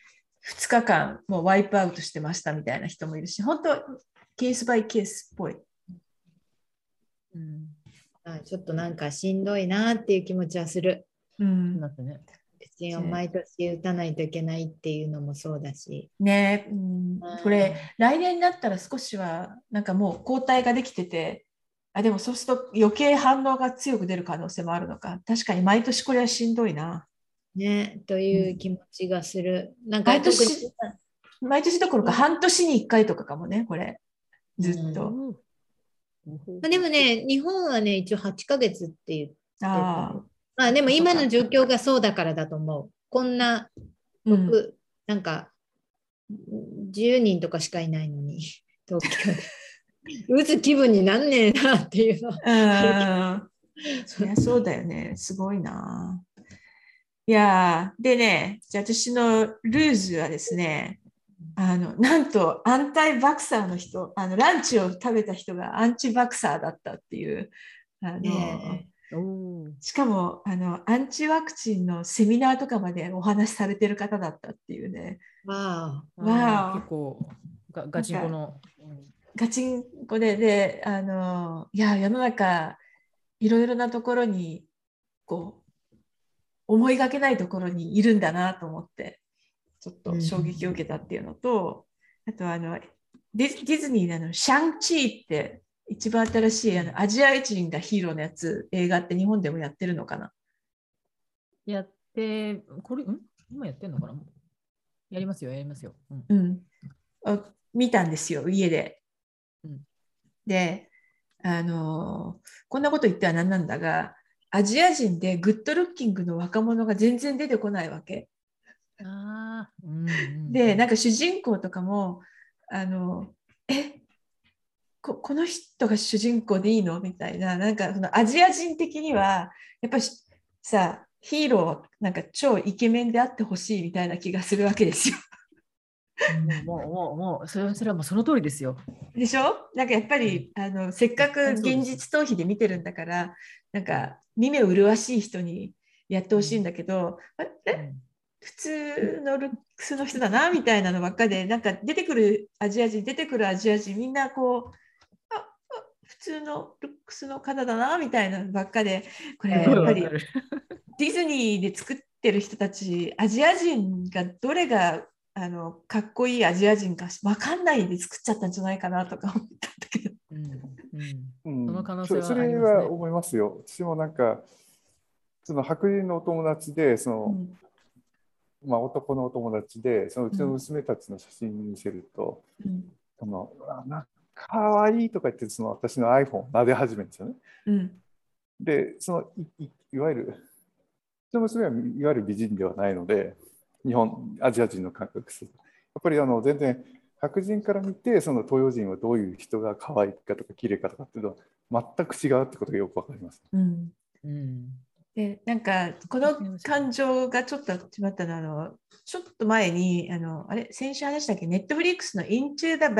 ふつかかんもうワイプアウトしてましたみたいな人もいるし、本当ケースバイケースっぽい。 うん、あちょっとなんかしんどいなっていう気持ちはする。 うん、 ワクチンを毎年打たないといけないっていうのもそうだし。 ね、うん、これ来年になったら少しはなんかもう抗体ができてて、あでもそうすると余計反応が強く出る可能性もあるのか。確かに毎年これはしんどいな。 ね、という気持ちがする。 うん、なんか毎年、毎年どころか半年にいっかいとかかもね、これ。ずっと。うんでもね、日本はね、一応はちかげつって言ってた。あまあでも今の状況がそうだからだと思う。こんな、うん、なんか、じゅうにんとかしかいないのに、東京で。打つ気分になんねえなっていうの。 うんそりゃそうだよね。すごいな。いやでね、じゃあ私のルーズはですね、あのなんとアンタイバクサーの人、あのランチを食べた人がアンチバクサーだったっていう、あの、ね、しかもあのアンチワクチンのセミナーとかまでお話しされてる方だったっていうね。 わあ、わあ、結構ガガチンコの。 ガチンコで、で、あの、いや、世の中、いろいろなところに、こう、思いがけないところにいるんだなと思って、ちょっと衝撃を受けたっていうのと、うん、あとあのディ、ディズニーのあのシャンチーって一番新しいあのアジア人がヒーローのやつ、映画って日本でもやってるのかな？ やって、これ、ん今やってんのかな？やりますよ、やりますよ。 うん。うん、あ見たんですよ、家で。うん、で、あのこんなこと言っては何なんだが、アジア人でグッドルッキングの若者が全然出てこないわけ。 あうんうん、 で、なんか主人公とかも、あの、え、こ、この人が主人公でいいのみたいな、なんかそのアジア人的には、やっぱりさ、ヒーローはなんか超イケメンであってほしいみたいな気がするわけですよ。 もう、もう、もう、それは、それはもうその通りですよ。 でしょ？なんかやっぱり、うん、あのせっかく現実逃避で見てるんだから、なんか耳を麗しい人にやってほしいんだけど、うん、え、うん普通のルックスの人だなみたいなのばっかで、なんか出てくるアジア人、出てくるアジア人、みんなこう、あ、あ普通のルックスの方だなみたいなのばっかで、これやっぱりディズニーで作ってる人たち、アジア人がどれがあのかっこいいアジア人か分かんないで作っちゃったんじゃないかなとか思ったんだけど。 うんうん、その可能性はありますね。それは思いますよ。私もなんか、その白人のお友達で、その、うんまあ、男のお友達でそのうちの娘たちの写真見せると、うん、そのあかわいいとか言ってその私の iPhone を撫で始めるんですよね。うん、でその い, い, いわゆるうちの娘はいわゆる美人ではないので日本アジア人の感覚するやっぱりあの全然白人から見てその東洋人はどういう人が可愛いかとか綺麗かとかっていうのは全く違うってことがよくわかります。 うんうんでなんかこの感情がちょっと始まったのはあのちょっと前にあのあれ先週話したっけネットフリックスの Into the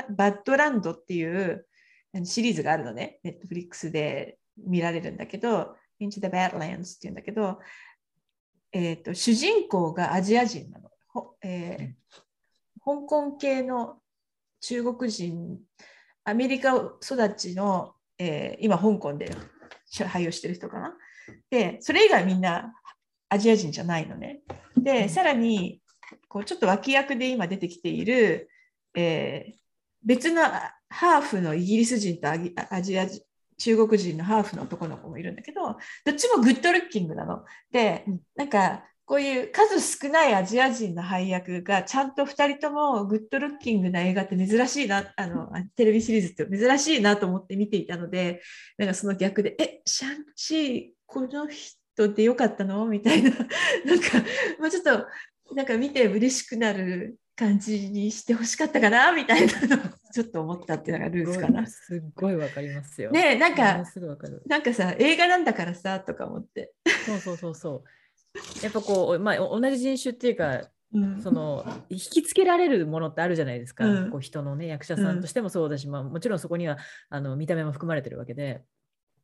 Badland っていうシリーズがあるのね。ネットフリックスで見られるんだけど Into the Badlands っていうんだけど、えーと、主人公がアジア人なの、えー、香港系の中国人アメリカ育ちの、えー、今香港で俳優してる人かな。でそれ以外みんなアジア人じゃないのね。でさらにこうちょっと脇役で今出てきている、えー、別のハーフのイギリス人とアジア中国人のハーフの男の子もいるんだけどどっちもグッドルッキングなの。でなんかこういう数少ないアジア人の配役がちゃんとふたりともグッドルッキングな映画って珍しいなあのテレビシリーズって珍しいなと思って見ていたのでなんかその逆でえシャンチーこの人でよかったのみたいななんか、まあ、ちょっとなんか見て嬉しくなる感じにしてほしかったかなみたいなのをちょっと思ったっていうのがルーツかな。 すっごいわかりますよ。 ねえなんかなんかさ映画なんだからさとか思って。 そうそうそうそう。やっぱこう、まあ、同じ人種っていうか、うん、その引きつけられるものってあるじゃないですか、うん、こう人のね役者さんとしてもそうだし、うんまあ、もちろんそこにはあの見た目も含まれてるわけで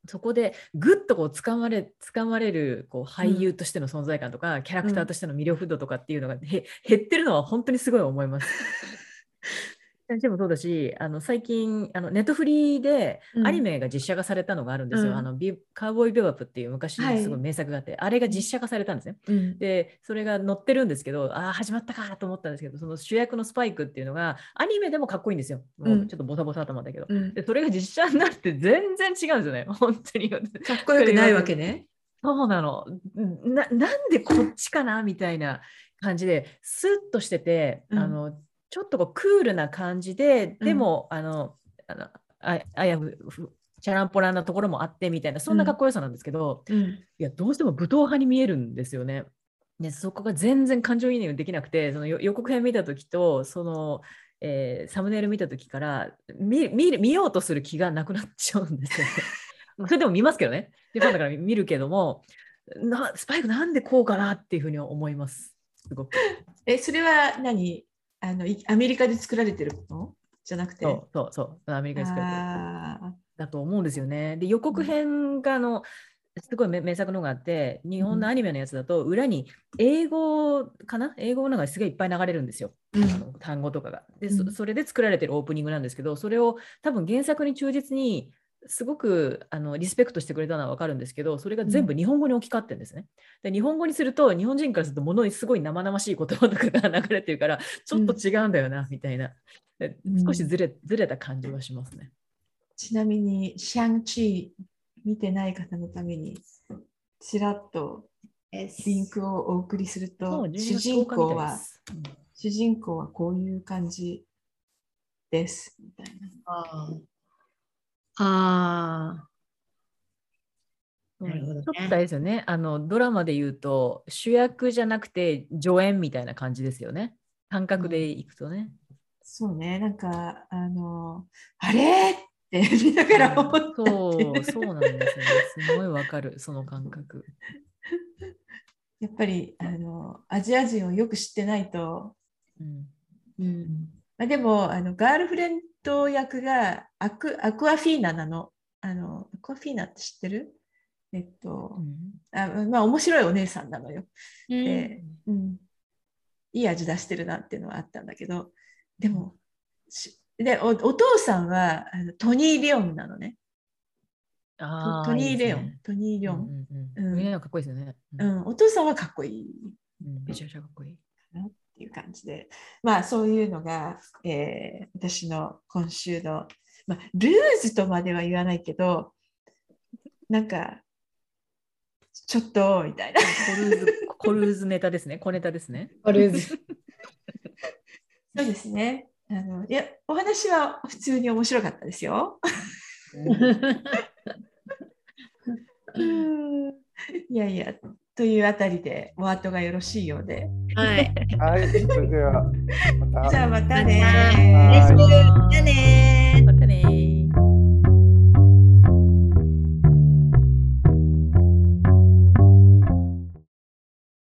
そこでぐっとこう掴まれ掴まれるこう俳優としての存在感とか、うん、キャラクターとしての魅力度とかっていうのがへ減ってるのは本当にすごい思います。先生もそうだし、あの最近あのネットフリーでアニメが実写化されたのがあるんですよ。うん、あのビカウボーイビバップっていう昔のすごい名作があって、はい、あれが実写化されたんですね。うん、でそれが載ってるんですけど、ああ始まったかと思ったんですけど、その主役のスパイクっていうのがアニメでもかっこいいんですよ。もうちょっとボサボサ頭だけど、うん、でそれが実写になって全然違うんですよね。本当にかっこよくないわけね。 そうなの。な、なんでこっちかなみたいな感じでスッとしてて、うん、あのちょっとこうクールな感じで、でも、うん、あのあのああやふチャランポランなところもあってみたいな、そんなかっこよさなんですけど、うん、いやどうしても武闘派に見えるんですよね。でそこが全然感情移入できなくて、その予告編見たときとその、えー、サムネイル見たときから見、見、見ようとする気がなくなっちゃうんですよね。それでも見ますけどね。でファンだから見るけどもな、スパイクなんでこうかなっていうふうに思います。すごく。 え、それは何？あのアメリカで作られてるのじゃなくて、 そうそうそうアメリカで作られてるだと思うんですよね。で予告編があのすごい名作のがあって、日本のアニメのやつだと裏に英語かな英語のがすごいいっぱい流れるんですよ、うん、あの単語とかがで そ, それで作られてるオープニングなんですけど、それを多分原作に忠実にすごくあのリスペクトしてくれたのは分かるんですけど、それが全部日本語に置き換わってるんですね。で日本語にすると日本人からするとものすごい生々しい言葉とかが流れてるからちょっと違うんだよな、うん、みたいなで少しず れ,、ずれた感じはしますね。 ちなみにシャンチー見てない方のためにちらっとリンクをお送りすると、主人公は、うん、主人公はこういう感じですみたいな。 ああ。 なるほどね。ちょっとあれですよね。あのドラマで言うと主役じゃなくて助演みたいな感じですよね。感覚でいくとね。うん、 そうね。なんかあのあれって見ながら思った、 うん、そうそうなんですよね。すごいわかるその感覚。 やっぱりあのアジア人をよく知ってないと。うんうんまあ、でもあのガールフレンド役がアク、アクアフィーナなの。あのアクアフィーナって知ってる？えっと、うん、あまあ面白いお姉さんなのよ。で、うん、いい味出してるなっていうのはあったんだけど、でもで お, お父さんはあのトニー・レオンなのね。 あトニー・レオン、 いいですね、 トニー・レオン。 うんうんうん、うん、かっこいいですよね、 うんうん。お父さんはかっこいい。 うん、めちゃめちゃかっこいい。 っていう感じで、まあそういうのが、えー、私の今週の、まあ、ルーズとまでは言わないけど、なんかちょっとみたいなコルーズ、コルーズネタですね。小ネタですね。 コルーズ。 そうですね。あのいやお話は普通に面白かったですよ。うんいやいやというあたりでお後がよろしいようで。 はい。 はい。それではまた。 じゃあまたね。